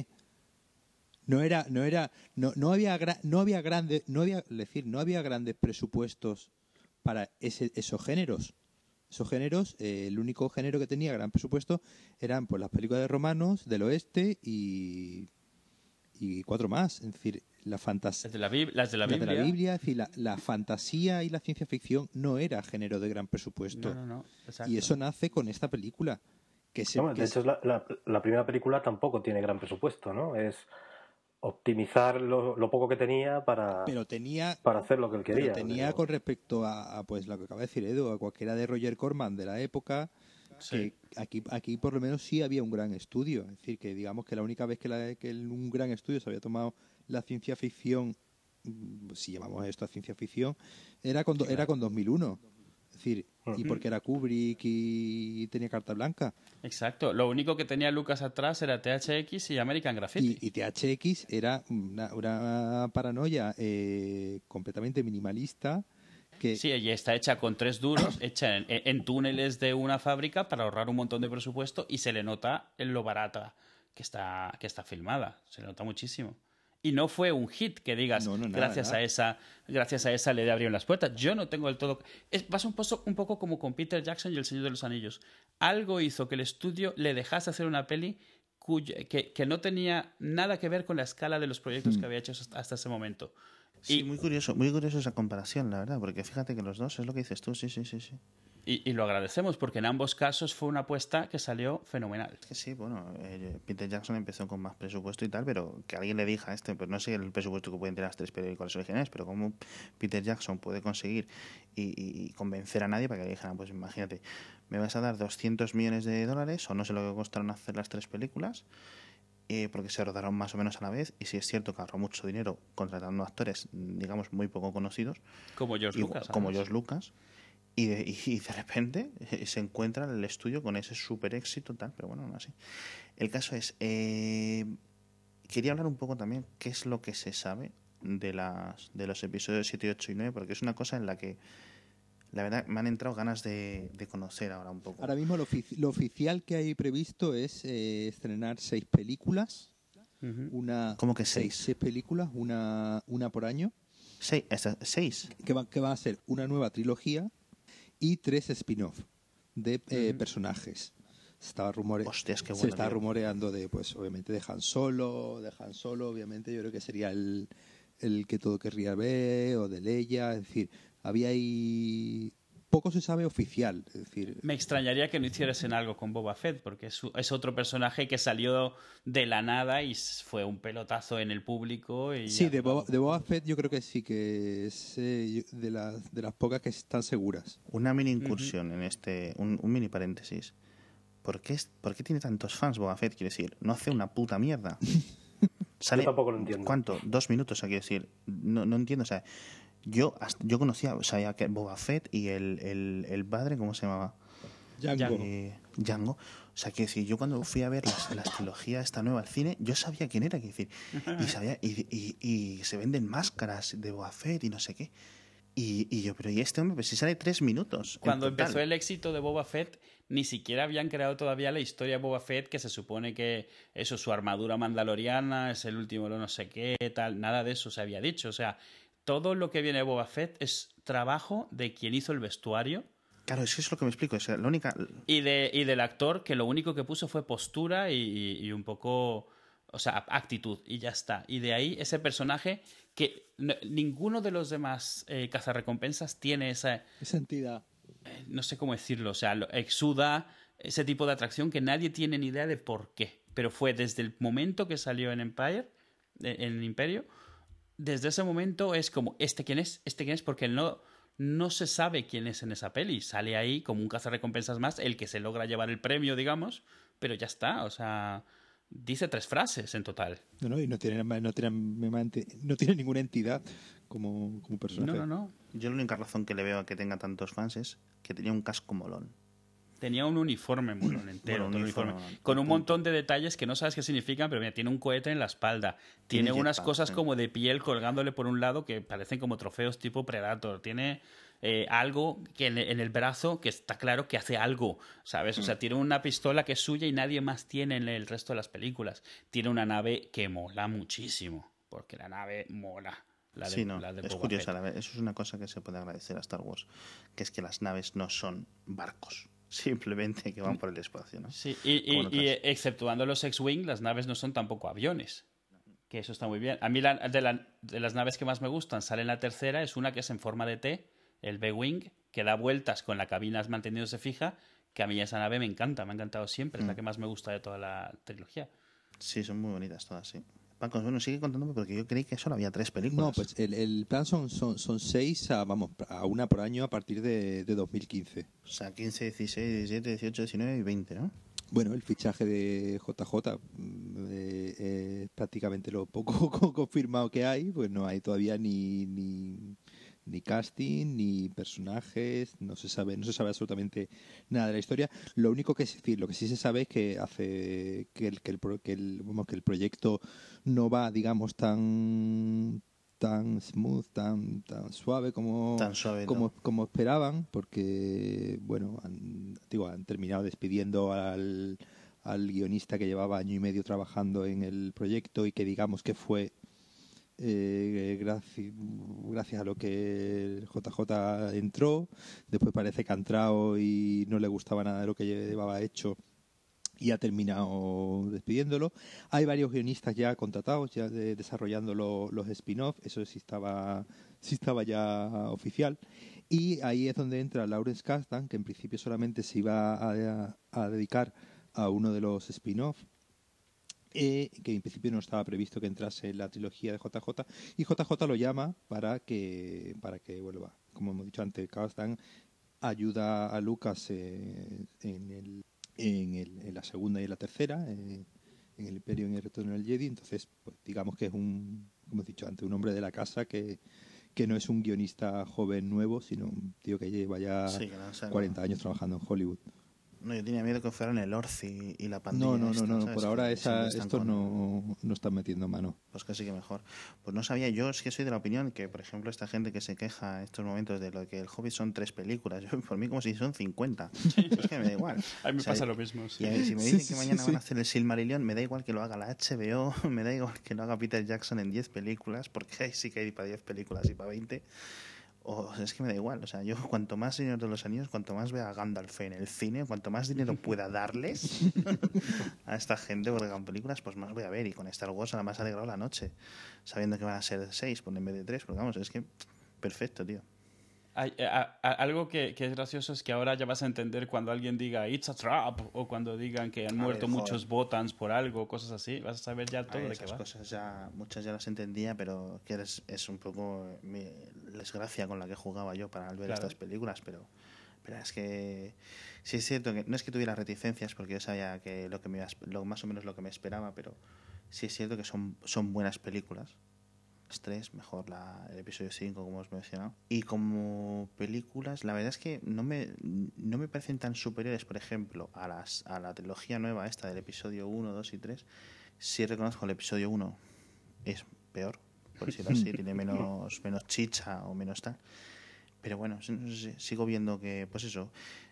No había grandes presupuestos para esos géneros. Esos géneros, el único género que tenía gran presupuesto eran pues las películas de romanos del oeste y cuatro más. Es decir, la fantasía. Las de la Biblia. Es decir, la fantasía y la ciencia ficción no era género de gran presupuesto. No. Exacto. Y eso nace con esta película. De hecho, la primera película tampoco tiene gran presupuesto, ¿no? Es optimizar lo poco que tenía para hacer lo que él quería. Pero tenía con respecto a pues lo que acaba de decir Edu, a cualquiera de Roger Corman de la época, sí. Que aquí por lo menos sí había un gran estudio. Es decir, que digamos que la única vez que un gran estudio se había tomado la ciencia ficción, si llamamos esto a ciencia ficción, era con 2001. Es decir, y porque era Kubrick y tenía carta blanca. Exacto. Lo único que tenía Lucas atrás era THX y American Graffiti. Y THX era una paranoia completamente minimalista. Sí, y está hecha con 3 duros, hecha en túneles de una fábrica para ahorrar un montón de presupuesto, y se le nota en lo barata que está filmada. Se le nota muchísimo. Y no fue un hit que digas, gracias a esa le abrieron las puertas. Yo no tengo del todo... Pasa un poco como con Peter Jackson y El Señor de los Anillos. Algo hizo que el estudio le dejase hacer una peli que no tenía nada que ver con la escala de los proyectos que había hecho hasta ese momento. Sí, muy curioso esa comparación, la verdad, porque fíjate que los dos es lo que dices tú, sí. Y lo agradecemos, porque en ambos casos fue una apuesta que salió fenomenal. Es que sí, bueno, Peter Jackson empezó con más presupuesto y tal, pero que alguien le diga a pues no sé el presupuesto que pueden tener las 3 películas originales, pero cómo Peter Jackson puede conseguir y convencer a nadie para que le dijeran, pues imagínate, me vas a dar $200 millones o no sé lo que costaron hacer las 3 películas, porque se rodaron más o menos a la vez, y sí es cierto que ahorró mucho dinero contratando actores, digamos, muy poco conocidos. Como George Lucas. Como George Lucas. y de repente se encuentra en el estudio con ese súper éxito, tal, pero bueno, aún así. El caso es, quería hablar un poco también qué es lo que se sabe de los episodios 7, 8 y 9, porque es una cosa en la que la verdad me han entrado ganas de conocer ahora un poco. Ahora mismo lo oficial que hay previsto es estrenar 6 películas. ¿Cómo que 6? 6 películas, una por año. ¿6? Que va a ser una nueva trilogía y 3 spin-off de personajes. Hostias, qué se bueno, está tío. rumoreando de, pues, obviamente, de Han Solo, obviamente, yo creo que sería el que todo querría ver, o de Leia, es decir, había ahí... Poco se sabe oficial, es decir... Me extrañaría que no hiciesen algo con Boba Fett, porque es otro personaje que salió de la nada y fue un pelotazo en el público. Y Sí, de Boba Fett yo creo que sí, que es de las pocas que están seguras. Una mini incursión en un mini paréntesis. ¿Por qué tiene tantos fans Boba Fett? Quiero decir, no hace una puta mierda. Yo tampoco lo entiendo. ¿Cuánto? 2 minutos, quiero decir. No entiendo, o sea, yo conocía, sabía que Boba Fett y el padre, ¿cómo se llamaba? Django. O sea, quiero decir, yo cuando fui a ver la trilogía esta nueva al cine, yo sabía quién era, quiero decir, y se venden máscaras de Boba Fett y no sé qué. Y yo, pero ¿y este hombre? Pues si sale 3 minutos. Cuando empezó el éxito de Boba Fett, ni siquiera habían creado todavía la historia de Boba Fett, que se supone que eso, su armadura mandaloriana, es el último no sé qué, tal, nada de eso se había dicho. O sea, todo lo que viene de Boba Fett es trabajo de quien hizo el vestuario. Claro, es que es lo que me explico. O sea, la única... Y del actor, que lo único que puso fue postura y un poco... O sea, actitud, y ya está. Y de ahí ese personaje que ninguno de los demás cazarrecompensas tiene esa entidad. No sé cómo decirlo, o sea, exuda ese tipo de atracción que nadie tiene ni idea de por qué. Pero fue desde el momento que salió en en Imperio, desde ese momento es como, ¿este quién es? ¿Este quién es? Porque no se sabe quién es en esa peli. Sale ahí como un cazarrecompensas más, el que se logra llevar el premio, digamos, pero ya está, o sea, dice 3 frases en total. No, y no tiene ninguna entidad como personaje. No. Yo la única razón que le veo a que tenga tantos fans es que tenía un casco molón. Tenía un uniforme molón entero, Bueno, un uniforme con un montón de detalles que no sabes qué significan, pero mira, tiene un cohete en la espalda, tiene unas cosas como de piel colgándole por un lado que parecen como trofeos tipo Predator, tiene algo que en el brazo que está claro que hace algo, ¿sabes? O sea, tiene una pistola que es suya y nadie más tiene en el resto de las películas. Tiene una nave que mola muchísimo, porque la nave mola. Es curioso, eso es una cosa que se puede agradecer a Star Wars, que es que las naves no son barcos, simplemente que van por el espacio, ¿no? Sí, y exceptuando los X-Wing, las naves no son tampoco aviones, que eso está muy bien. A mí de las naves que más me gustan, sale en la tercera, es una que es en forma de T, el B-Wing, que da vueltas con la cabina manteniéndose fija, que a mí esa nave me encanta, me ha encantado siempre, es la que más me gusta de toda la trilogía. Sí, son muy bonitas todas, sí. Paco, bueno, sigue contándome porque yo creí que solo había 3 películas. No, pues el plan son 6 a una por año a partir de 2015. O sea, 15, 16, 17, 18, 19 y 20, ¿no? Bueno, el fichaje de JJ es prácticamente lo poco confirmado que hay, pues no hay todavía ni casting, ni personajes, no se sabe absolutamente nada de la historia. Lo único que lo que sí se sabe es que hace que el proyecto no va, digamos, tan smooth, tan suave como esperaban, porque bueno, han terminado despidiendo al guionista que llevaba 1 año y medio trabajando en el proyecto y que digamos que fue gracias a lo que JJ entró. Después parece que ha entrado y no le gustaba nada de lo que llevaba hecho y ha terminado despidiéndolo. Hay varios guionistas ya contratados, ya desarrollando los spin-off, eso sí estaba ya oficial. Y ahí es donde entra Lawrence Kasdan, que en principio solamente se iba a dedicar a uno de los spin-off, que en principio no estaba previsto que entrase en la trilogía de JJ, y JJ lo llama para que vuelva. Como hemos dicho antes, Kasdan ayuda a Lucas en la segunda y en la tercera, en el Imperio y en el Retorno del Jedi. Entonces, pues digamos que es como he dicho antes, un hombre de la casa que que no es un guionista joven nuevo, sino un tío que lleva ya 40 años trabajando en Hollywood. No, yo tenía miedo que fueran el Orci y la pandilla. No, por ahora estos no están metiendo mano. Pues casi que mejor. Pues no sabía, yo es que soy de la opinión que, por ejemplo, esta gente que se queja en estos momentos de lo que el Hobbit son 3 películas, yo, por mí como si son 50. Es que me da igual. A mí me pasa lo mismo. Sí. Y si me dicen que mañana van a hacer el Silmarillion, me da igual que lo haga la HBO, me da igual que lo haga Peter Jackson en 10 películas, porque ahí sí que hay para 10 películas y para 20. O es que me da igual, o sea, yo cuanto más Señor de los Anillos, cuanto más vea a Gandalf en el cine, cuanto más dinero pueda darles a esta gente porque hagan películas, pues más voy a ver. Y con Star Wars nada más ha alegrado la noche, sabiendo que van a ser 6 en vez de 3, porque vamos, es que perfecto, tío. Algo que es gracioso es que ahora ya vas a entender cuando alguien diga "It's a trap" o cuando digan que han muerto muchos Botans por algo, cosas así. Vas a saber ya todo de qué va. Esas cosas ya, muchas ya las entendía, pero que es un poco mi desgracia con la que jugaba yo para ver estas películas, pero es que sí es cierto que no es que tuviera reticencias porque yo sabía que más o menos lo que me esperaba, pero sí es cierto que son buenas películas. 3, mejor el episodio 5, como os he mencionado. Y como películas, la verdad es que no me parecen tan superiores, por ejemplo, a la trilogía nueva esta del episodio 1, 2 y 3. Sí reconozco el episodio 1 es peor, por decirlo así, tiene menos chicha o menos tal. Pero bueno, no sé, sigo viendo que, pues eso,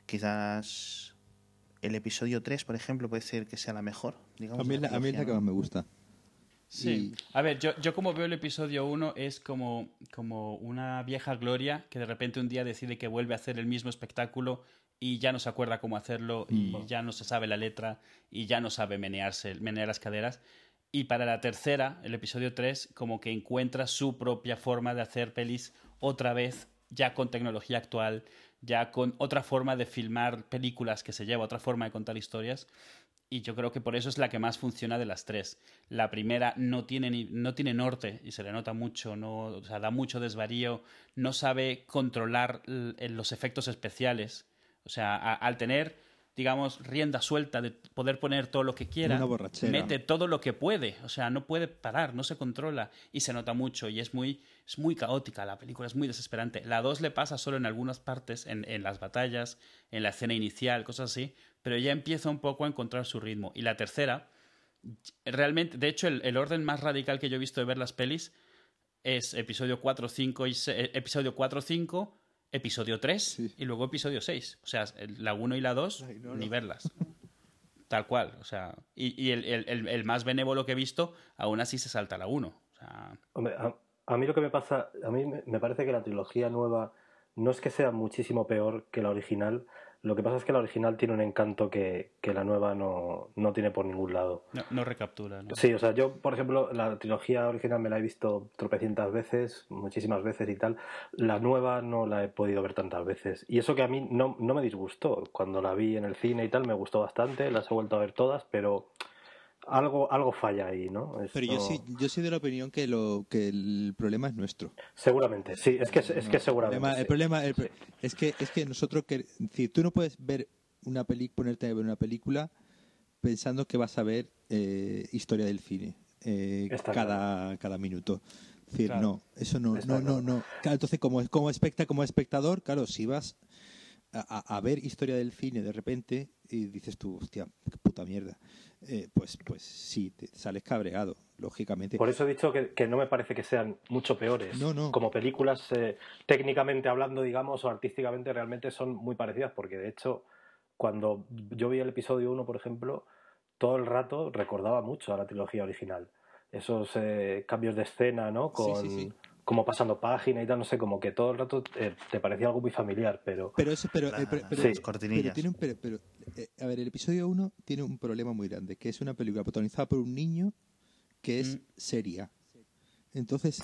quizás el episodio 3, por ejemplo, puede ser que sea la mejor. Digamos, a mí es la que más me gusta. Sí. A ver, yo como veo el episodio 1 es como una vieja gloria que de repente un día decide que vuelve a hacer el mismo espectáculo y ya no se acuerda cómo hacerlo y ya no se sabe la letra y ya no sabe menear las caderas. Y para la tercera, el episodio 3, como que encuentra su propia forma de hacer pelis otra vez, ya con tecnología actual, ya con otra forma de filmar películas que se lleva, otra forma de contar historias. Y yo creo que por eso es la que más funciona de las 3. La primera no tiene norte y se le nota mucho, o sea, da mucho desvarío, no sabe controlar los efectos especiales. O sea, al tener, digamos, rienda suelta de poder poner todo lo que quiera, mete todo lo que puede. O sea, no puede parar, no se controla y se nota mucho y es muy caótica la película, es muy desesperante. La 2 le pasa solo en algunas partes, en las batallas, en la escena inicial, cosas así, pero ya empieza un poco a encontrar su ritmo. Y la tercera, realmente, de hecho, el orden más radical que yo he visto de ver las pelis es episodio 4, 5 episodio 4, 5, episodio 3 y luego episodio 6. O sea, la 1 y la 2, ni verlas. Tal cual. O sea, y el más benévolo que he visto, aún así se salta la 1. O sea... Hombre, a mí lo que me pasa, a mí me parece que la trilogía nueva no es que sea muchísimo peor que la original. Lo que pasa es que la original tiene un encanto que la nueva no tiene por ningún lado. No recaptura, ¿no? Sí, o sea, yo, por ejemplo, la trilogía original me la he visto tropecientas veces, muchísimas veces y tal. La nueva no la he podido ver tantas veces. Y eso que a mí no me disgustó. Cuando la vi en el cine y tal, me gustó bastante. Las he vuelto a ver todas, pero algo falla ahí, ¿no? Pero yo soy de la opinión que el problema es nuestro. Seguramente, sí, es que seguramente. El problema es que nosotros si tú no puedes ver ponerte a ver una película pensando que vas a ver historia del cine cada minuto. Es decir, claro. No, eso no. Claro, entonces como espectador, claro, si vas a ver historia del cine de repente y dices tú, hostia, qué puta mierda, pues sí, te sales cabreado, lógicamente. Por eso he dicho que no me parece que sean mucho peores. No. Como películas, técnicamente hablando, digamos, o artísticamente, realmente son muy parecidas, porque de hecho, cuando yo vi el episodio 1, por ejemplo, todo el rato recordaba mucho a la trilogía original. Esos cambios de escena, ¿no? Sí. Como pasando página y tal, no sé, como que todo el rato te parecía algo muy familiar, pero las cortinillas. A ver, el episodio 1 tiene un problema muy grande, que es una película protagonizada por un niño que es seria. Entonces,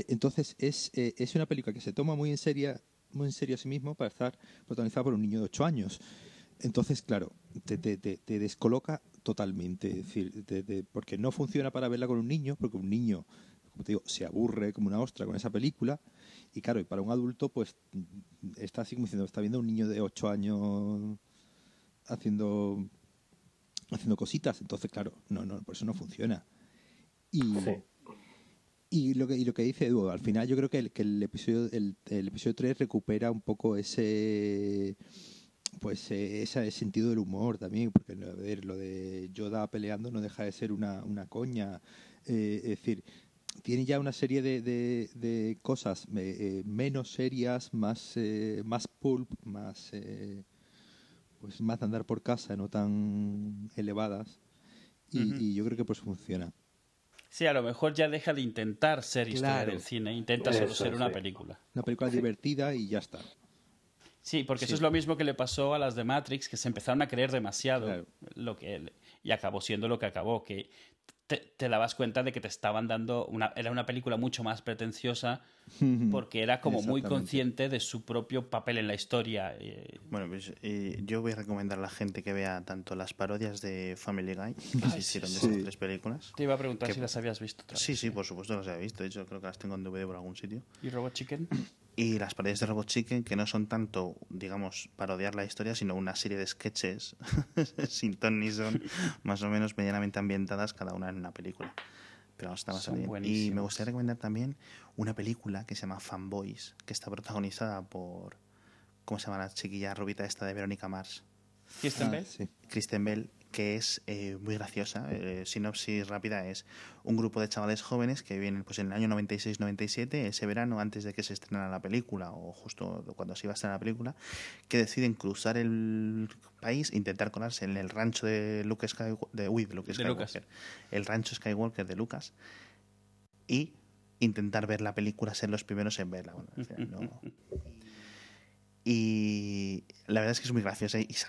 es una película que se toma muy en serio a sí mismo para estar protagonizada por un niño de 8 años. Entonces, claro, te descoloca totalmente, es decir, porque no funciona para verla con un niño, porque un niño, como te digo, se aburre como una ostra con esa película, y claro, y para un adulto pues está así como diciendo, está viendo a un niño de 8 años haciendo cositas, entonces claro, no, por eso no funciona. Y lo que dice Edu, al final yo creo que el episodio 3 recupera un poco ese sentido del humor también, porque a ver, lo de Yoda peleando no deja de ser una coña. Es decir, tiene ya una serie de cosas menos serias, más pulp, más pues más de andar por casa, no tan elevadas, y yo creo que pues funciona. Sí, a lo mejor ya deja de intentar ser historia del cine, intenta solo ser una película. Una película divertida y ya está. Sí, porque eso es lo mismo que le pasó a las de Matrix, que se empezaron a creer demasiado y acabó siendo lo que acabó, que te dabas cuenta de que te estaban dando era una película mucho más pretenciosa porque era como muy consciente de su propio papel en la historia. Bueno, pues yo voy a recomendar a la gente que vea tanto las parodias de Family Guy que se hicieron de estas 3 películas. Te iba a preguntar si las habías visto otra vez. Sí, por supuesto las he visto. De hecho, creo que las tengo en DVD por algún sitio. ¿Y Robot Chicken? Y las parodias de Robot Chicken, que no son tanto, digamos, parodiar la historia, sino una serie de sketches sin ton ni son, más o menos medianamente ambientadas, cada una en una película. Pero vamos, está bastante bien. Y me gustaría recomendar también una película que se llama Fanboys, que está protagonizada por, ¿cómo se llama la chiquilla rubita esta de Verónica Mars? Kristen Bell. Sí. Kristen Bell, que es muy graciosa. Sinopsis rápida es un grupo de chavales jóvenes que vienen pues en el año 96-97, ese verano antes de que se estrenara la película o justo cuando se iba a estrenar la película, que deciden cruzar el país, intentar colarse en el rancho de Luke Skywalker, el rancho Skywalker de Lucas, y intentar ver la película, ser los primeros en verla. Bueno, al final no. Y la verdad es que es muy graciosa y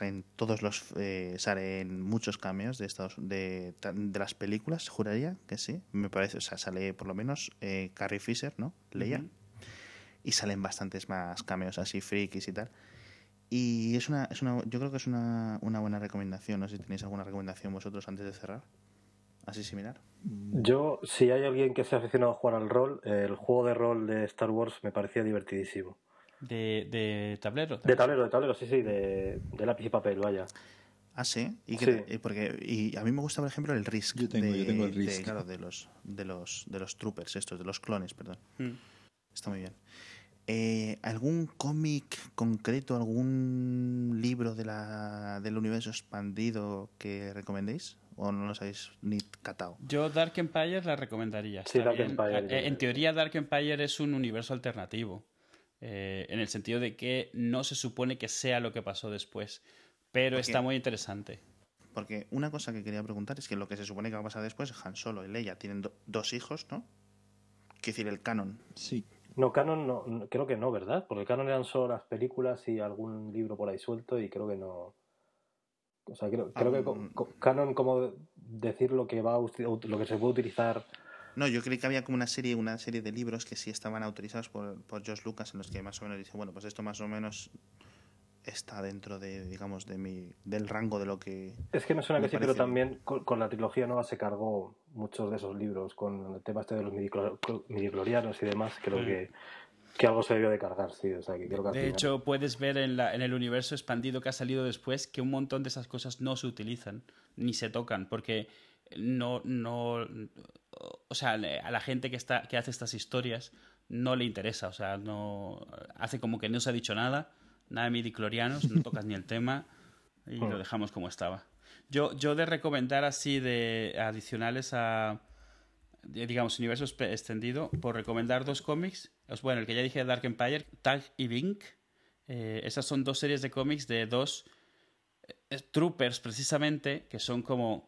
salen muchos cameos de las películas, juraría que sí, me parece, o sea, sale por lo menos Carrie Fisher, ¿no? Leia. Y salen bastantes más cameos así frikis y tal. Y yo creo que es una buena recomendación. No sé si tenéis alguna recomendación vosotros antes de cerrar, así similar. Yo, si hay alguien que se ha aficionado a jugar al rol, el juego de rol de Star Wars me parecía divertidísimo. ¿De tablero? De tablero, sí, de lápiz y papel, vaya. Ah, sí. ¿Y a mí me gusta, por ejemplo, el Risk. Yo tengo el Risk. Claro, de los troopers estos, de los clones, perdón. Está muy bien. ¿Algún cómic concreto, algún libro del universo expandido que recomendéis? ¿O no los habéis ni catado? Yo Dark Empire la recomendaría. Sí, Dark Empire. En teoría Dark Empire es un universo alternativo. En el sentido de que no se supone que sea lo que pasó después, pero está muy interesante. Porque una cosa que quería preguntar es que lo que se supone que va a pasar después, Han Solo y Leia tienen 2 hijos, ¿no? Quiero decir, el canon. Sí. No, canon no, creo que no, ¿verdad? Porque el canon eran solo las películas y algún libro por ahí suelto y creo que no. O sea, creo que canon, como decir lo que lo que se puede utilizar. No, yo creí que había como una serie de libros que sí estaban autorizados por George Lucas, en los que más o menos dice, bueno, pues esto más o menos está dentro de, digamos, del rango de lo que... Es que me suena que sí, pero también con la trilogía nueva se cargó muchos de esos libros, con el tema este de los midichlorianos y demás, creo que algo se debió de cargar, sí. O sea, que creo que de hecho, puedes ver en el universo expandido que ha salido después que un montón de esas cosas no se utilizan, ni se tocan, porque no o sea, a la gente que hace estas historias no le interesa, o sea, no hace como que no se ha dicho nada de midichlorianos, no tocas ni el tema y lo dejamos como estaba. Yo de recomendar así de adicionales a, digamos, universo extendido, por recomendar 2 cómics, bueno, el que ya dije de Dark Empire, Tag y Bink, esas son 2 series de cómics de 2 troopers precisamente, que son como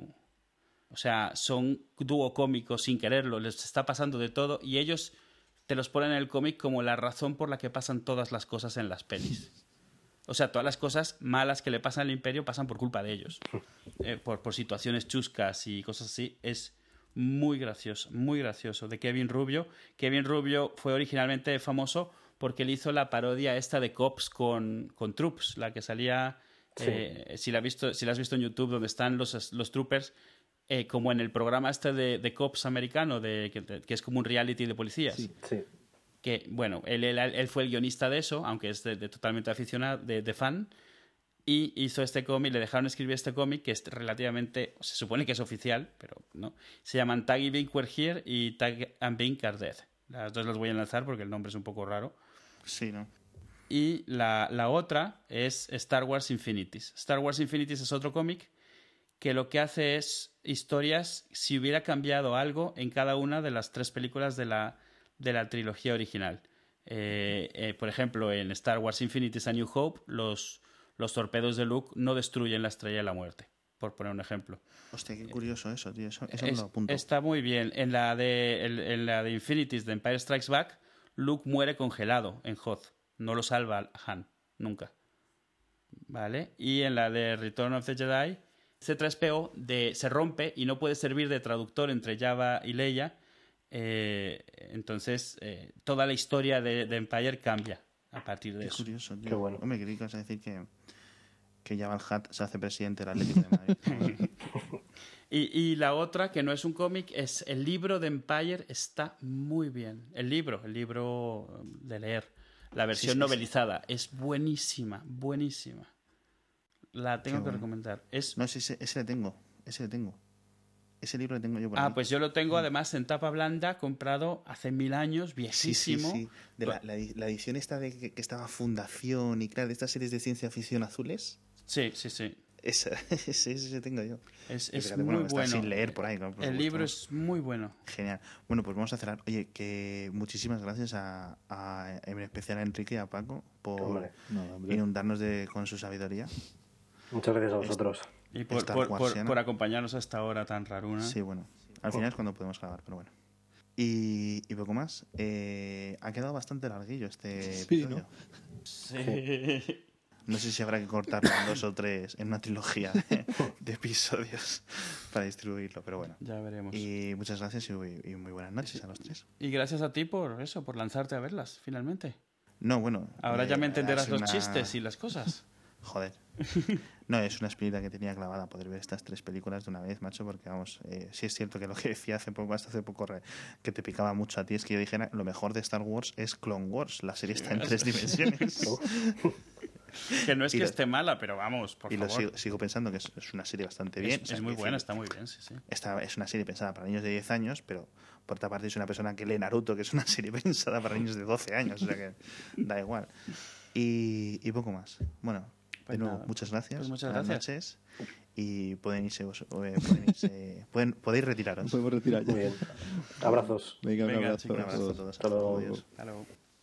o sea, son dúo cómico sin quererlo, les está pasando de todo y ellos te los ponen en el cómic como la razón por la que pasan todas las cosas en las pelis. O sea, todas las cosas malas que le pasan al Imperio pasan por culpa de ellos. Por situaciones chuscas y cosas así. Es muy gracioso. De Kevin Rubio. Kevin Rubio fue originalmente famoso porque él hizo la parodia esta de Cops con Troops, la que salía... si la has visto en YouTube, donde están los troopers... como en el programa este de Cops americano, que es como un reality de policías. Sí. Que, bueno, él fue el guionista de eso, aunque es de totalmente aficionado, de fan. y hizo este cómic, le dejaron escribir este cómic que es relativamente, se supone que es oficial, pero no. Se llaman Tag y Bink Were Here y Tag and Bink Are Dead. Las dos las voy a enlazar porque el nombre es un poco raro. Sí, ¿no? Y la otra es Star Wars Infinities. Star Wars Infinities es otro cómic que lo que hace es historias si hubiera cambiado algo en cada una de las 3 películas de la trilogía original. Por ejemplo, en Star Wars Infinities A New Hope, los torpedos de Luke no destruyen la Estrella de la Muerte, por poner un ejemplo. Hostia, qué curioso eso, tío. Eso me lo apunto. Está muy bien. En la de Infinities de Empire Strikes Back, Luke muere congelado en Hoth. No lo salva Han, nunca. ¿Vale? Y en la de Return of the Jedi, C-3PO se rompe y no puede servir de traductor entre Jabba y Leia. Entonces, toda la historia de Empire cambia a partir de eso. Qué curioso, tío. Qué bueno. Me creí que ibas a decir que Jabba el Hutt se hace presidente del Atlético de Madrid. Y la otra, que no es un cómic, es el libro de Empire. Está muy bien. El libro de leer. La versión novelizada. Es buenísima, buenísima. La tengo que recomendar. No, ese le tengo. Ese libro lo tengo yo por ahí. Pues yo lo tengo además en tapa blanda, comprado hace 1000 años, viejísimo. Sí. De la edición esta de que estaba Fundación y claro, de estas series de ciencia ficción azules. Sí. Ese tengo yo. Es fíjate, muy está bueno. sin leer por ahí. ¿No? El libro es muy bueno. Genial. Bueno, pues vamos a cerrar. Oye, que muchísimas gracias en especial a Enrique y a Paco por inundarnos con su sabiduría. Muchas gracias a vosotros. Y por acompañarnos a esta hora tan raruna. Sí, bueno. Al final es cuando podemos grabar, pero bueno. Y poco más. Ha quedado bastante larguillo este episodio. ¿No? Sí. No sé si habrá que cortarlo en 2 o 3 en una trilogía de episodios para distribuirlo, pero bueno. Ya veremos. Y muchas gracias y muy buenas noches a los 3. Y gracias a ti por lanzarte a verlas, finalmente. No, bueno. Ahora ya me entenderás los chistes y las cosas. Joder. No, es una espinita que tenía clavada poder ver estas 3 películas de una vez, macho, porque vamos, sí es cierto que lo que decía hasta hace poco que te picaba mucho a ti es que yo dijera lo mejor de Star Wars es Clone Wars, la serie está en 3 dimensiones. Que no es que esté mala, pero vamos, por favor. Y sigo pensando que es una serie bastante bien. Es muy buena, está muy bien, sí. Es una serie pensada para niños de 10 años, pero por otra parte es una persona que lee Naruto, que es una serie pensada para niños de 12 años, o sea que da igual. Y poco más. Bueno, de nuevo, muchas gracias. Pues muchas Buenas gracias. noches. Y podéis retiraros. Podemos retirar ya. Muy bien. Abrazos. Venga, un abrazo. Un abrazo a todos. Hasta luego. Adiós. Hasta luego.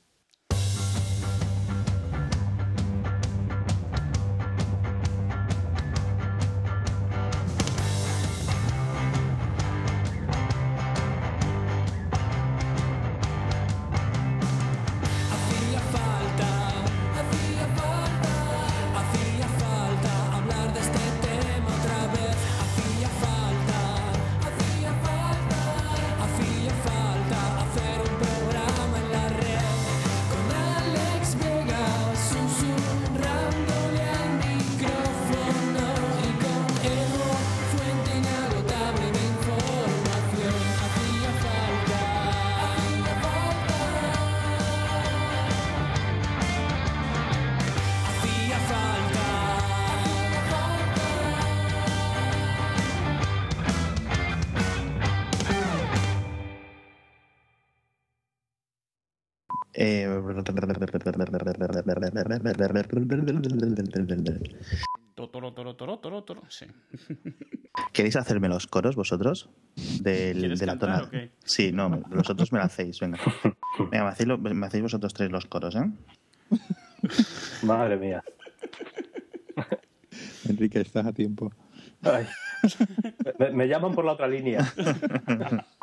Sí. ¿Queréis hacerme los coros vosotros? De la tonada. ¿O qué? Sí, no, vosotros me la hacéis, venga. Venga, me hacéis vosotros 3 los coros, ¿eh? Madre mía. Enrique, estás a tiempo. Ay. Me llaman por la otra línea.